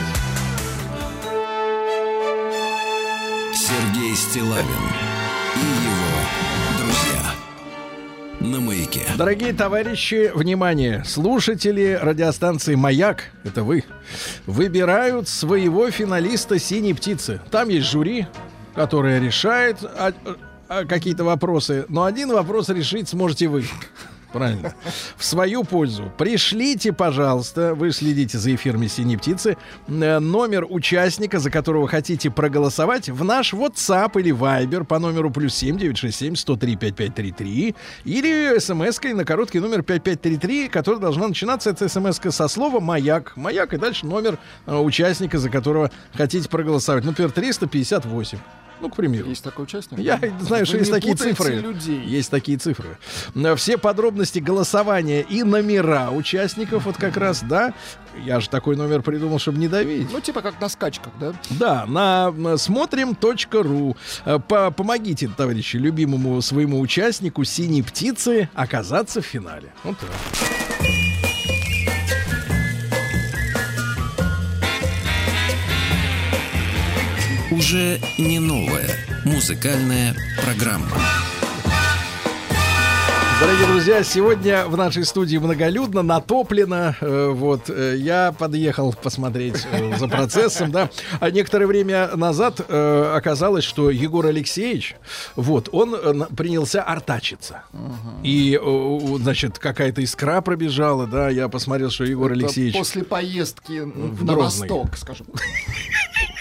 Сергей Стиллавин и его друзья на Маяке. Дорогие товарищи, внимание, слушатели радиостанции «Маяк», это вы, выбирают своего финалиста «Синей птицы». Там есть жюри, которое решает а, а, какие-то вопросы, но один вопрос решить сможете вы. Правильно. В свою пользу. Пришлите, пожалуйста, вы следите за эфирами «Синей птицы», э, номер участника, за которого хотите проголосовать, в наш WhatsApp или Viber по номеру плюс семь девятьсот шестьдесят семь сто три пятьдесят пять тридцать три или смс-кой на короткий номер пять пять три три, которая должна начинаться, это смс-ка со слова «Маяк». «Маяк» и дальше номер э, участника, за которого хотите проголосовать. Например, триста пятьдесят восемь. Ну, к примеру. Есть такой участник? Я знаю, Вы что есть не такие путайте цифры. людей. Есть такие цифры. Э, Все подробности голосования и номера участников, вот как раз, да. Я же такой номер придумал, чтобы не давить. Ну, типа как на скачках, да? Да, на на смотрим точка ру. Э, по- Помогите, товарищи, любимому своему участнику «Синей птицы» оказаться в финале. Вот так. Уже не новая музыкальная программа. Дорогие друзья, сегодня в нашей студии многолюдно, натоплено. Э, Вот, э, я подъехал посмотреть э, за процессом, да. А некоторое время назад э, оказалось, что Егор Алексеевич, вот, он э, на- принялся артачиться. И, э, значит, какая-то искра пробежала, да. Я посмотрел, что Егор Это Алексеевич... после поездки в на Грозный. восток, скажем.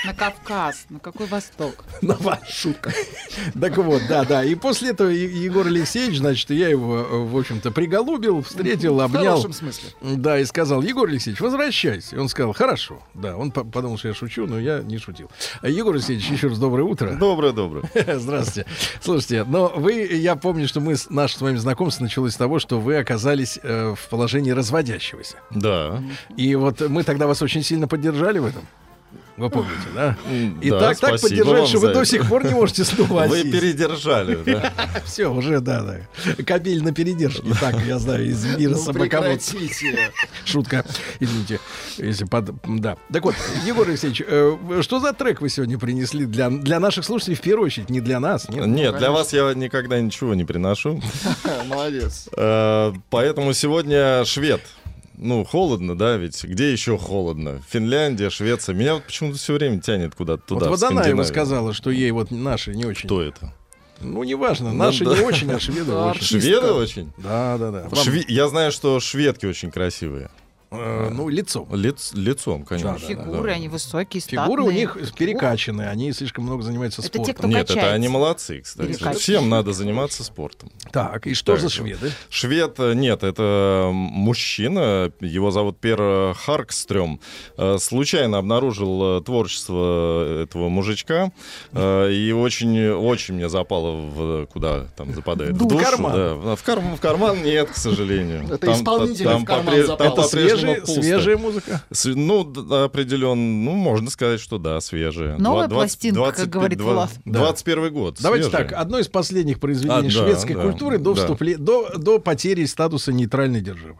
На Кавказ, на какой Восток? На вашу шутка. Так вот, да, да. И после этого Е- Егор Алексеевич, значит, я его, э, в общем-то, приголубил, встретил, В обнял. хорошем смысле. Да, и сказал: Егор Алексеевич, возвращайся. Он сказал: хорошо. Да, он по- подумал, что я шучу, но я не шутил. А, Егор Алексеевич, еще раз доброе утро. Доброе-доброе. Здравствуйте. Слушайте, но вы, я помню, что мы, с- наше с вами знакомство началось с того, что вы оказались э, в положении разводящегося. Да. И вот мы тогда вас очень сильно поддержали в этом. Вы помните, да? И Да, так, так спасибо поддержать, вам что вы за до это. сих пор не можете снова Вы сесть. передержали, да? Все, уже, да, да. Кабель на передержке. Так, я знаю, из мира Ну, собаководства. прекратите. Шутка. Извините, если под... Да. Так вот, Егор Алексеевич, э, что за трек вы сегодня принесли для, для наших слушателей, в первую очередь, не для нас? Нет, Нет, для вас я никогда ничего не приношу. Молодец. Э, Поэтому сегодня швед. Ну, холодно, да, ведь где еще холодно? Финляндия, Швеция. Меня вот почему-то все время тянет куда-то Вот туда, в Водонаева Скандинавию. сказала, что ей вот наши не очень. Кто это? Ну, неважно, Ну, наши да. не очень, а шведы очень. Шведы очень? Да, да, да. Вам, Шве- Я знаю, что шведки очень красивые. э, ну, лицом. Лиц- лицом, конечно. Фигуры, да. они высокие, статные. Фигуры у них перекачанные, они слишком много занимаются Это те, спортом. кто Нет, качается. это они молодцы, кстати. Перекачивают. Всем надо заниматься спортом. Так, и что Так, за вот. шведы? Швед, э, нет, это мужчина, его зовут Пер Харкстрём. Э, Случайно обнаружил э, творчество этого мужичка, э, и очень, очень мне запало в куда там западает. В душу, карман. да. В, карман, в карман нет, к сожалению. Это исполнителю в карман попре- запало. там Это по-прежнему свежая, пусто. свежая музыка? С- Ну, д- определенно, ну, можно сказать, что да, свежая. Новая Два- двадцать- пластинка, как двадцать- говорит два- Влад. двадцать первый год. Давайте свежая. так, одно из последних произведений А, да, шведской да, культуры до, да. вступле- до, до потери статуса нейтральной державы.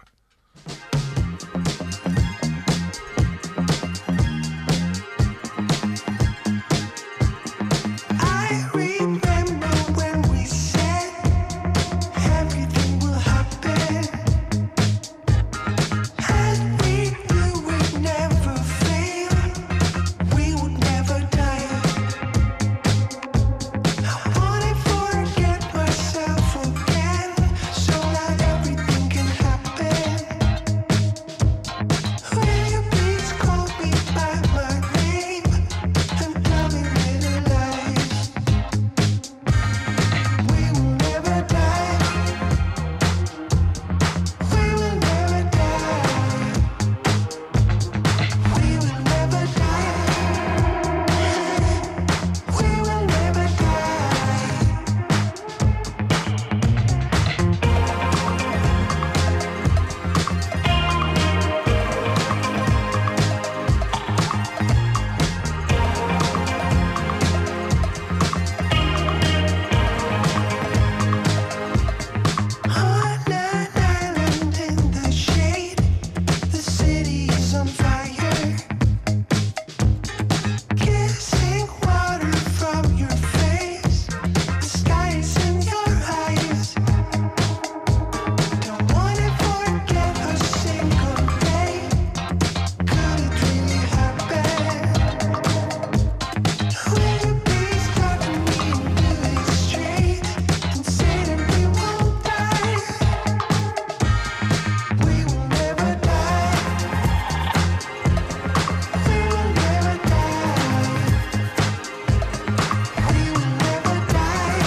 I remember when we said everything will happen, and we knew we'd never fail, we would never die. I wanna forget myself again, so that everything can happen. Will you please call me by my name and tell me little lies? We will never die. We will never die. We will never die. We will never die. On an island in the shade, the city is on fire. Kissing water from your face, the sky is in your eyes. Don't wanna forget a single day. Could it really happen? Will you please talk to me and do it straight and say that we won't die? We will never die. We will never die. We will never die.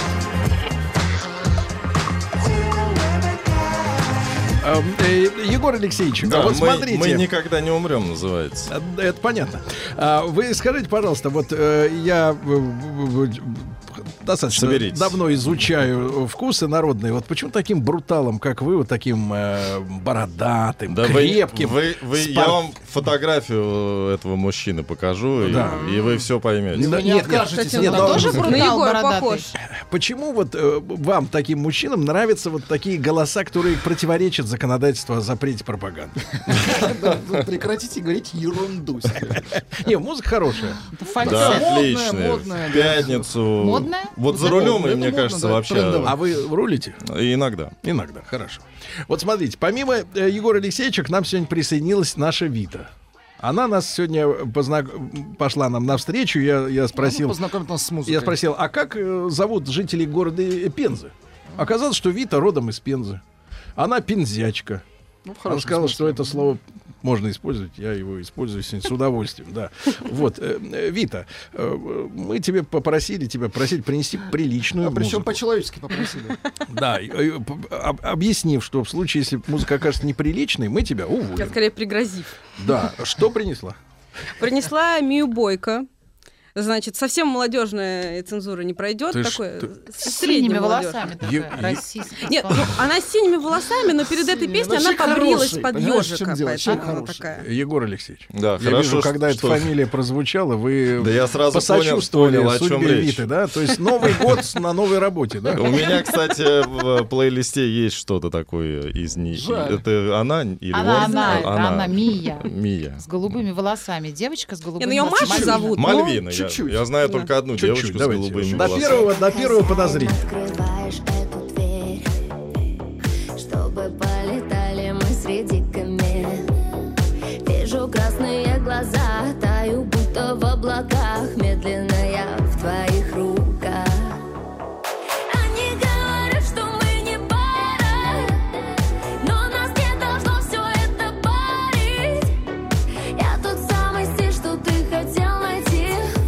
We will never die. А, э, Егор Алексеевич, Да, а вот мы, смотрите. мы никогда не умрем, называется. А, Это понятно. А, вы скажите, пожалуйста, вот э, я э, в- в- достаточно Соберитесь. давно изучаю вкусы народные. Вот почему таким бруталом, как вы, вот таким э, бородатым, Да вы, крепким? вы, вы- спор- я вам фотографию этого мужчины покажу, и- Да. и, вы все поймете. Да, Вы не нет, нет, откажетесь Кстати, от нет, он но- тоже На брутал Егора бородатый. похож. Почему вот э, вам, таким мужчинам, нравятся вот такие голоса, которые противоречат законодательству о запрете пропаганды? Вы прекратите говорить ерунду. Не, музыка хорошая. Это Да, фальцет. модная, отлично. модная, В да. пятницу. Модная? Вот за Это рулем, модно, мне это кажется, модно, да, вообще. трендово. А вы рулите? Иногда. Иногда, хорошо. Вот смотрите, помимо э, Егора Алексеевича, к нам сегодня присоединилась наша Вита. Она нас сегодня познак... пошла нам навстречу. Я, я спросил, Познакомить нас с музыкой. я спросил, а как э, зовут жителей города Пензы? Оказалось, что Вита родом из Пензы. Она пензячка. Ну, в Она хорошем сказала, смысле. что это слово можно использовать, я его использую сегодня с удовольствием, да. Вот, э, э, Вита, э, мы тебе попросили, тебя просили принести приличную А причем музыку. по-человечески попросили. Да, э, э, п- об- объяснив, что в случае, если музыка окажется неприличной, мы тебя Я уволим. скорее пригрозив. Да, что принесла? Принесла Мию Бойко. Значит, совсем молодежная цензура не пройдет. Ты ж- Такое, ты- с С средней синими молодежью. волосами Е- такая, е- российская. Нет, ну, она с синими волосами, но перед этой Синими, песней но она человек побрилась хороший, под понимаешь, в чем ежика. дело? Поэтому Человек она хороший. такая. Егор Алексеевич. Да, Я хорошо, вижу, когда что- эта фамилия прозвучала, вы Да я сразу посочувствовали понял, понял, о чем судьбе речь. Виты, да? То есть Новый год с- на новой работе, да? У меня, кстати, в плейлисте есть что-то такое из них. Жаль. Это она или Она, он? она, А, это она, Мия. Мия. С голубыми волосами. Девочка с голубыми Не, ну её Маша волосами. зовут. но- Мальвина. Я, чуть-чуть. я знаю Да. только одну Чуть-чуть, девочку с давайте. голубыми До волосами. первого, до первого подозрения. Открываешь эту дверь, чтобы полетали мы среди камер. Вижу красные глаза, таю будто в облаках. Медленно я в твоих руках. Они говорят, что мы не пара, но нас не должно все это парить. Я тот самый стиль, что ты хотел найти.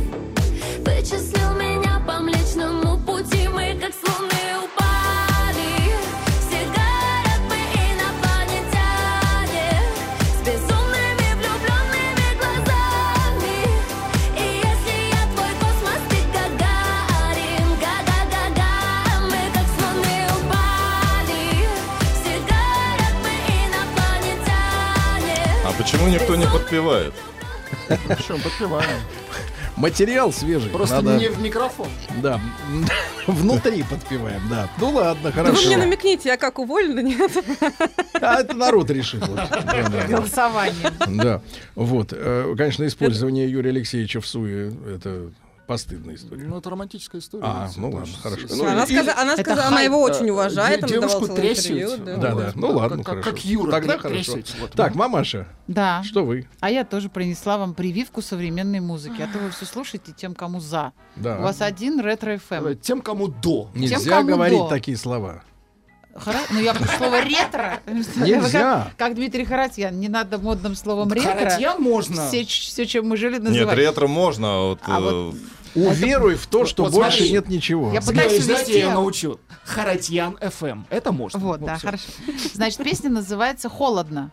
Вычислил меня по Млечному пути. Мы как с луны упали. Все говорят, мы инопланетяне, с безумными влюбленными глазами. И если я твой космос, ты Гагарин, га-га-га-га. Мы как с луны упали. Все говорят, мы инопланетяне. А почему никто не подпевает? Причем подпеваем. Материал свежий. Просто надо- не в микрофон. Да, внутри подпеваем, да. Ну ладно, Да вы мне хорошо. намекните, я как уволена, нет? А это народ решит. вот. Да, да, да. Голосование. Да, вот. э, Конечно, использование Юрия Алексеевича в суе — это постыдная история. Ну, это романтическая история. А, Это ну очень ладно, хорошо. с- Ну, Она и- сказала, она, это сказала, она хайп. его очень Э, уважает, де- он девушку давал целое трясете. интервью. Да. Да, да. Ну ладно, как, хорошо. Как Юра Тогда тря- хорошо. трясете, вот. Так, мамаша, Да. что вы? А я тоже принесла вам прививку современной музыки. А то вы все слушаете тем, кому за. Да. У вас один ретро-эф эм. Тем, кому до. Нельзя кому говорить до. такие слова. Хоро- Ну, я про слово ретро. Нельзя. Как, как Дмитрий Харатьян. Не надо модным словом ретро. Харатьян можно. Все, все, чем мы жили, Нет, называть. ретро можно, а вот... А э, вот- Уверуй в то, Вот что смотри. больше нет ничего. Я пытаюсь Знаете, увести- я научил. Харатьян эф эм. Это можно. Вот, да, всё. хорошо. Значит, песня называется «Холодно».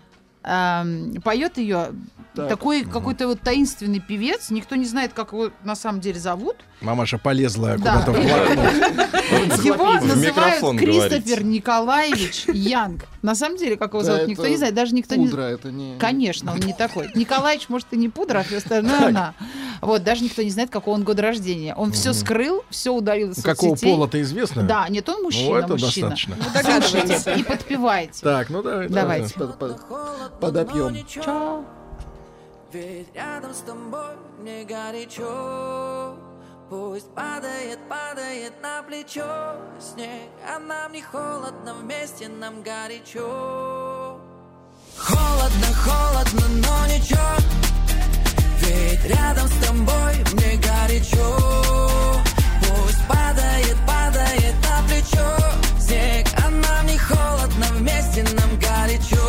Эм, поет ее Так. такой какой-то вот таинственный певец. Никто не знает, как его на самом деле зовут. Мамаша полезла Да. куда-то в блокнот. Его В называют микрофон Кристофер говорите. Николаевич Янг. На самом деле, как его Да, зовут, это никто не знает. Даже никто Пудра, не... это не... Конечно, он не такой. Николаевич, может, и не пудра, а все остальное она. Вот, даже никто не знает, какого он года рождения. Он все скрыл, все удалил из Какого соцсетей. пола-то известно? Да, нет, он мужчина, Ну, это мужчина. достаточно. Слушайте и подпевайте. Так, ну давай. Давайте. Под- под- Подопьем. Чао. Ведь рядом с тобой мне горячо. Пусть падает, падает на плечо снег, а нам не холодно, вместе нам горячо. Холодно, холодно, но ничего, ведь рядом с тобой мне горячо. Пусть падает, падает на плечо снег, а нам не холодно, вместе нам горячо.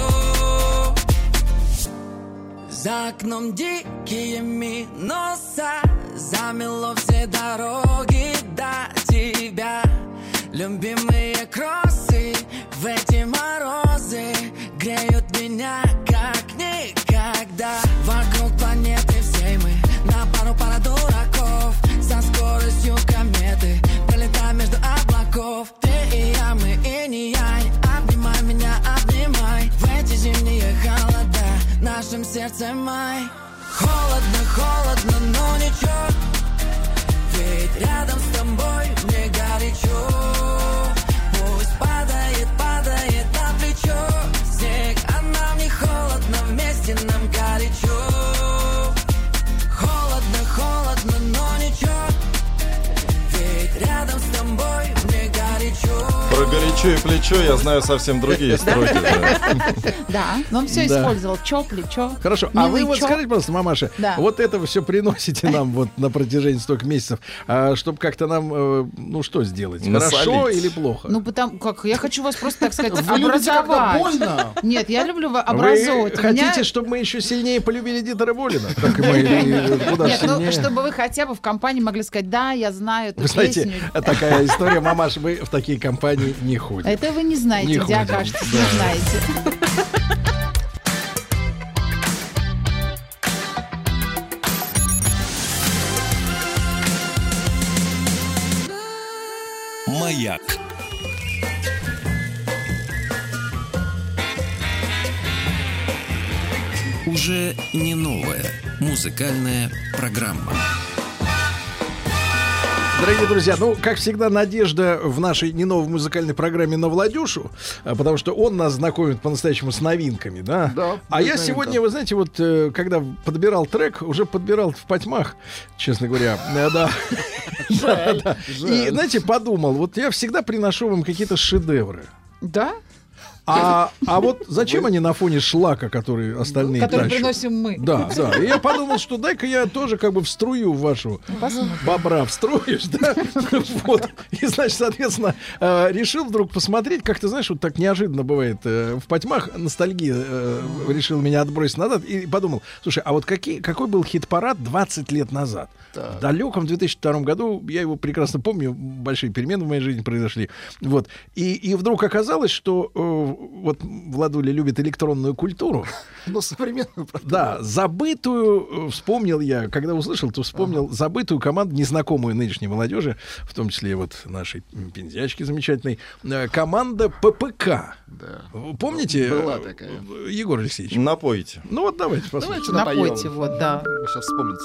За окном дикие минуса, замело все дороги до тебя. Любимые кроссы в эти морозы греют меня как никогда. Вокруг планеты всей мы на пару пара дураков, со скоростью кометы пролетаем между облаков. Ты и я, мы и не я. Обнимай меня, обнимай в эти зимние холода. В нашем сердце май. Холодно, холодно, но ничего, ведь рядом с тобой мне горячо. Пусть падает, падает на плечо снег, а нам не холодно, вместе нам горячо. Холодно, холодно, но ничего, ведь рядом с тобой мне горячо. Про горячо и плечо я знаю совсем другие строки. Да, но он все Да. использовал. Чё, плечо. Хорошо, а вы милый вот чё. скажите, пожалуйста, мамаша, Да. вот это вы все приносите нам вот на протяжении столько месяцев, а, чтобы как-то нам, э, ну что сделать, хорошо Насолить. или плохо? Ну, потому как я хочу вас просто, так сказать, Вы любите, когда образовать. больно? Нет, я люблю ва- Вы образовывать. У хотите, меня- чтобы мы еще сильнее полюбили Дитера Болина? Так и мы или куда Нет, ну, сильнее? чтобы вы хотя бы в компании могли сказать, да, я знаю эту Вы знаете, песню. такая история, мамаш, вы в такие компании не ходите. Это вы не знаете, Не где ходим, окажетесь, да. не знаете. Маяк. Уже не новая музыкальная программа. Дорогие друзья, ну, как всегда, надежда в нашей не новой музыкальной программе на Владюшу, а, потому что он нас знакомит по-настоящему с новинками, да? Да, А есть я новинка. сегодня, вы знаете, вот э, когда подбирал трек, уже подбирал в потьмах, честно говоря. Э, Да. Да-да-да. И, знаете, подумал, вот я всегда приношу вам какие-то шедевры. Да? А, а вот зачем они на фоне шлака, который остальные Который тащат? приносим мы. Да, да. И я подумал, что дай-ка я тоже как бы вструю в вашу Посмотрим. бобра, встроишь, да? Вот. И, значит, соответственно, э, решил вдруг посмотреть, как ты знаешь, вот так неожиданно бывает э, в потьмах, ностальгия э, решил меня отбросить назад, и подумал, слушай, а вот какие, какой был хит-парад двадцать лет назад? В далеком две тысячи втором году, я его прекрасно помню, большие перемены в моей жизни произошли. Вот. И, и вдруг оказалось, что э, вот Владуля любит электронную культуру. Ну, современную, правда. Да, забытую, э, вспомнил я, когда услышал, то вспомнил ага. забытую команду, незнакомую нынешней молодежи, в том числе вот нашей пензячки замечательной, э, команда ППК. Да. Вы помните? Была такая. Егор Алексеевич. Напойте. Ну вот давайте посмотрим. Давайте напоем. Напойте, вот, да. Вы сейчас вспомните.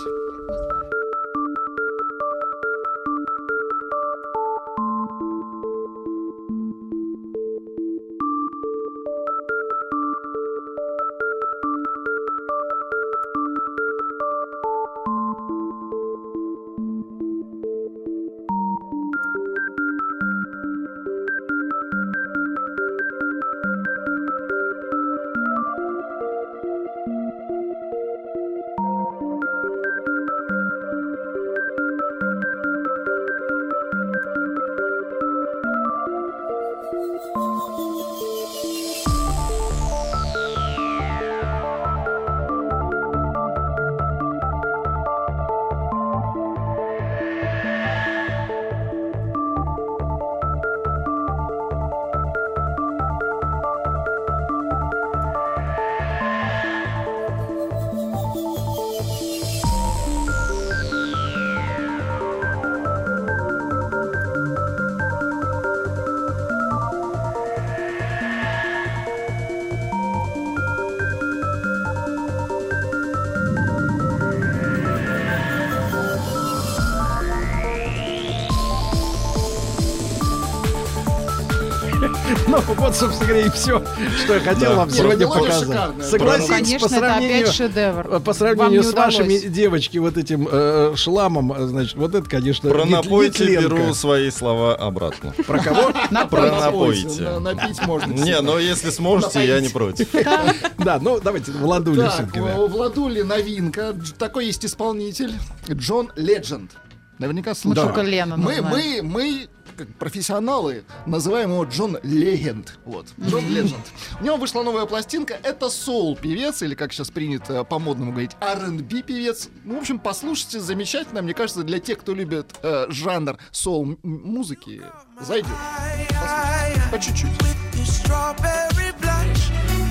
Ну, вот, собственно говоря, и все, что я хотел Да. вам Нет, сегодня мелодия показать. шикарная. Согласитесь, Конечно, по это сравнению, опять шедевр. по сравнению Вам с не вашими удалось. девочки вот этим э, шламом, э, значит, вот это, конечно, Про Нит- напойте Нитленко. беру свои слова обратно. Про кого? Про На- напойте. Напить можно. Не, но если сможете, я не против. Да, ну давайте Владуля Так, все-таки. у Владули новинка. Дж- Такой есть исполнитель. Джон Ледженд. Наверняка Мы слышали. только Леннона Мы, знаем. мы, мы, как профессионалы, называем его Джон Легенд. Вот. Джон Ледженд. У него вышла новая пластинка. Это соул-певец, или, как сейчас принято по-модному говорить, ар энд би певец. Ну, в общем, послушайте, замечательно. Мне кажется, для тех, кто любит э, жанр соул-музыки, зайдет. Послушайте. По чуть-чуть. Your strawberry blush,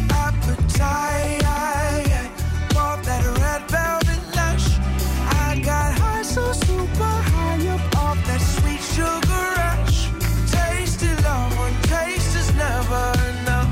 appetite, want that red velvet lush. I got high, so super high up off that sweet sugar rush. Tasty love, one taste is never enough.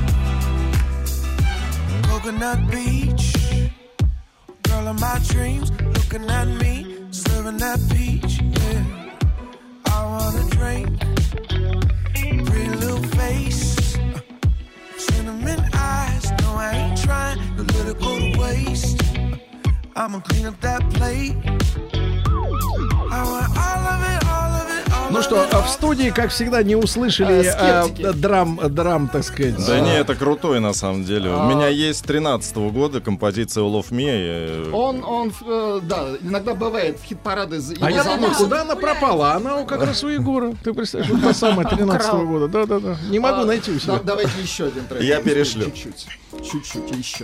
Coconut beach, girl of my dreams, looking at me, serving that peach. Yeah, I wanna drink. Pretty little face, uh, cinnamon eyes. No, I ain't trying to let it go to waste. Uh, I'ma clean up that plate. I want all of it, all of it, all Ну Ну что, в студии, как всегда, не услышали а, а, драм, драм, так сказать. Да не, это крутой на самом деле. У меня есть тринадцатого года композиция All of Me. Он, он, э, да, иногда бывает в хит-парады. А я думаю, куда она пропала? Она как раз у Егора. Ты представляешь, вот та самая тринадцатого года. Да-да-да. Не могу найти у себя. Давайте еще один трек. Я перешлю. Чуть-чуть. Чуть-чуть еще.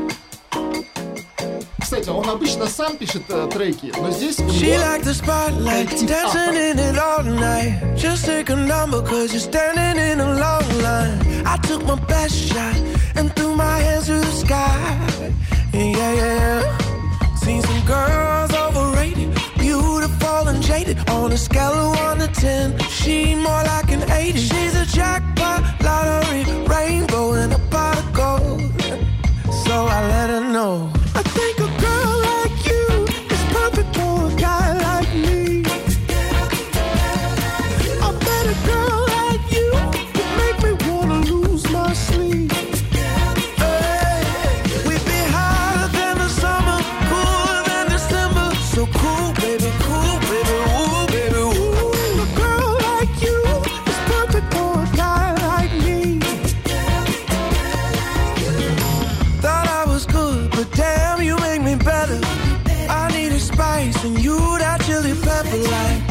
Кстати, он обычно сам пишет э, треки, но здесь у She него like the spotlight, dancing in it all night. Just take a number, cause you're standing in a long line. I took my best shot and threw my hands to the sky. Yeah, yeah, yeah. Seen some girls overrated, beautiful and jaded. On a scale of one to ten, she more like an eighty. She's a jackpot, lottery, rainbow and a pot of gold. So I let her know. I think a girl like you is perfect for a guy like me. I bet a girl like you would make me wanna lose my sleep. Hey, we'd be hotter than the summer, cooler than December. So cool, baby, cool, baby, ooh, baby, ooh. A girl like you is perfect for a guy like me. Thought I was good, but damn, you make me better. I needed spice and you that chili pepper like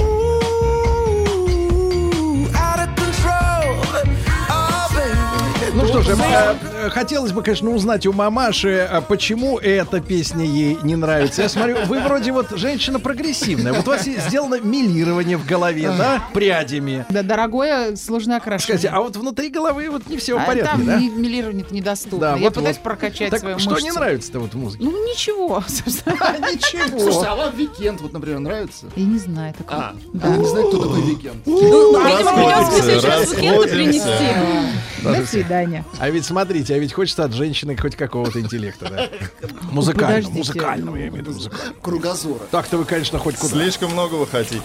ooh, out of control. Oh, baby. Ну что же, э, хотелось бы, конечно, узнать у мамаши, а почему эта песня ей не нравится. Я смотрю, вы вроде вот женщина прогрессивная. Вот у вас сделано милирование в голове, да, прядями. Да, дорогое, сложно окрашивание. Скажите, а вот внутри головы вот не все в А порядке, там да? ми- милирование-то недоступно. Да, Я вот, пытаюсь вот. прокачать Так свою что мышцу. не нравится-то вот в музыке? Ну, ничего, собственно. Ничего. Слушайте, а вам Weekend, вот, например, нравится? Я не знаю такого. А, Да. я не знаю, кто такой Weekend. Ну, видимо, придется мне сейчас букеты принести. До свидания. А ведь смотрите, а ведь хочется от женщины хоть какого-то интеллекта, да? Музыкального, Подождите. музыкального, я имею в виду, музыкального. Кругозора. Так-то вы, конечно, хоть куда. Слишком много вы хотите.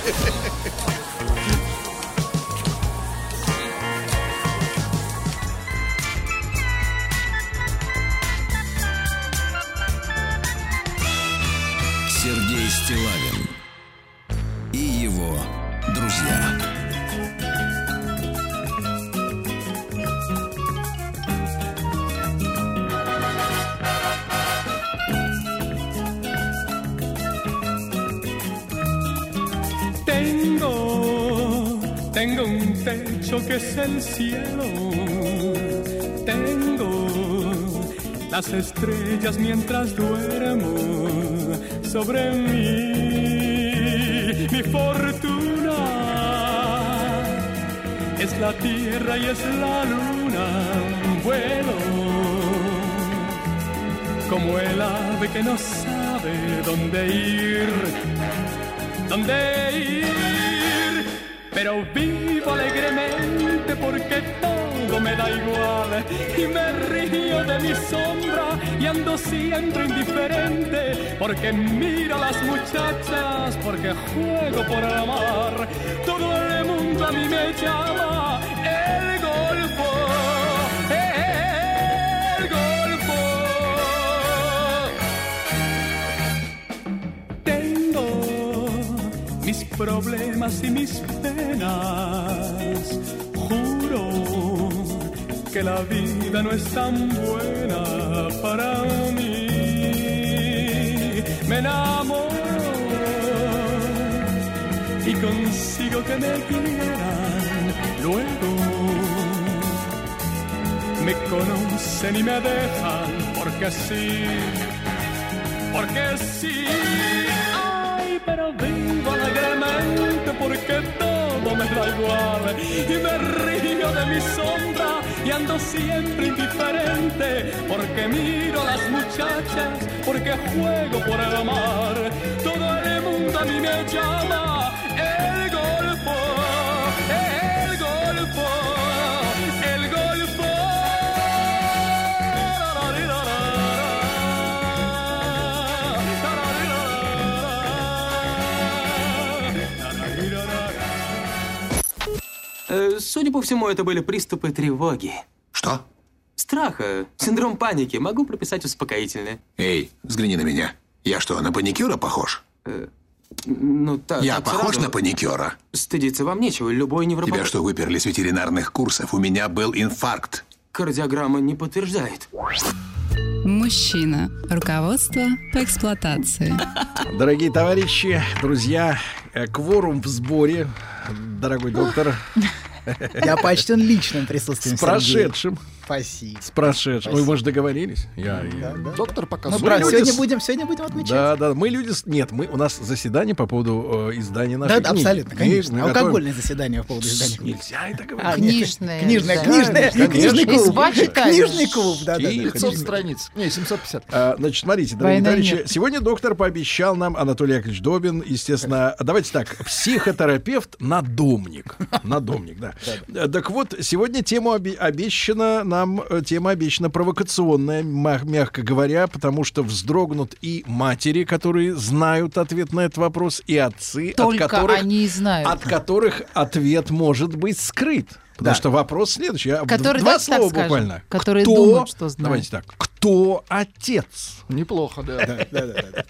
Сергей Стиллавин и его друзья. Tengo, tengo un techo que es el cielo. Tengo las estrellas mientras duermo sobre mí. Mi fortuna es la tierra y es la luna. Vuelo como el ave que no sabe dónde ir. ¿Dónde ir? Pero vivo alegremente porque todo me da igual y me río de mi sombra y ando siempre indiferente porque miro a las muchachas, porque juego por amar. Todo el mundo a mí me llama el golfo, el golfo. Tengo mis problemas y mis penas. Juro que la vida no es tan buena para mí. Me enamoro y consigo que me quieran. Luego me conocen y me dejan porque sí, porque sí. Pero vivo alegremente porque todo me da igual y me río de mi sombra y ando siempre indiferente porque miro a las muchachas, porque juego por el amar. Todo el mundo a mí me llama el golfo, el golfo, el golfo. Э, Судя по всему, это были приступы тревоги. Что? Страха, синдром паники. Могу прописать успокоительное. Эй, взгляни на меня. Я что, на паникюра похож? Э, Ну, так, Я так похож сразу. на паникера? Стыдиться вам нечего, любой невропатолог... Тебя что, выперли с ветеринарных курсов? У меня был инфаркт. Кардиограмма не подтверждает. Мужчина. Руководство по эксплуатации. Дорогие товарищи, друзья, э, кворум в сборе, дорогой доктор. Я почтен личным присутствием, С прошедшим. Сергей. Спасибо. С прошедшим. Ой, мы же договорились. Я, я... Доктор Мы показывает. про- люди сегодня, с- будем, сегодня будем отмечать. Да, да, мы люди... с- Нет, мы, у нас заседание по поводу э, издания Да, нашей да, книги. абсолютно, Книги конечно. мы Алкогольное заседание по поводу издания книги. Нельзя это говорить. А, нет. Книжное. Книжное, да. книжное, Конечно. книжный клуб. Изба читаешь. Книжный клуб, да, да. Тихо, пятьсот тихо. страниц. Не, семьсот пятьдесят. А, значит, смотрите, дорогие Война товарищи, нет. сегодня доктор пообещал нам, Анатолий Яковлевич Добин, естественно, давайте так, психотерапевт, надомник. Надомник, да. Э, Так вот, сегодня тема обе- обещана нам, э, тема обещана провокационная, ма- мягко говоря, потому что вздрогнут и матери, которые знают ответ на этот вопрос, и отцы, Только от которых, они и знают. от которых ответ может быть скрыт. Потому Да. что вопрос следующий. Я- Которые, Два давайте так слова скажем, буквально. которые Кто- думают, что знают. Давайте так. Кто отец? Неплохо, да. Да, да, да, да.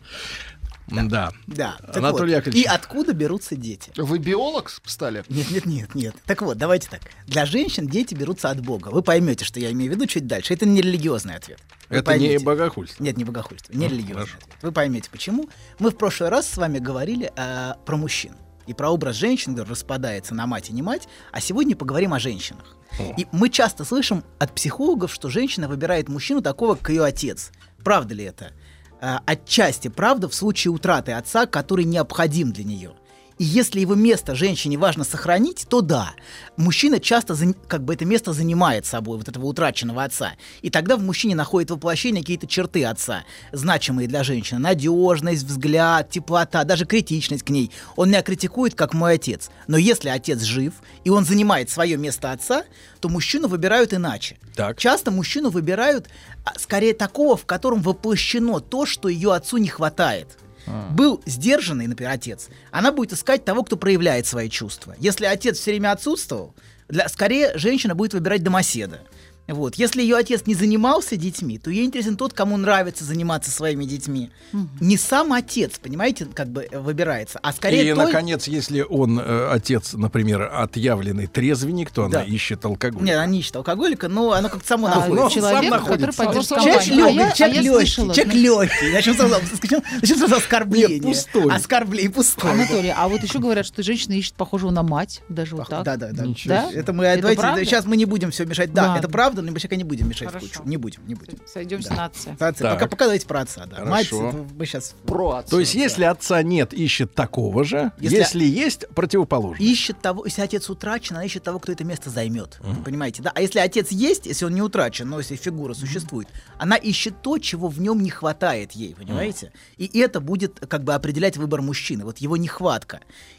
Да. Да. Так Анатолий вот, Яковлевич. и откуда берутся дети? Вы биолог стали? Нет, нет, нет, нет. Так вот, давайте так. Для женщин дети берутся от Бога. Вы поймете, что я имею в виду чуть дальше. Это не религиозный ответ. Вы Это не поймете. богохульство. Нет, не богохульство, не Ну, религиозный хорошо. ответ. Вы поймете, почему. Мы в прошлый раз с вами говорили э, про мужчин. И про образ женщин, который распадается на мать и не мать. А сегодня поговорим о женщинах. О. И мы часто слышим от психологов, что женщина выбирает мужчину такого, как ее отец. Правда ли это? Э, Отчасти правда в случае утраты отца, который необходим для нее. И если его место женщине важно сохранить, то да, мужчина часто за- как бы это место занимает собой, вот этого утраченного отца. И тогда в мужчине находит воплощение какие-то черты отца, значимые для женщины. Надежность, взгляд, теплота, даже критичность к ней. Он меня критикует, как мой отец. Но если отец жив, и он занимает свое место отца, то мужчину выбирают иначе. Так. Часто мужчину выбирают а, скорее такого, в котором воплощено то, что ее отцу не хватает. Был сдержанный, например, отец, она будет искать того, кто проявляет свои чувства. Если отец все время отсутствовал, для, скорее женщина будет выбирать домоседа. Вот. Если ее отец не занимался детьми, то ей интересен тот, кому нравится заниматься своими детьми. Мгм. Не сам отец, понимаете, как бы э, выбирается, а скорее И, той- наконец, если он, э, отец, например, отъявленный трезвенник, то она Да. ищет алкоголь. Нет, она не ищет алкоголика, но оно как-то само А, находится. ну, человек, сам который находится. поддерживает Человек компанию. А легкий, я- а человек я легкий, слышала, человек легкий. Зачем сразу, зачем, зачем сразу оскорбление? Нет, пустой. Оскорбление, пустой. Анатолий, а вот еще говорят, что женщина ищет похожего на мать, даже вот так. Да, да, да. Да? Это мы, Это давайте, правда? сейчас мы не будем все мешать. Да, Ладно. это правда, но мы пока не будем мешать в Хорошо. кучу. Не будем, не будем. Сойдемся Да. на отца. Отца. Так. Пока, пока давайте про отца, да. Хорошо. Мать, это мы сейчас Про отца. То есть, если отца нет, ищет такого же. Если- Если, есть, противоположно. ищет того, если отец утрачен, она ищет того, кто это место займет. Понимаете, да? А если отец есть, если он не утрачен, но если фигура существует, она ищет то, чего в нем не хватает ей, понимаете? И это будет как бы определять выбор мужчины, вот его нехватка.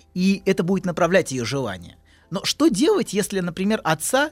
И это будет направлять ее желание. Но что делать, если, например, отца,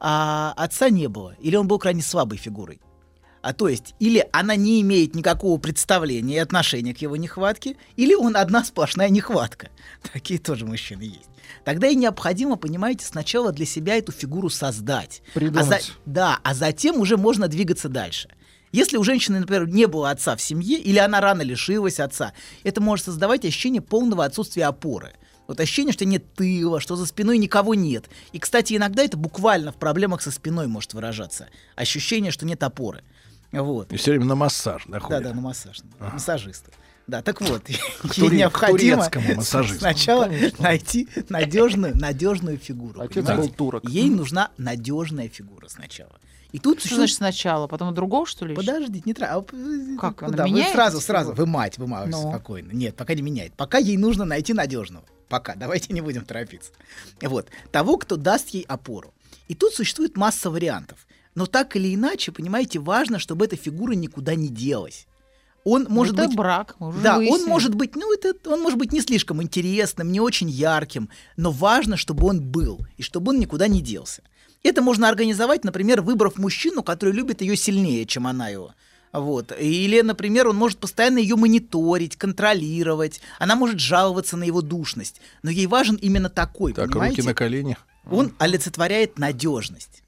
а, отца не было, или он был крайне слабой фигурой? А то есть, или она не имеет никакого представления и отношения к его нехватке, или он одна сплошная нехватка. Такие тоже мужчины есть. Тогда и необходимо, понимаете, сначала для себя эту фигуру создать. Придумать. А за- да, а затем уже можно двигаться дальше. Если у женщины, например, не было отца в семье, или она рано лишилась отца, это может создавать ощущение полного отсутствия опоры. Вот ощущение, что нет тыла, что за спиной никого нет. И, кстати, иногда это буквально в проблемах со спиной может выражаться. Ощущение, что нет опоры. Вот. И все время на массаж Да, находит. да, на массаж. массажиста. Да, так вот, ей туре- необходимо к турецкому массажисту. сначала Конечно. найти надежную, надежную фигуру. Отец понимаете? был турок. Ей нужна надежная фигура сначала. И тут Что значит сначала? Потом другого, что ли? ищет? Подождите, не тра- а, Как, куда? она Вы меняется сразу, всего? сразу, вы мать, вы мать, Ну. спокойно. Нет, пока не меняет. Пока ей нужно найти надежного. Пока, давайте не будем торопиться. Вот. Того, кто даст ей опору. И тут существует масса вариантов. Но так или иначе, понимаете, важно, чтобы эта фигура никуда не делась. Он может это быть... брак, мы уже Да, он выяснили. может быть, ну, это, он может быть не слишком интересным, не очень ярким, но важно, чтобы он был, и чтобы он никуда не делся. Это можно организовать, например, выбрав мужчину, который любит ее сильнее, чем она его. Вот. Или, например, он может постоянно ее мониторить, контролировать. Она может жаловаться на его душность. Но ей важен именно такой, Так, понимаете? руки на колени. Он олицетворяет надежность.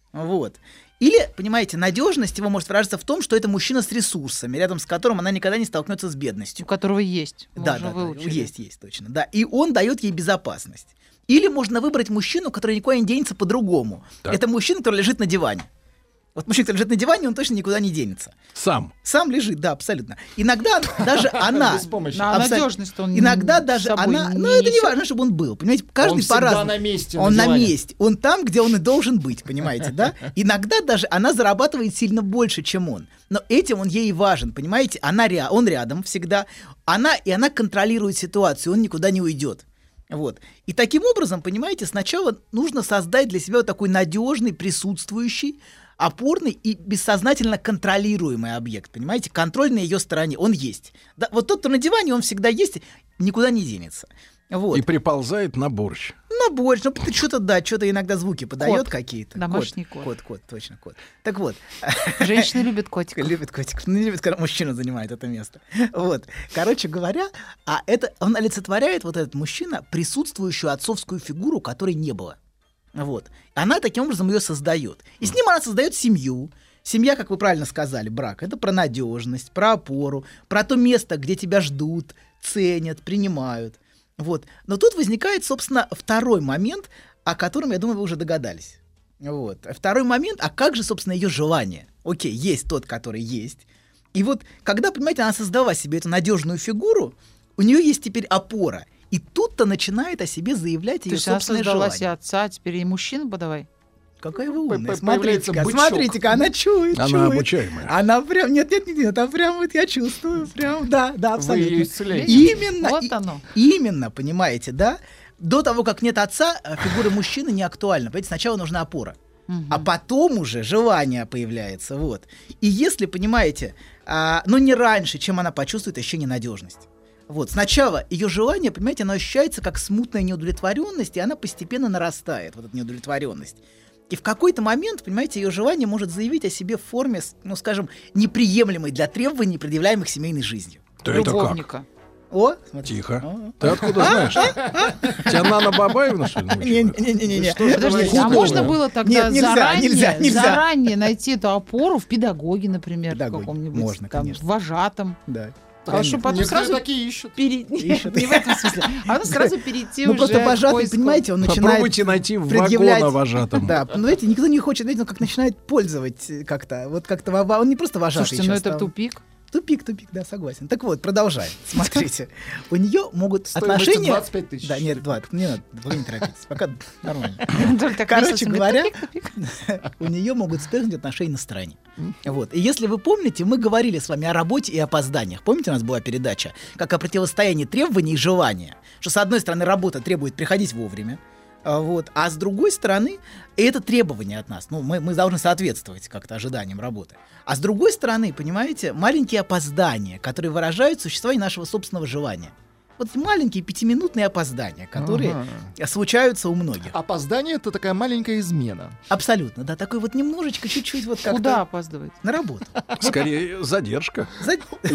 Вот. Или, понимаете, надежность его может выражаться в том, что это мужчина с ресурсами, рядом с которым она никогда не столкнется с бедностью. У которого есть. Да, да, да, есть, есть, точно. Да. И он дает ей безопасность. Или можно выбрать мужчину, который никуда не денется по-другому. Так. Это мужчина, который лежит на диване. Вот мужчина, который лежит на диване, он точно никуда не денется. Сам. Сам лежит, да, абсолютно. Иногда даже она... На надежность он Иногда даже она... Ну, это не важно, чтобы он был. Понимаете, каждый по-разному. Он всегда на месте. Он на на диване. месте. Он там, где он и должен быть, понимаете, да? Иногда даже она зарабатывает сильно больше, чем он. Но этим он ей важен, понимаете? Она ря... Он рядом всегда. Она... И она контролирует ситуацию, он никуда не уйдет. Вот. И таким образом, понимаете, сначала нужно создать для себя вот такой надежный, присутствующий, опорный и бессознательно контролируемый объект, понимаете? Контроль на ее стороне, он есть. Да, вот тот, кто на диване, он всегда есть, никуда не денется. Вот. И приползает на борщ. На борщ, ну что-то да, что-то иногда звуки подает какие-то. Домашний кот. Кот, кот, точно, кот. Так вот. Женщины любят котиков. Любят котиков. Не любят, когда мужчина занимает это место. Вот. Короче говоря, а это он олицетворяет, вот этот мужчина, присутствующую отцовскую фигуру, которой не было. Вот. Она таким образом ее создает. И с ним она создает семью. Семья, как вы правильно сказали, брак, это про надежность, про опору, про то место, где тебя ждут, ценят, принимают. Вот. Но тут возникает, собственно, второй момент, о котором, я думаю, вы уже догадались. Вот. Второй момент, а как же, собственно, ее желание? Окей, есть тот, который есть. И вот, когда, понимаете, она создала себе эту надежную фигуру, у нее есть теперь опора. И тут-то начинает о себе заявлять ее собственное она создала желание. себе отца, теперь и мужчину подавай. Какая вы умная. Появляется Смотрите-ка, бычок. смотрите-ка, она чует, Она чует. обучаемая. Она прям, нет, нет, нет, нет, она прям, вот я чувствую, прям, да, да, абсолютно. ее исцеляете. Именно, Вот и- оно. именно, понимаете, да? До того, как нет отца, э, фигура мужчины не актуальна. Понимаете, сначала нужна опора. А потом уже желание появляется, вот. И если, понимаете, а, но не раньше, чем она почувствует ощущение надежности. Вот, сначала ее желание, понимаете, оно ощущается как смутная неудовлетворенность, и она постепенно нарастает, вот эта неудовлетворенность. И в какой-то момент, понимаете, ее желание может заявить о себе в форме, ну, скажем, неприемлемой для требований, предъявляемых семейной жизнью. Да это как? Любовника. О, смотри. Тихо. О. Ты откуда знаешь? Тебя Нана Бабаевна, что ли, научила? Не-не-не-не. Подождите, а можно было тогда Нет, нельзя, заранее, нельзя, нельзя. заранее найти эту опору в педагоге, например, в Педагоге. каком-нибудь Можно, там, конечно. вожатом. Да. А чтобы потом Некоторые сразу такие ищут. пере- Ищут. не в этом смысле, а потом сразу перейти Ну уже просто к вожатый, поиску. понимаете, он начинает Попробуйте найти предъявлять- вагона вожатым. Да, ну знаете, никто не хочет, знаете, он как начинает пользовать как-то, вот как-то, во- он не просто вожатый. Слушайте, ну сейчас это там. тупик. Тупик, тупик, да, согласен. Так вот, продолжаем. Смотрите, у нее могут Стоимость отношения... двадцать пять тысяч. Да, нет, двадцать, не надо, вы не торопитесь, пока нормально. Только так Короче весело, говоря, тупик, тупик. у нее могут вспыхнуть отношения на стороне. Вот. И если вы помните, мы говорили с вами о работе и опозданиях. Помните, у нас была передача, как о противостоянии требований и желания. Что, с одной стороны, работа требует приходить вовремя, а, вот, а с другой стороны, это требование от нас. Ну, мы, мы должны соответствовать как-то ожиданиям работы. А с другой стороны, понимаете, маленькие опоздания, которые выражают существование нашего собственного желания. Вот эти маленькие пятиминутные опоздания, которые Ага. случаются у многих. Опоздание — это такая маленькая измена. Абсолютно, да, такой вот немножечко, чуть-чуть вот как-то... Куда опаздывать? На работу. Скорее, задержка. За-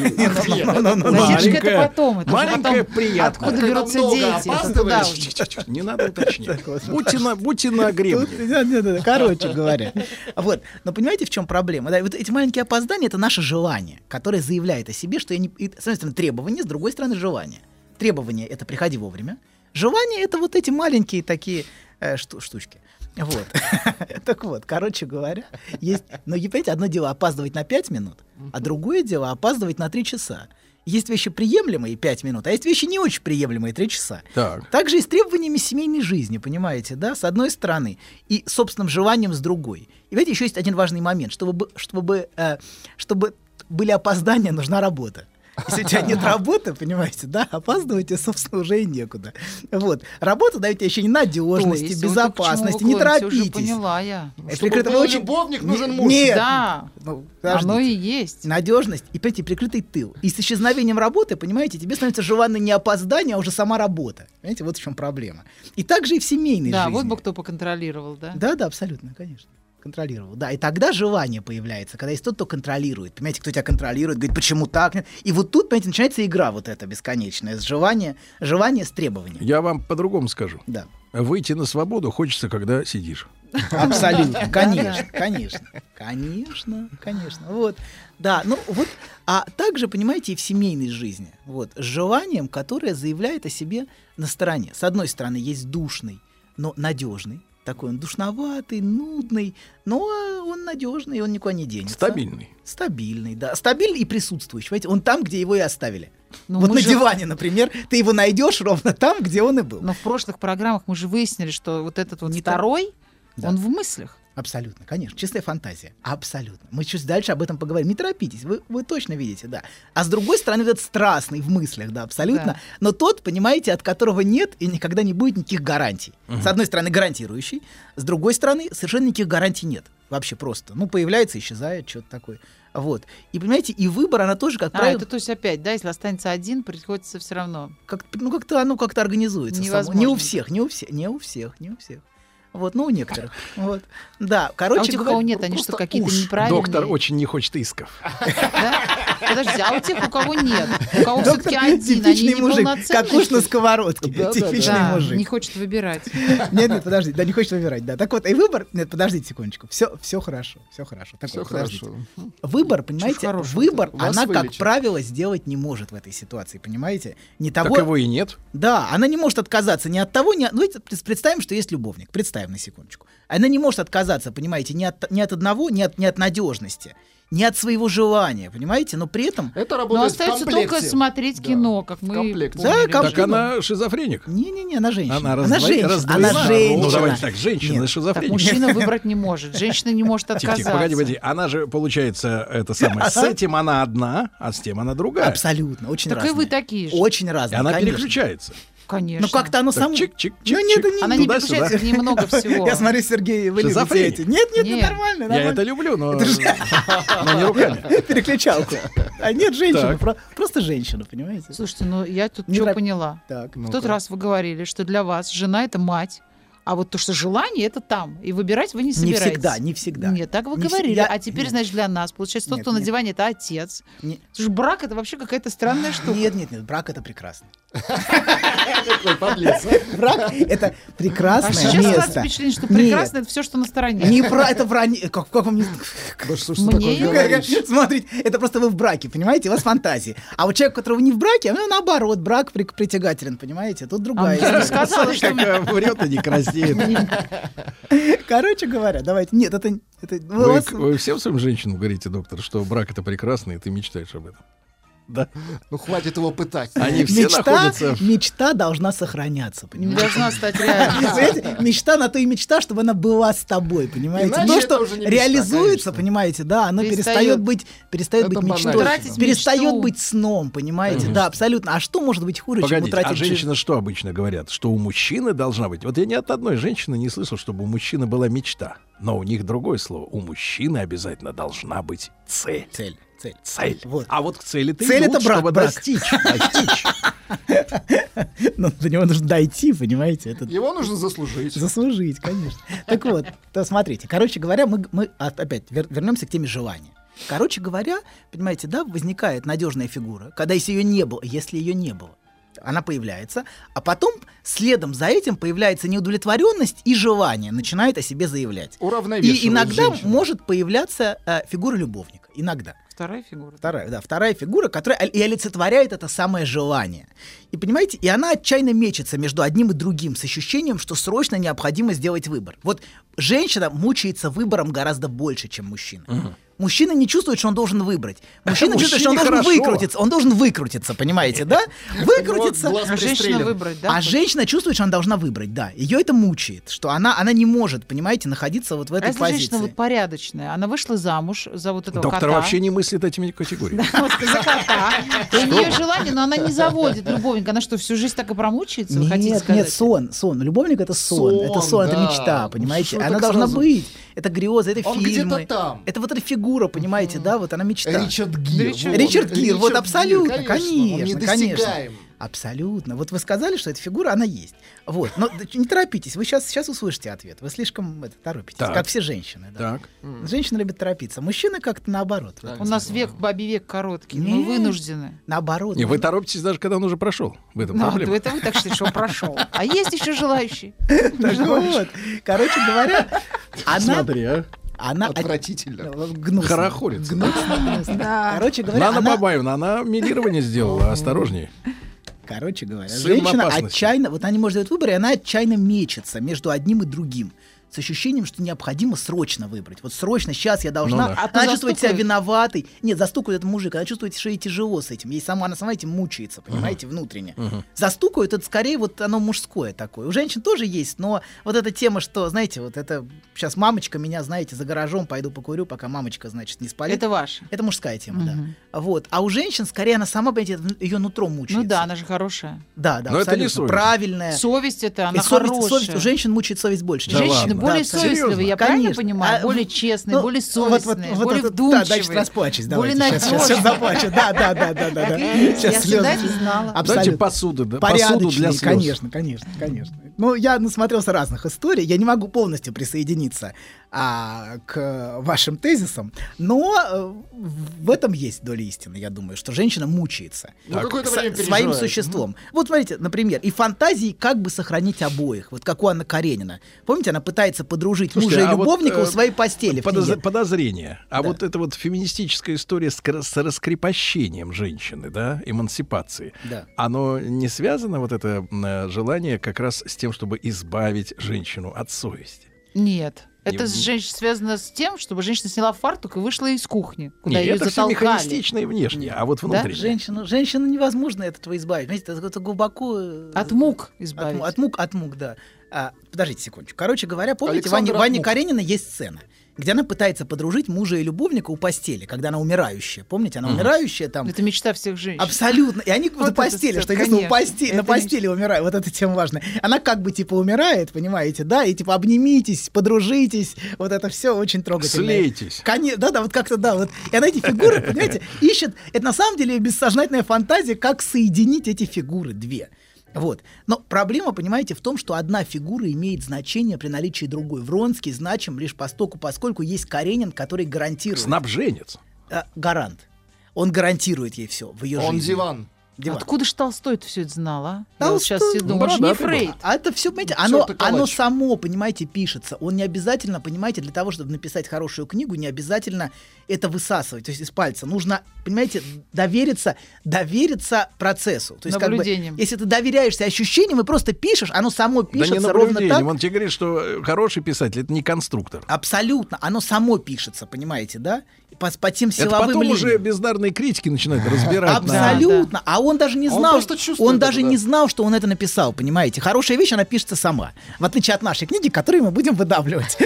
Задержка это потом. Это уже Маленькая потом приятность. откуда Когда берутся много дети. Это туда опаздываешь. уже. Не надо уточнять. Будьте на, будьте на Тут- гребне. да, да, да, короче говоря. Вот. Но понимаете, в чем проблема? Да, вот эти маленькие опоздания — это наше желание, которое заявляет о себе, что я не... и, с одной стороны, требование, с другой стороны, желание. Требование — это приходи вовремя. Желание — это вот эти маленькие такие э, шту- штучки. Вот. Так вот, короче говоря, есть... Но, понимаете, одно дело опаздывать на пять минут, а другое дело опаздывать на три часа. Есть вещи приемлемые пять минут, а есть вещи не очень приемлемые три часа. Так. Также и с требованиями семейной жизни, понимаете, да, с одной стороны, и собственным желанием с другой. И видите, еще есть один важный момент. Чтобы, чтобы, э, чтобы были опоздания, нужна работа. Если у тебя нет работы, понимаете, да, опаздывайте, собственно, уже и некуда. Вот. Работа дает тебе еще и надежности, Костя, вот безопасности, вы к не чему вы клоните, уже торопитесь. поняла я. Это Чтобы прикрыто был очень- любовник, Не- нужен муж. Нет. Да, Ну, оно и подождите. есть. Надежность и, понимаете, прикрытый тыл. И с исчезновением работы, понимаете, тебе становится желанно не опоздание, а уже сама работа. Понимаете, вот в чем проблема. И также и в семейной Да, жизни. вот бы кто поконтролировал, да? Да, да, абсолютно, конечно. Контролировал. Да, и тогда желание появляется, когда есть тот, кто контролирует. Понимаете, кто тебя контролирует, говорит, почему так? Нет? И вот тут, понимаете, начинается игра вот эта бесконечная. С желания, желание с требованием. Я вам по-другому скажу. Да. Выйти на свободу хочется, когда сидишь. Абсолютно, конечно, конечно, конечно, конечно. Вот, да, ну вот, а также, понимаете, и в семейной жизни, вот, с желанием, которое заявляет о себе на стороне. С одной стороны, есть душный, но надежный. Такой он душноватый, нудный, но он надежный, он никуда не денется. Стабильный. Стабильный, да. Стабильный и присутствующий. Понимаете? Он там, где его и оставили. Ну, вот мы на же- диване, например, ты его найдешь ровно там, где он и был. Но в прошлых программах мы же выяснили, что вот этот вот второй, Да. он в мыслях. Абсолютно, конечно. Чистая фантазия. Абсолютно. Мы чуть дальше об этом поговорим. Не торопитесь, вы, вы точно видите, да. А с другой стороны, вот этот страстный в мыслях, да, абсолютно. Да. Но тот, понимаете, от которого нет и никогда не будет никаких гарантий. Мгм. С одной стороны, гарантирующий, с другой стороны, совершенно никаких гарантий нет. Вообще просто. Ну, появляется, исчезает, что-то такое. Вот. И, понимаете, и выбор, она тоже, как А, правило... это то есть опять, да, если останется один, приходится все равно. Как, ну, как-то оно как-то организуется. само. Невозможно. Не у всех, не у всех, не у всех, не у всех. Вот, ну, у некоторых. Вот. Да, А короче у тех, у говоря, кого нет, они что, просто какие-то уж. неправильные? Доктор очень не хочет исков. Подожди, а у тех, у кого нет? У кого Доктор все-таки один, они типичный мужик, неполноценные, как уж что на ли? сковородке. Да, да, Типичный Да, мужик. не хочет выбирать. Нет, нет, подожди, да, не хочет выбирать, да. Так вот, и выбор, нет, подождите секундочку, все, все хорошо, все хорошо. Так Всё вот, подождите. хорошо. Выбор, понимаете, хорошего-то? выбор, Вас она, как вылечат. правило, сделать не может в этой ситуации, понимаете? Не того, Так его и нет. да, она не может отказаться ни от того, ни от... Ну, давайте представим, что есть любовник. Представим на секундочку. Она не может отказаться, понимаете, ни от, ни от одного, ни от, ни от надежности, ни от своего желания, понимаете? Но при этом... Это Но работает остается в комплекте. только смотреть кино, как мы комплекте. помнили. Да, Так она шизофреник. Не-не-не, она женщина. Она, она раздво- женщина. раздвоена. Она женщина. Ну, давайте так, женщина Нет. Так шизофреник. мужчина выбрать не может, женщина не может Тихо, отказаться. тихо, погоди, погоди. Она же, получается, это самое, с Ага. этим она одна, а с тем она другая. Абсолютно, очень Так и разные. вы такие же. Очень И разные, она конечно. переключается. Конечно. Ну как-то оно Так, само... чик-чик, Ну нет, чик-чик. это не... Она не туда-сюда. переключается, в ней много всего. Я смотрю, Сергей, вы любите Шизофрения. эти. Нет, нет, Нет. нет, нормально, Я нормально. это люблю, но, Это же- но не руками. Переключалку. А нет, женщина, Так. про- просто женщина, понимаете? Слушайте, ну я тут Не что топ- поняла. Так, В тот раз вы говорили, что для вас жена — это мать, а вот то, что желание — это там. И выбирать вы не Не собираетесь. всегда, не всегда. Нет, так вы Не говорили. всегда. А теперь, Нет. значит, для нас, получается, тот, Нет, кто на нет. диване — это отец. Не- Слушай, брак — это вообще какая-то странная штука. Нет, нет, нет, брак это прекрасно. Какой подлец. Брак это А прекрасное сейчас сложилось место. впечатление, что Нет. прекрасно — это все, что на стороне. Не про это вранье. Как, как вам не... Да что ж ты Мне такое говоришь? Смотрите, это просто вы в браке, понимаете? У вас фантазии. А вот человек, у которого не в браке, ну, наоборот, брак при- притягателен, понимаете? Тут другая А я не история. сказала, что... Как э, врет и не краснеет. Короче говоря, давайте. Нет, это... это у Вы, вас- вы всем своим женщинам говорите, доктор, что брак это прекрасно, и ты мечтаешь об этом. Да. Ну хватит его пытать. Они все мечта, находятся... мечта должна сохраняться, Не понимаете? должна стать реальностью. Понимаете? Мечта на то и мечта, чтобы она была с тобой, понимаете? Иначе То, это что уже не мечта, реализуется, конечно. понимаете, да, оно Перестает- перестает быть, перестает Это быть мечтой, банально. Тратить перестает мечту. быть сном, понимаете? Да, абсолютно. А что может быть хуже, чем Погодите, а утратить жизнь? женщины что обычно говорят? Что у мужчины должна быть... Вот я ни от одной женщины не слышал, чтобы у мужчины была мечта. Но у них другое слово. У мужчины обязательно должна быть цель. Цель, цель. Цель. Вот. А вот к цели-то Цель идут, это брак, чтобы брак. достичь. достичь. Но до него нужно дойти, понимаете? Это Его нужно заслужить. заслужить, конечно. Так вот, то смотрите, короче говоря, мы, мы от- опять вер- вернемся к теме желания. Короче говоря, понимаете, да, возникает надежная фигура, когда если ее не было, если ее не было, она появляется, а потом следом за этим появляется неудовлетворенность и желание начинает о себе заявлять. Уравновешивает И иногда женщину. может появляться э, фигура любовника. Иногда. Вторая фигура. Вторая, да, вторая фигура, которая и олицетворяет это самое желание. И понимаете, и она отчаянно мечется между одним и другим с ощущением, что срочно необходимо сделать выбор. Вот женщина мучается выбором гораздо больше, чем мужчина. Мужчина не чувствует, что он должен выбрать. Мужчина чувствует, что он Мужчине должен хорошо. выкрутиться. Он должен выкрутиться, понимаете, да? Выкрутиться. Глаз А женщина пристрелен. выбрать, да? А женщина чувствует, что она должна выбрать, да. Ее это мучает, что она, она не может, понимаете, находиться вот в А этой если позиции. женщина вот порядочная, она вышла замуж за вот этого Доктор кота. вообще не мыслит этими категориями. Вот за кота. То у нее желание, но она не заводит любовника. Она что, всю жизнь так и промучается? Вы хотите Нет, сказать? нет, сон, сон. Любовник это сон, Сон, это сон, это да. мечта, понимаете? Что Она так должна сразу? быть. Это грезы, это Он фильмы. где-то там. Это вот эта фигура, понимаете, да? Вот она мечта. Ричард Гир. Ричард- вот. Ричард Гир, вот Гир, абсолютно, он конечно, конечно. недосягаем. Абсолютно. Вот вы сказали, что эта фигура, она есть. Вот. Но не торопитесь, вы сейчас, сейчас услышите ответ. Вы слишком это, торопитесь, Так. как все женщины. Да? Так. Женщины любят торопиться. Мужчины как-то наоборот. У нас век, бабий век короткий. Мы Нет. вынуждены. Наоборот. Не, вы торопитесь даже, когда он уже прошел. В этом Да, проблема. это вы так считаете, что он прошел. А есть еще желающие. Так вот. Короче говоря, она... Смотри, а. Она Отвратительно. гнусно. Хорохорится. Гнусно, гнусно. Да. Короче говоря, Нана она... Бабаевна, она милирование сделала, осторожнее. Короче говоря, Сын женщина опасности. отчаянно, вот она не может делать выбор, и она отчаянно мечется между одним и другим. С ощущением, что необходимо срочно выбрать. Вот срочно, сейчас я должна. Ну да. А то Она чувствует себя застукают. виноватой. Нет, застукают этот мужик, она чувствует, что ей тяжело с этим. Ей сама, она сама этим мучается, понимаете, внутренне. Мгм. Застукают, это скорее вот оно мужское такое. У женщин тоже есть, но вот эта тема, что, знаете, вот это сейчас мамочка меня, знаете, за гаражом пойду покурю, пока мамочка, значит, не спалит. Это ваше. Это мужская тема, Мгм. да. Вот. А у женщин скорее она сама, понимаете, ее нутром мучается. Ну да, она же хорошая. Да, да, Но это не абсолютно. совесть. Правильная. Совесть это, она И совесть, хорошая. совесть- у женщин мучает совесть больше. Да Женщины ладно. более Да, совестливые, серьезно? я правильно Конечно. понимаю? А, более в- честные, ну, более вот- вот- совестные, вот более это- вдумчивые. Да, значит, расплачусь. более Давайте. Сейчас, сейчас, сейчас надежные. заплачу. Да, да, да, да, да, да. Я Сейчас всегда слезы. это знала. Дайте Абсолютно. посуду, да, посуду для Порядочные, слез. конечно, конечно, конечно. Ну, я насмотрелся разных историй, я не могу полностью присоединиться а, к вашим тезисам, но э, в этом есть доля истины, я думаю, что женщина мучается Ну, какое-то с- время своим переживает. существом. Вот смотрите, например, и фантазии как бы сохранить обоих, вот как у Анны Каренина. Помните, она пытается подружить Слушайте, мужа и а вот, любовника э, у своей постели в Подоз- книге. Подозрение. А Да. вот эта вот феминистическая история с, кра- с раскрепощением женщины, да, эмансипации, Да. оно не связано, вот это м, э, желание, как раз с тем, чтобы избавить женщину от совести? Нет. Это Не- с женщ- связано с тем, чтобы женщина сняла фартук и вышла из кухни, куда Нет, ее это все затолкали. механистично и внешне, а вот Да? внутренне. Женщину, женщину невозможно от этого избавить. Понимаете, это, это глубоко... э, От мук От, избавить. му- от мук, от мук, да. А, подождите секундочку. Короче говоря, помните, в Александр Анне, в Анне Отмук. Карениной есть сцена, где она пытается подружить мужа и любовника у постели, когда она умирающая. Помните, она умирающая там. Это мечта всех женщин. Абсолютно. И они Вот на это постели, всё, что единственное, у конечно. посте- на Это постели умирает. Вот эта тема важная. Она как бы типа умирает, понимаете, да, и типа обнимитесь, подружитесь. Вот это все очень трогательно. Слейтесь. Конечно, да, да, вот как-то, да, вот. И она эти фигуры, понимаете, ищет. Это на самом деле бессознательная фантазия, как соединить эти фигуры две. Вот. Но проблема, понимаете, в том, что одна фигура имеет значение при наличии другой. Вронский значим лишь постоку, поскольку есть Каренин, который гарантирует. Снабженец. э, гарант. Он гарантирует ей все в ее Он жизни. диван. Диван. Откуда же Толстой все это знал, а? Я Толстой, вот сейчас все ну, думаю, он же не бородатый был. Фрейд. А это все, понимаете, Всё оно, это калач. оно само, понимаете, пишется. Он не обязательно, понимаете, для того, чтобы написать хорошую книгу, не обязательно это высасывать, то есть из пальца. Нужно, понимаете, довериться, довериться процессу. То есть, как бы, Наблюдением. если ты доверяешься ощущениям и просто пишешь, оно само Да не пишется ровно наблюдение. так. Он тебе говорит, что э, хороший писатель — это не конструктор. Абсолютно. Оно само пишется, понимаете, да? По, по тем Это силовым потом линиям. уже бездарные критики начинают разбирать. на- Абсолютно. А он даже не Он знал, просто чувствует он это, даже да. не знал, что он это написал, понимаете. Хорошая вещь, она пишется сама. В отличие от нашей книги, которую мы будем выдавливать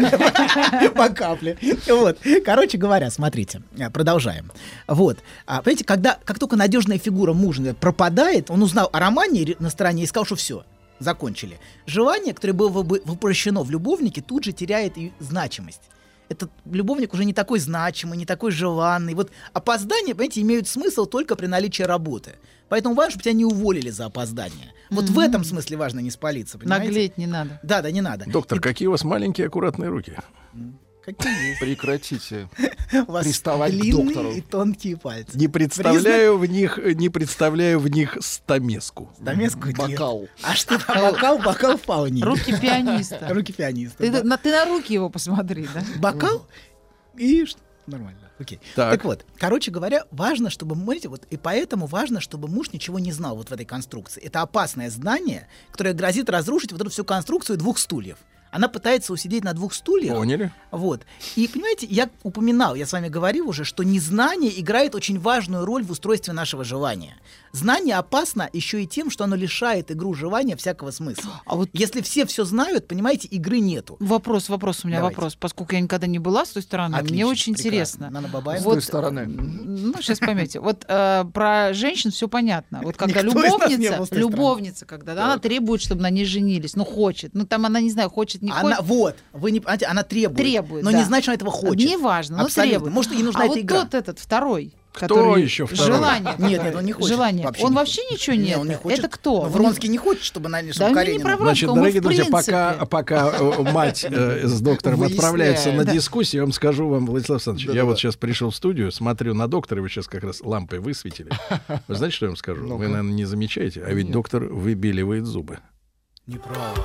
по капле. Вот. Короче говоря, смотрите, продолжаем. Вот. А, понимаете, когда, как только надежная фигура мужа пропадает, он узнал о романе на стороне и сказал, что все, закончили. Желание, которое было бы воплощено в любовнике, тут же теряет и значимость. Этот любовник уже не такой значимый, не такой желанный. Вот опоздания, понимаете, имеют смысл только при наличии работы. Поэтому важно, чтобы тебя не уволили за опоздание. Вот в этом смысле важно не спалиться, понимаете? Наглеть не надо. Да, да, не надо. Доктор, какие у вас маленькие аккуратные руки? Какие есть? Прекратите У вас приставать к длинные доктору. и тонкие пальцы. Не представляю в них, не представляю в них стамеску. Стамеску Бокал. А что там? Бокал, бокал фауни. Руки пианиста. Руки пианиста. Ты, да. на, ты на руки его посмотри, да? Бокал и ш- нормально. Окей. Так. Так. вот, короче говоря, важно, чтобы, смотрите, вот и поэтому важно, чтобы муж ничего не знал вот в этой конструкции. Это опасное знание, которое грозит разрушить вот эту всю конструкцию двух стульев. Она пытается усидеть на двух стульях. Поняли? Вот. И, понимаете, я упоминал, я с вами говорил уже, что незнание играет очень важную роль в устройстве нашего желания. Знание опасно еще и тем, что оно лишает игру желания всякого смысла. А вот Если все все знают, понимаете, игры нету. вопрос, вопрос у меня Давайте. вопрос. Поскольку я никогда не была с той стороны, Отлично, мне очень прекрасно. интересно. Нана Бабаева. С Вот, той стороны. Ну, сейчас поймете. Вот э, про женщин все понятно. Вот когда Никто из нас не любовница, был с той любовница, когда да, она требует, чтобы на ней женились, ну хочет, ну там она не знаю, хочет, не Она, хочет. вот, вы не понимаете, она требует. Требует, но да. не значит, что она этого хочет. Неважно, но Абсолютно. требует. Может, ей нужна а эта вот игра. тот этот второй, Кто который- еще второй? Желание. Нет, нет, он не хочет. Желание. Вообще Он не вообще ничего Не, нет. он не хочет. Это кто? Но Вронский не хочет, чтобы, на, чтобы Да, мы не Каренина... про Вронского, Значит, мы дорогие в друзья, принципе. пока, пока э, мать э, с доктором Выясняем. отправляется на Да. дискуссию, я вам скажу вам, Владислав Александрович, я Да-да-да. вот сейчас пришел в студию, смотрю на доктора, вы сейчас как раз лампой высветили. Вы знаете, что я вам скажу? Вы, наверное, не замечаете, а ведь доктор выбеливает зубы. Неправда.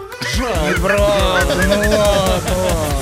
Неправда, ну ладно.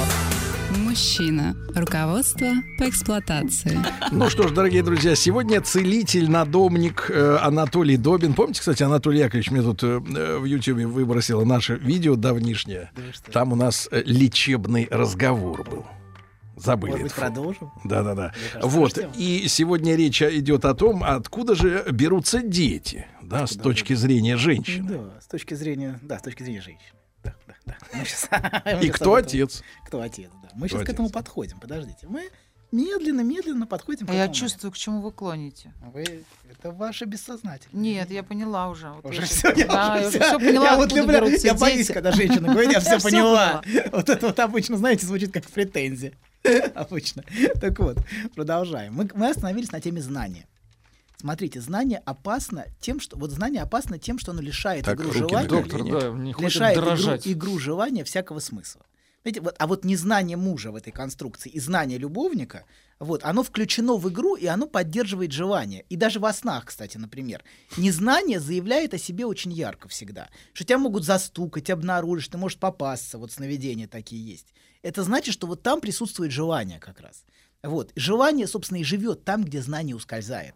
Мужчина. Руководство по эксплуатации. Ну что ж, дорогие друзья, сегодня целитель-надомник э, Анатолий Добин. Помните, кстати, Анатолий Яковлевич мне тут э, в Ютьюбе выбросило наше видео давнишнее. Там у нас э, лечебный разговор был. Забыли. Может быть, это. продолжим? Да-да-да. Мне кажется, Вот. прочтем. И сегодня речь идет о том, откуда же берутся дети, да, с точки зрения женщины. Да, с точки зрения, да, с точки зрения женщины. Да, да, да. Мы щас- мы И щас кто об этом- отец? Кто отец, да. Мы Кто сейчас к этому подходим, подождите. Мы медленно-медленно подходим к А я этому чувствую, к чему вы клоните. моменту. Вы, это ваше бессознательное. Нет, я поняла уже. Вот Уже я всё, щас- я да, уже я уже всё- все поняла, я вот откуда люблю, берутся я боюсь, дети. когда женщина говорит, я все всё поняла. поняла. Вот это вот обычно, знаете, звучит как претензия. Обычно. Так вот, продолжаем. Мы, мы остановились на теме знания. Смотрите, знание опасно тем, что... Вот знание опасно тем, что оно лишает Так, игру руки на желания... Доктор, колени. да, не хочет лишает игру, дрожать. игру желания всякого смысла. Знаете, вот, а вот незнание мужа в этой конструкции и знание любовника, вот, оно включено в игру, и оно поддерживает желание. И даже во снах, кстати, например. Незнание заявляет о себе очень ярко всегда. Что тебя могут застукать, обнаружить, ты можешь попасться. Вот сновидения такие есть. Это значит, что вот там присутствует желание как раз. Вот. Желание, собственно, и живет там, где знание ускользает.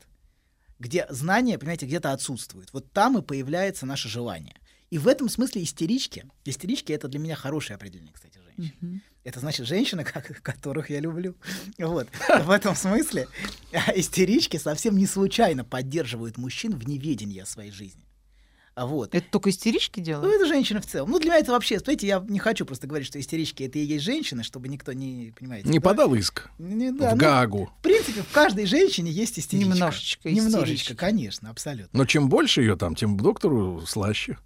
Где знание, понимаете, где-то отсутствует. Вот там и появляется наше желание. И в этом смысле истерички, истерички — это для меня хорошее определение, кстати, женщин. Мгм. Это значит женщины, как- которых я люблю. Вот. В этом смысле истерички совсем не случайно поддерживают мужчин в неведении о своей жизни. А вот. Это только истерички Ну, делают? это женщины в целом. Ну, для меня это вообще, смотрите, я не хочу просто говорить, что истерички — это и есть женщины, чтобы никто не, понимаете. Не да? подал иск Не- да, в ну, Гаагу. В принципе, в каждой женщине есть истеричка. Немножечко Немножечко, истерички. конечно, абсолютно. Но чем больше ее там, тем доктору слаще.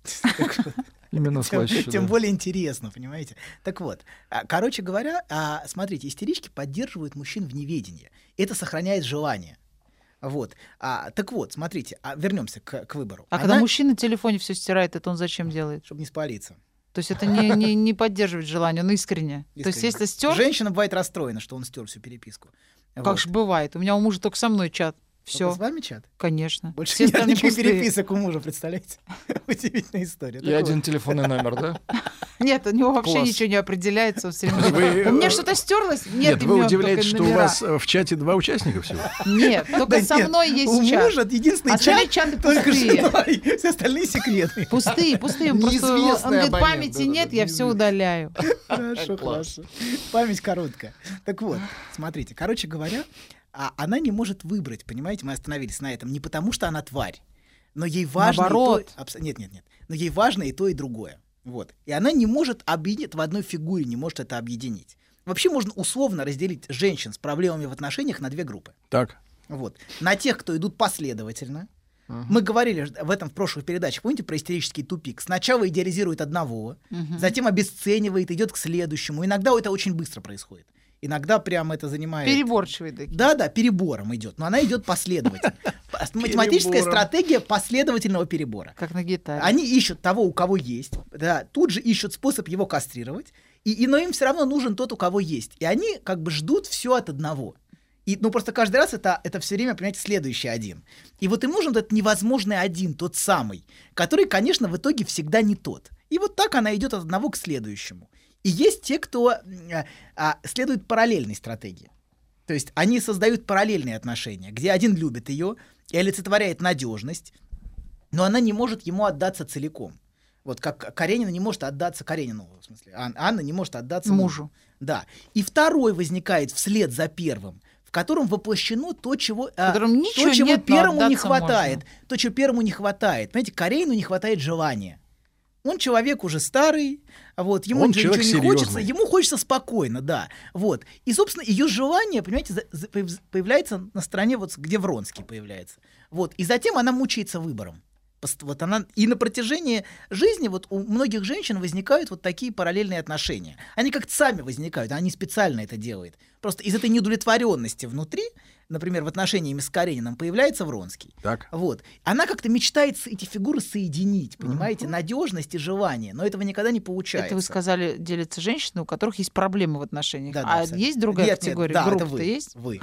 Именно Тем, слаще. тем да. более интересно, понимаете? Так вот, а, короче говоря, а, смотрите, истерички поддерживают мужчин в неведении. Это сохраняет желание. Вот. А, так вот, смотрите, а, вернемся к, к выбору. А Она- когда мужчина на телефоне все стирает, это он зачем делает? Чтобы не спалиться. То есть это не, не, не поддерживает желание, он искренне. То есть Искренне. если стер, Женщина бывает расстроена, что он стер всю переписку. как Вот. же бывает. У меня у мужа только со мной чат. Все. Только с вами чат? Конечно. Больше Все нет остальные никаких пустые. переписок у мужа, представляете? Удивительная история. И Так вот. один телефонный номер, да? Нет, у него вообще Класс. ничего не определяется. Он все время Вы, говорит, у меня э, что-то стерлось? Нет, Нет, вы имен, удивляетесь, только что у номера. вас э, в чате два участника всего? Нет, только Да со нет, мной есть у чат. мужа единственный Остальные чат чаты только с пустые. женой. Все остальные секретные. Пустые, пустые. Он просто, он Неизвестный говорит, абонент, памяти да-да-да, нет, я все удаляю. Хорошо, хорошо. Память короткая. Так вот, смотрите, короче говоря, а она не может выбрать, понимаете, мы остановились на этом, не потому что она тварь, но ей важно Наоборот. и то... абс- Нет, нет, нет. Но ей важно и то, и другое. Вот. И она не может объединить, в одной фигуре не может это объединить. Вообще можно условно разделить женщин с проблемами в отношениях на две группы. Так. Вот. На тех, кто идут последовательно. Мы говорили в этом в прошлых передачах, помните, про истерический тупик? Сначала идеализирует одного, Мгм. затем обесценивает, идет к следующему. Иногда это очень быстро происходит. Иногда прямо это занимает... Переборчивые такие. Да-да, перебором идет, но она идет последовательно. Математическая Перебором. стратегия последовательного перебора. Как на гитаре. Они ищут того, у кого есть, да, тут же ищут способ его кастрировать, и, и, но им все равно нужен тот, у кого есть. И они как бы ждут все от одного. И, ну, просто каждый раз это, это все время, понимаете, следующий один. И вот им нужен этот невозможный один, тот самый, который, конечно, в итоге всегда не тот. И вот так она идет от одного к следующему. И есть те, кто а, а, следует параллельной стратегии. То есть они создают параллельные отношения, где один любит ее и олицетворяет надежность, но она не может ему отдаться целиком. Вот как Каренина не может отдаться Каренину, в смысле, Ан- Анна не может отдаться мужу. Мужу. Да. И второй возникает вслед за первым, в котором воплощено то, чего, а, котором ничего то, чего нет, но первому не отдаться хватает. можно. То, чего первому не хватает. Понимаете, Каренину не хватает желания. Он человек уже старый, вот, ему Он ничего, человек ничего не хочется, серьезный. ему хочется спокойно, да. Вот. И, собственно, ее желание, понимаете, за- за- появ- появляется на стороне, вот, где Вронский появляется. Вот. И затем она мучается выбором. Пост- Вот она и на протяжении жизни вот у многих женщин возникают вот такие параллельные отношения. Они как-то сами возникают, они специально это делают. Просто из этой неудовлетворенности внутри, например, в отношении с Карениным появляется Вронский. Так. Вот. Она как-то мечтает с- эти фигуры соединить, понимаете, надежность и желание, но этого никогда не получается. Это вы сказали, делятся женщины, у которых есть проблемы в отношениях. Да, да, а абсолютно. есть другая Нет, нет, категория? да, это Группа-то вы. есть? Вы.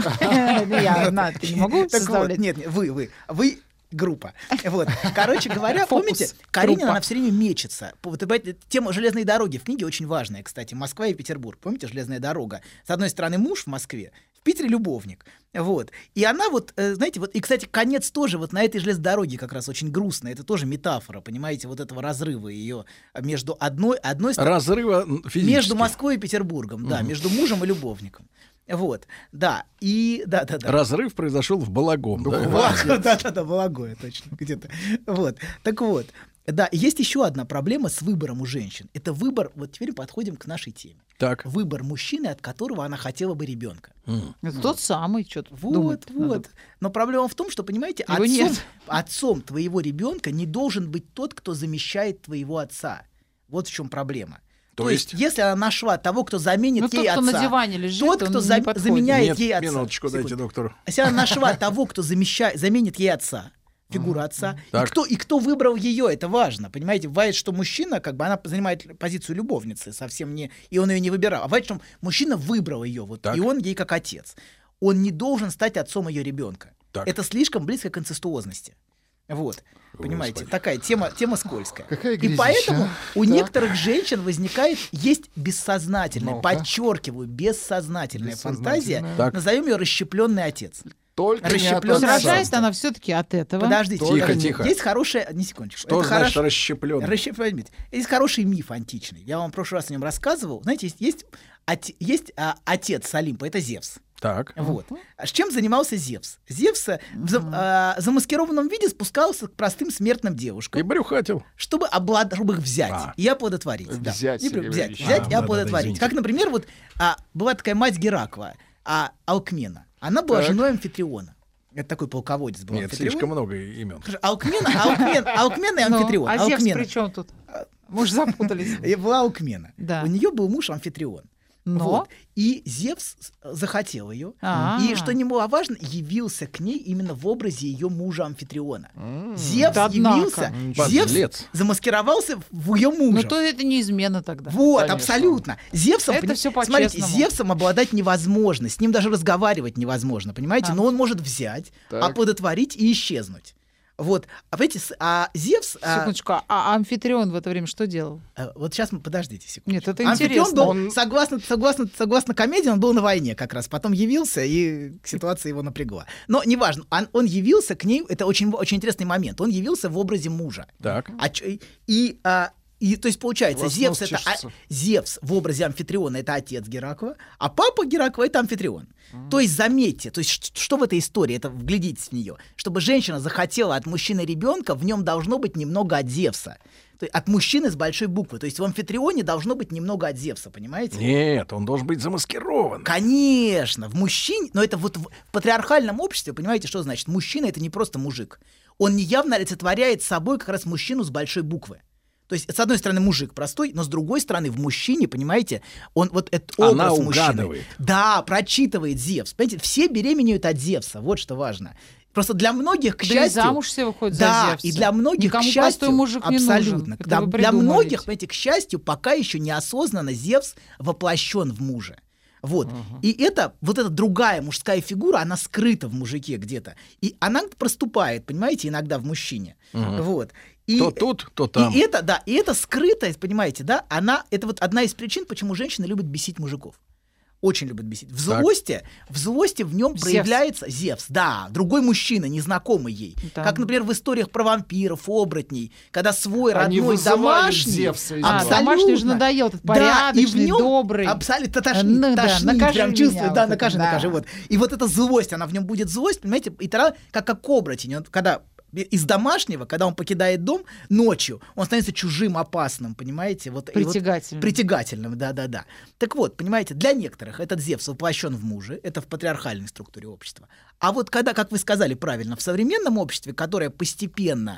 Я одна, ты не могу Так вот, составлять? нет, нет, вы, вы. Вы группа. Вот. Короче говоря, Фокус. помните, Каренина, Группа. она все время мечется. Вот, понимаете, тема железной дороги в книге очень важная, кстати. Москва и Петербург. Помните, железная дорога? С одной стороны муж в Москве, в Питере любовник. Вот. И она вот, э, знаете, вот, и, кстати, конец тоже вот на этой железной дороге как раз очень грустный. Это тоже метафора, понимаете, вот этого разрыва ее между одной, одной стороной... Разрыва физически. Между Москвой и Петербургом, да, Мгм. между мужем и любовником. Вот, да, и да, да, да. Разрыв произошел в Балагом. да? Вот, да-да-да, Вологоде, точно, где-то. Вот, так вот, да, есть еще одна проблема с выбором у женщин. Это выбор, вот теперь подходим к нашей теме. Так. Выбор мужчины, от которого она хотела бы ребенка. Это тот самый, что-то Вот, вот. Но проблема в том, что, понимаете, Его отцом, нет. отцом твоего ребенка не должен быть тот, кто замещает твоего отца. Вот в чем проблема. То То есть, есть- если она нашла того, кто заменит Ну, тот, ей кто отца, на диване лежит, тот, он кто не за- подходит. заменяет Нет, ей отца. минуточку дайте Секунду. доктору. Если она нашла того, кто замещает, заменит ей отца, фигуру отца, и Так. кто, и кто выбрал ее, это важно. Понимаете, бывает, что мужчина, как бы она занимает позицию любовницы, совсем не, и он ее не выбирал. А бывает, что мужчина выбрал ее, вот, Так. и он ей как отец. Он не должен стать отцом ее ребенка. Так. Это слишком близко к инцестуозности. Вот. Понимаете, такая тема, тема скользкая. Какая И грязища, поэтому а? у Так. некоторых женщин возникает, есть бессознательная, Ну-ка. подчеркиваю, бессознательная, фантазия, Бессознательная. Так. назовем ее расщепленный отец. Только не от Расщеплённый отца. отец. Рожает она все-таки от этого. Подождите, Тихо, подождите. тихо. Есть хорошая, не секундочку. Что Это значит хорошо- расщеплённый? Расщеп- поймите, есть хороший миф античный. Я вам в прошлый раз о нем рассказывал. Знаете, есть, есть, оте- есть а, отец Олимпа, это Зевс. Так. Вот. А с чем занимался Зевс? Зевс э, в за- а, замаскированном виде спускался к простым смертным девушкам. И брюхатил. Чтобы, облад... чтобы их взять А. и оплодотворить. Да. Взять, И при- Сергей взять, Валерьевич. взять А, и да-да-да, оплодотворить. извините. Как, например, вот а, была такая мать Геракла, а, Алкмена. Она была Так. женой Амфитриона. Это такой полководец был. Нет, Амфитрион. слишком много имен. Хорошо, Алкмена, Алкмен, Алкмен и Ну, Амфитрион. а Зевс Алкмена. при чем тут? Мы же запутались. И была Алкмена. Да. У нее был муж Амфитрион. Но? Вот. И Зевс с- захотел ее. А. И, что немаловажно, явился к ней именно в образе ее мужа Амфитриона. Зевс Да однако. явился, Подлец. Зевс замаскировался в ее мужа. Ну, то это не измена тогда. Вот, Конечно. абсолютно. Зевсом, Это пони- всё смотрите, по-честному. Зевсом обладать невозможно, с ним даже разговаривать невозможно, понимаете? А. Но он может взять, Так. оплодотворить и исчезнуть. Вот, а понимаете, с- а Зевс... а, Секундочку, а- а Амфитрион в это время что делал? а, вот сейчас мы, подождите секунду. Нет, это Амфитрион интересно. был, Он- согласно, согласно, согласно комедии, он был на войне как раз. Потом явился, и ситуация его напрягла. Но неважно, он, он явился к ней, это очень, очень интересный момент, он явился в образе мужа. Так. А чё- и, а, и, то есть, получается, Вас Зевс нос это, а, чешется. Зевс в образе Амфитриона — это отец Геракла, а папа Геракла — это Амфитрион. То есть, заметьте, то есть, ш- что в этой истории, это вглядитесь в нее, чтобы женщина захотела от мужчины ребенка, в нем должно быть немного от Зевса. То есть, от мужчины с большой буквы. То есть в Амфитрионе должно быть немного от Зевса, понимаете? Нет, он должен быть замаскирован. Конечно, в мужчине, но это вот в патриархальном обществе, понимаете, что значит? Мужчина — это не просто мужик. Он неявно олицетворяет собой как раз мужчину с большой буквы. То есть, с одной стороны, мужик простой, но с другой стороны, в мужчине, понимаете, он вот этот Она образ мужчины. угадывает. Да, прочитывает Зевс. Понимаете, все беременеют от Зевса, вот что важно. Просто для многих, к Да и счастью... замуж все выходят да, за Зевса. и для многих, Никому к счастью... простой мужик не нужен. абсолютно. Это Да, вы для придумали многих, ведь. понимаете, к счастью, пока еще неосознанно Зевс воплощен в муже. Вот. И это, вот эта другая мужская фигура, она скрыта в мужике где-то. И она проступает, понимаете, иногда в мужчине. Мгм. Вот. И, То тут, то там. И это, да, и это скрытость, понимаете, да, она, это вот одна из причин, почему женщины любят бесить мужиков. Очень любят бесить. В Так. злости, в злости в нем Зевс. проявляется Зевс, да, другой мужчина, незнакомый ей. Да. Как, например, в историях про вампиров, оборотней, когда свой Они родной вызывали домашний, Зевса из А, него. домашний же надоел, этот да, и в порядочный, нем добрый. абсолютно тошнит, Ну да, тошнит, накажи прям меня, чувствую, вот да, это, накажи, да. накажи, вот. И вот эта злость, она в нем будет злость, понимаете, и тогда, как, как оборотень, он, когда из домашнего, когда он покидает дом ночью, он становится чужим, опасным, понимаете? Вот, и вот- Притягательным. притягательным, да-да-да. Так вот, понимаете, для некоторых этот Зевс воплощен в муже, это в патриархальной структуре общества. А вот когда, как вы сказали правильно, в современном обществе, которое постепенно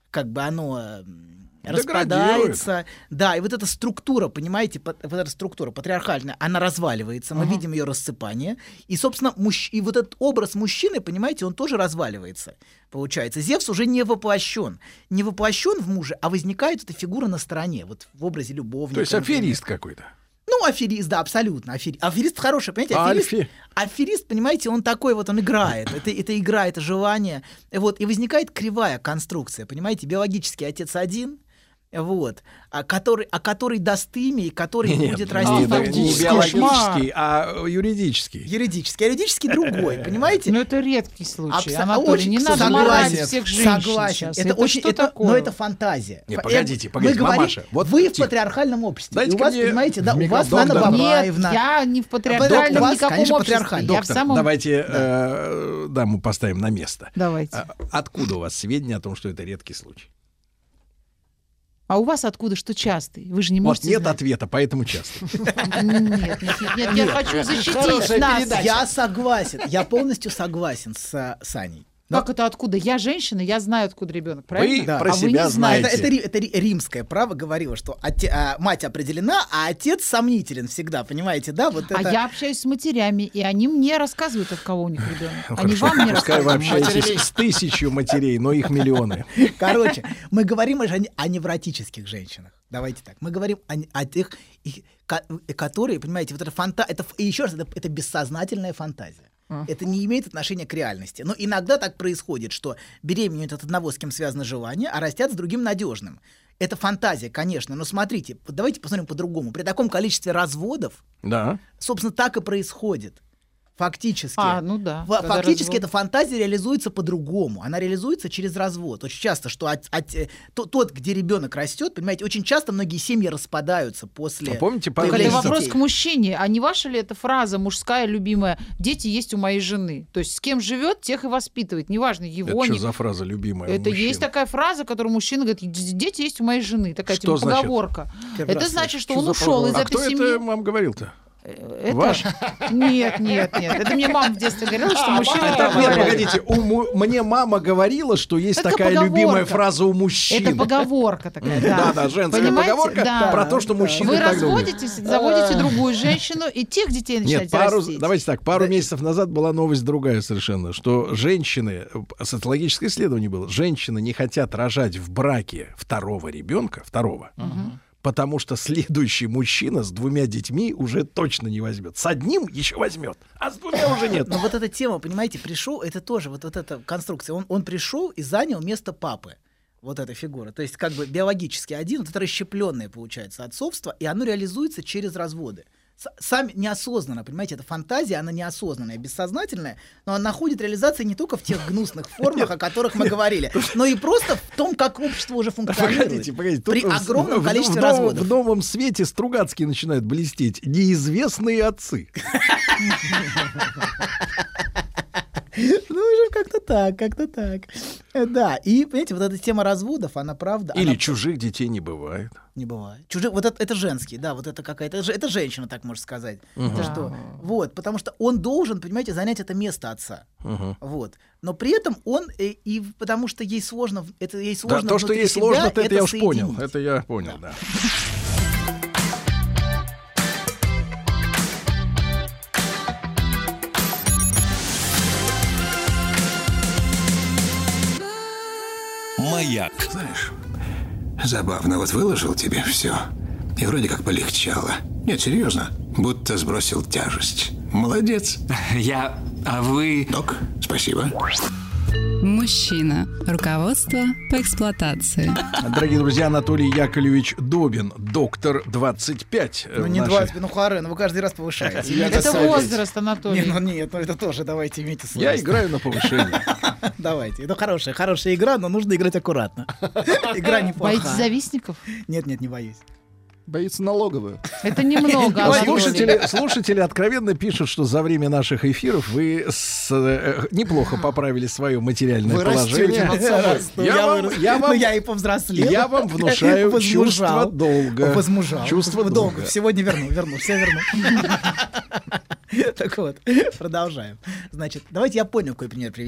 как бы оно м, распадается. Да, и вот эта структура, понимаете, вот эта структура патриархальная, она разваливается, мы Ага. видим ее рассыпание. И, собственно, мужч... и вот этот образ мужчины, понимаете, он тоже разваливается. Получается, Зевс уже не воплощен. Не воплощен в муже, а возникает эта фигура на стороне, вот в образе любовника. То есть например. аферист какой-то. Ну, аферист, да, абсолютно. Афери... Аферист хороший, понимаете? Аферист, Альфи. аферист, понимаете, он такой вот, он играет. Это, это игра, это желание. Вот, и возникает кривая конструкция, понимаете? Биологический отец один, вот, а который, а который даст имя и который Нет, будет не, расти. не фактически. биологический, а юридический. Юридический. А юридический другой, понимаете? Ну, это редкий случай. Абсо- Анатолий, очень не надо согласен. морать всех женщин Согласен. сейчас. Это, очень, что это, такое? но это фантазия. Не, Э, погодите, мы погодите, говорим, мамаша, вот вы в тихо. патриархальном обществе. И у Дайте-ка вас, мне понимаете, да, в у вас микрофон. Анна Доктор. Бабаевна. Я не в У патриархальном вас, никаком конечно, обществе. патриархальном. Я в Доктор, самом... давайте э, даму поставим на место. Давайте. А, откуда у вас сведения о том, что это редкий случай? А у вас откуда, что частый? Вы же не Вот можете нет знать. ответа, поэтому часто. Нет, нет, нет, нет, я хочу защитить Хорошая нас. передача. Я согласен, я полностью согласен с э, Саней. Как это откуда? Я женщина, я знаю, откуда ребенок, правильно? Да. про а вы себя не знаете. Это, это, ри- это ри- римское право говорило, что оте- а, мать определена, а отец сомнителен всегда, понимаете, да? Вот А это... я общаюсь с матерями, и они мне рассказывают, от кого у них ребенок. Ну, Они хорошо, вам не пускай вы рассказывают. общаетесь с тысячью матерей, но их миллионы. Короче, мы говорим о, жен- о невротических женщинах. Давайте так. Мы говорим о, о тех, и- ко- которые, понимаете, вот это фанта... это ф- и еще раз, это, это бессознательная фантазия. Это не имеет отношения к реальности. Но иногда так происходит, что беременеют от одного, с кем связано желание, а растят с другим надежным. Это фантазия, конечно, но смотрите, вот давайте посмотрим по-другому. При таком количестве разводов, Да. собственно, так и происходит. Фактически. А, ну да. Фа- когда Фактически развод. эта фантазия реализуется по-другому. Она реализуется через развод. Очень часто, что от- от- э, то- тот, где ребенок растет, понимаете, очень часто многие семьи распадаются после. А помните, Так это появления вопрос детей. к мужчине. А не ваша ли эта фраза мужская, любимая? Дети есть у моей жены. То есть с кем живет, тех и воспитывает. Неважно, его Это что не... за фраза любимая? у Это мужчин? есть такая фраза, которую мужчина говорит: «Д- дети есть у моей жены. Такая Что типа значит? поговорка. Первый Это раз значит, что Что он за ушел из поговорка? А этой кто семьи. это вам говорил-то? Это... Ваш? Нет, нет, нет. Это мне мама в детстве говорила, что мужчины Это, так нет, говорят. погодите, у му- мне мама говорила, что есть Это такая поговорка. любимая фраза у мужчин. Это поговорка такая, да. Да, да, женская Понимаете? поговорка Да. про то, что мужчины Вы так думают. разводитесь, заводите другую женщину, и тех детей начинаете Нет, пару, растить. давайте так, пару месяцев назад была новость другая совершенно, что женщины, социологическое исследование было, женщины не хотят рожать в браке второго ребенка, второго, потому что следующий мужчина с двумя детьми уже точно не возьмет. С одним еще возьмет, а с двумя уже нет. Но вот эта тема, понимаете, пришел, это тоже вот, вот эта конструкция. Он, он пришел и занял место папы. Вот эта фигура. То есть как бы биологически один, вот это расщепленное получается отцовство, и оно реализуется через разводы. С- Сами неосознанно, понимаете, это фантазия, она неосознанная, бессознательная, но она находит реализацию не только в тех гнусных формах, о которых мы говорили, но и просто в том, как общество уже функционирует. Погодите, погодите. При тут в- огромном в- количестве в, новом- разводов. В новом свете Стругацкие начинают блестеть. Неизвестные отцы. Ну, уже как-то так, как-то так. Э, Да, и, понимаете, вот эта тема разводов, она правда... Или она чужих детей не бывает. не бывает. Чужие, вот это, это женский, да, вот это какая-то, это, же- это женщина, так можно сказать. Мгм. Что, вот, потому что он должен, понимаете, занять это место отца. Мгм. Вот. Но при этом он, э, и потому что ей сложно, в- это ей Да, сложно то, что внутри ей себя сложно, это, я уж понял. соединить. Это я понял, да. Маяк. Знаешь, забавно, вот выложил тебе все, и вроде как полегчало. Нет, серьезно, будто сбросил тяжесть. Молодец. Я... А вы... Док, спасибо. Мужчина. Руководство по эксплуатации. Дорогие друзья, Анатолий Яковлевич Добин, доктор двадцать пять. Ну в не нашей- двадцать, ну Харен, вы каждый раз повышаете. Я Имейте Это совесть. возраст, Анатолий. Не, ну нет, ну это тоже, давайте, имейте совесть. Я играю на повышение. Давайте. Это хорошая, хорошая игра, но нужно играть аккуратно. Игра неплохая. Боитесь завистников? Нет, нет, не боюсь. Боится налоговую. Это немного, Анатолий. Слушатели, слушатели откровенно пишут, что за время наших эфиров вы с- э, неплохо поправили свое материальное Вы растете положение. над собой. Ну, Я вам- вырос. я вам- Ну, я и повзрослел. Я вам внушаю Возмужал. чувство долга. Возмужал. Чувство В долга. Сегодня верну, верну, все верну. Так вот, продолжаем. Значит, давайте я понял, какой пример привести.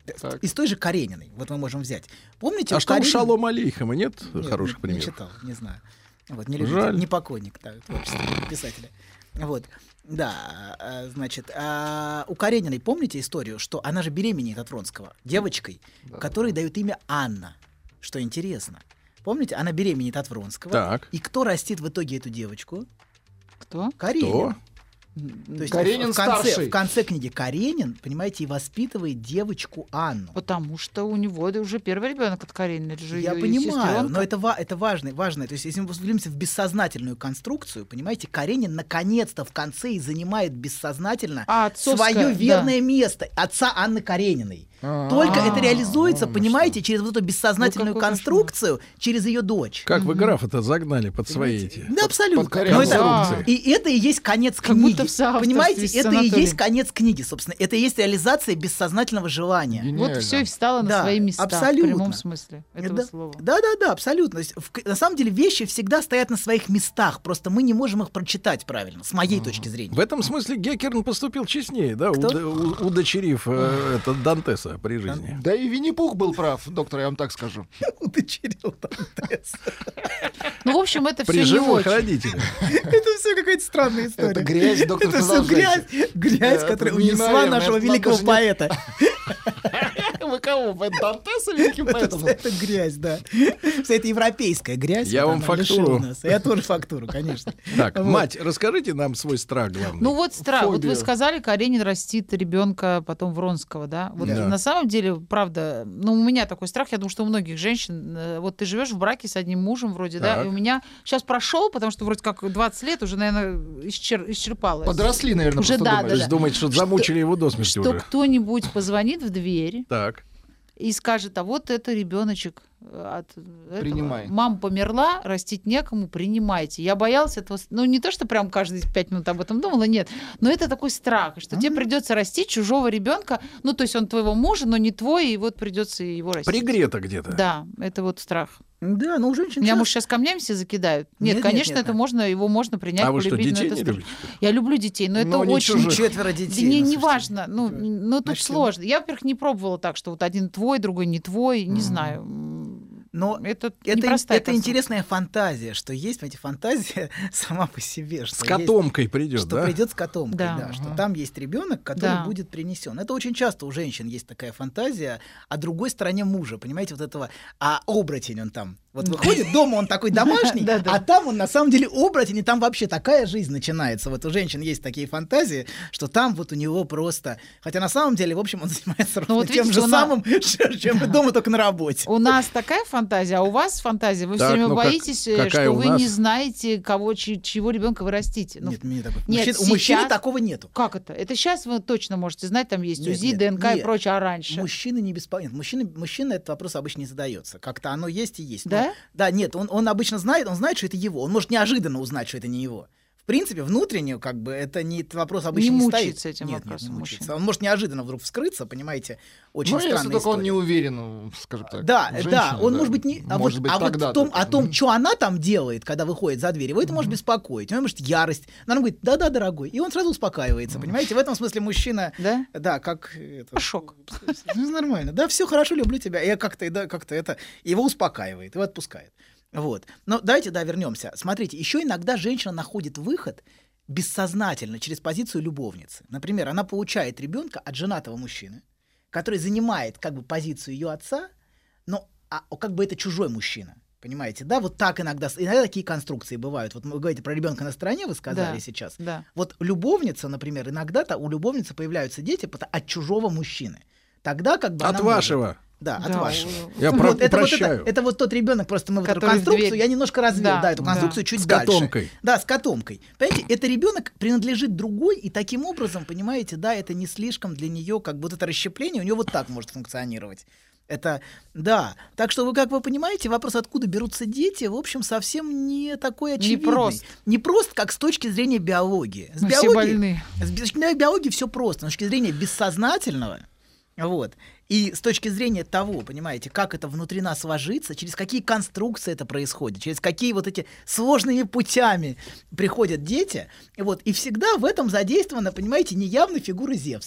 Из той же Карениной, вот мы можем взять. Помните, А у что у Карениной- Шалом Алейхема нет, Нет, хороших не, примеров? Не читал, не знаю. Вот, не любитель, Жаль. не покойник, да, творчество писателя. Вот, да, а, значит, а у Карениной, помните историю, что она же беременеет от Вронского девочкой, которой дают имя Анна, что интересно. Помните, она беременеет от Вронского. Так. И кто растит в итоге эту девочку? Кто? Каренин. Кто? То есть Каренин в конце, старший. в конце книги Каренин, понимаете, и воспитывает девочку Анну. Потому что у него да, уже первый ребенок от Каренины. Это же Я её понимаю, сестрёнка. но это, ва- это важно, важно. То есть, если мы взглянемся в бессознательную конструкцию, понимаете, Каренин наконец-то в конце и занимает бессознательно А, отцовское, свое да. верное место отца Анны Карениной. А, Только а, это реализуется, ну понимаете, через вот эту бессознательную Ну, какой конструкцию, через ее дочь. Как вы графа-то загнали под свои эти... Да, абсолютно. под Но это- конструкции. и это и есть конец Как книги. будто в соавторстве Понимаете, с это и Анатолием. есть конец книги, собственно. Это и есть реализация бессознательного желания. Вот все и встало на Да, свои места абсолютно. в прямом смысле этого Да, слова. Да, да, да, абсолютно. То есть, в- на самом деле вещи всегда стоят на своих местах, просто мы не можем их прочитать правильно, с моей точки зрения. В этом смысле Геккерн поступил честнее, да, Кто? уда- у- удочерив э, этот Дантеса при жизни. Да и Винни-Пух был прав, доктор, я вам так скажу. Удочерил Дантеса. Ну, в общем, это При все не живых очень. родителях. Это все какая-то странная история. Это грязь, доктор, Это все грязь, продолжайте. грязь, Это которая не, унесла наверное, нашего это великого даже не- поэта. Вы кого? Вы Дантеса великим Это, поэтом? это грязь, да. Вся эта европейская грязь. Я вот вам она лишила фактуру. нас. Я тоже фактуру, конечно. Так, Вот. мать, расскажите нам свой страх главный. Ну вот страх. Вот вы Фобию. сказали, Каренин растит ребенка потом Вронского, да? Вот Да. на самом деле, правда, ну у меня такой страх, я думаю, что у многих женщин, э, вот ты живешь в браке с одним мужем вроде, да, Так. и у меня сейчас прошел, потому что вроде как двадцать лет уже, наверное, исчер- исчерпалось. Подросли, наверное, Уже просто да, думаешь. То да, есть да. думаете, что замучили его до смерти Что уже. кто-нибудь позвонит в дверь Так. и скажет, а вот это ребеночек от этого. Принимай. Мама померла, растить некому, принимайте. Я боялась этого. с- Ну, не то, что прям каждые пять минут об этом думала, нет. Но это такой страх, что тебе придется растить чужого ребенка. Ну, то есть он твоего мужа, но не твой, и вот придется его растить. Пригрето где-то. Да, это вот страх. Да, но у женщин Меня, часто- может, сейчас камнями все закидают? Нет, Нет, нет, конечно, нет, это нет. можно, его можно принять, А вы что, полюбить, но детей это не страшно. любите? Я люблю детей, но, Но это не очень... чужих. Четверо детей. Да не, ну, не слушайте. важно, ну, ну тут Значит, сложно. Я, во-первых, не пробовала так, что вот один твой, другой не твой, не знаю. Но это, Это, непростая это конструкция. интересная фантазия, что есть, понимаете, фантазия сама по себе. Что С котомкой придет, есть, что да? придет с котомкой, Да. да, что там есть ребенок, который Да. будет принесен. Это очень часто у женщин есть такая фантазия о другой стороне мужа, понимаете, вот этого, а оборотень он там. Вот выходит, дома он такой домашний, Да-да. а там он на самом деле оборотень, и там вообще такая жизнь начинается. Вот у женщин есть такие фантазии, что там вот у него просто... Хотя на самом деле, в общем, он занимается ровно Ну, вот тем видите, же у нас- самым, чем и дома, только на работе. У нас такая фантазия, а у вас фантазия. Вы Так, все время ну как- боитесь, э, какая что у вы нас? не знаете, кого, чьи- чьего ребенка вы растите. Ну, Нет, мне такой- нет, мужчин- у мужчины сейчас- такого нету. Как это? Это сейчас вы точно можете знать, там есть Нет, УЗИ, нет, ДНК и нет. прочее, а раньше? Мужчины не беспокоят. Мужчины, мужчина этот вопрос обычно не задается. Как-то оно есть и есть. Да? Но- да, нет, он, он обычно знает, он знает, что это его. Он может неожиданно узнать, что это не его. В принципе, внутренне, как бы, это не этот вопрос обычно Не не, мучается стоит. этим нет, вопросом нет, не мужчина. мучается. Он может неожиданно вдруг вскрыться, понимаете, очень Ну, если странная только он история. не уверен, ну, скажем так. Да, в да, женщине, он может быть не... А, Может вот, быть, а вот тогда в том, только. о том, что она там делает, когда выходит за дверь, его это может беспокоить. У него может ярость. Но она говорит, да-да, дорогой. И он сразу успокаивается, понимаете? В этом смысле мужчина... Да? Да, как... Это, Шок. ну, нормально. Да, все хорошо, люблю тебя. И я как-то, да, как-то это его успокаивает, его отпускает. Вот. Но давайте, да, вернемся. Смотрите, еще иногда женщина находит выход бессознательно через позицию любовницы. Например, она получает ребенка от женатого мужчины, который занимает как бы позицию ее отца, но а, как бы это чужой мужчина. Понимаете, да? Вот так иногда, иногда такие конструкции бывают. Вот вы говорите про ребенка на стороне, вы сказали Да, сейчас. да. Вот любовница, например, иногда-то у любовницы появляются дети пото- от чужого мужчины. Тогда как бы От она вашего. может- Да, от Да, вашего. у- Я Вот, про- это, вот это, упрощаю. это вот тот ребенок, просто мы вот эту Который в конструкцию, дверь. я немножко развил, да, Да, эту да. конструкцию чуть С дальше. котомкой. Да, с котомкой. Понимаете, это ребенок принадлежит другой, и таким образом, понимаете, да, это не слишком для нее, как бы вот это расщепление у нее вот так может функционировать. Это, да. Так что вы, как вы понимаете, вопрос, откуда берутся дети, в общем, совсем не такой очевидный. Непрост. Не просто, как с точки зрения биологии. С Мы все биологией- больны. с би- с точки зрения биологии все просто. С точки зрения бессознательного, вот, и с точки зрения того, понимаете, как это внутри нас ложится, через какие конструкции это происходит, через какие вот эти сложными путями приходят дети, вот, и всегда в этом задействована, понимаете, неявная фигура Зевса.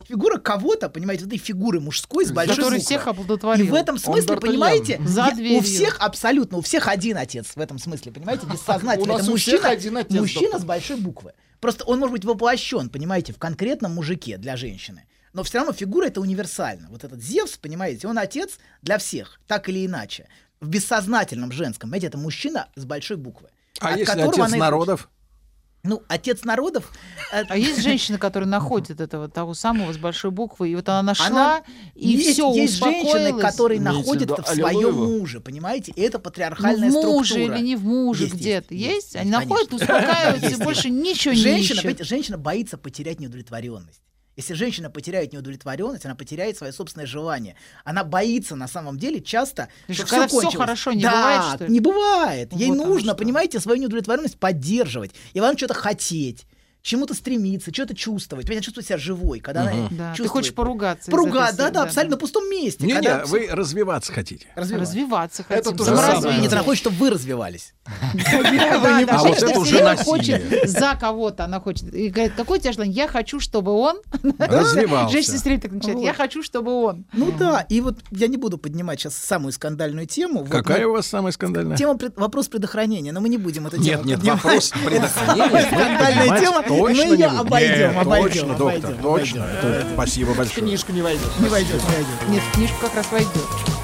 Фигура кого-то, понимаете, вот этой фигуры мужской с большой Который буквы. всех оплодотворил. И в этом смысле, Он понимаете, За я- у дверью. всех абсолютно, у всех один отец в этом смысле, понимаете, У бессознательно. нас Это у всех мужчина, один отец, мужчина доктор. с большой буквы. Просто он может быть воплощен, понимаете, в конкретном мужике для женщины. Но все равно фигура это универсальна. Вот этот Зевс, понимаете, он отец для всех, так или иначе. В бессознательном женском, понимаете, это мужчина с большой буквы. А от если которого отец она и народов? Ну, отец народов... э, А есть женщины, которые находят этого того самого с большой буквы, и вот она нашла, Она- и есть, все, есть женщины, успокоилась. которые Имеете в находят виду это в своем Аллилуеву? муже, понимаете? И это Ну, патриархальная в муже структура. или не в муже Есть, где-то. есть, Есть? есть, Они конечно. находят, успокаиваются, Есть, и больше есть. ничего не Женщина, ищут. понимаете, женщина боится потерять неудовлетворенность. Если женщина потеряет неудовлетворенность, она потеряет свое собственное желание. Она боится на самом деле часто, Ты что что, когда всё всё кончилось. хорошо, не да, бывает, что ли? не бывает. Ей Вот оно нужно, что. понимаете, свою неудовлетворенность поддерживать. И вам что-то хотеть. К чему-то стремиться, что-то чувствовать. Понимаете, чувствовать себя живой, когда она Да, ты чувствует. хочешь поругаться. из Поругать, этой да, среды, да, абсолютно на пустом месте. Не-не, Когда вы развиваться хотите. развиваться. Развиваться хотим. Это то же Ну, самое. разве нет, она хочет, чтобы вы развивались. Да, да, А вот женщина это уже всё равно насилие. хочет за кого-то, она хочет. И говорит, какой у тебя желание? Я хочу, чтобы он... Развивался. Женщина стрелит так начинает. Я хочу, чтобы он. Ну да, и вот я не буду поднимать сейчас самую скандальную тему. Вот Какая мы- у вас самая скандальная? Тема пред- вопрос предохранения, но мы не будем эту Нет, тему нет, поднимать. вопрос предохранения. Скандальная поднимать тема, точно мы ее не будем. обойдем, Нет, обойдем, точно, доктор, обойдем, точно. обойдем. Это- Спасибо В большое. книжку не войдет. Не войдет, не войдет. Нет, в книжку как раз войдет.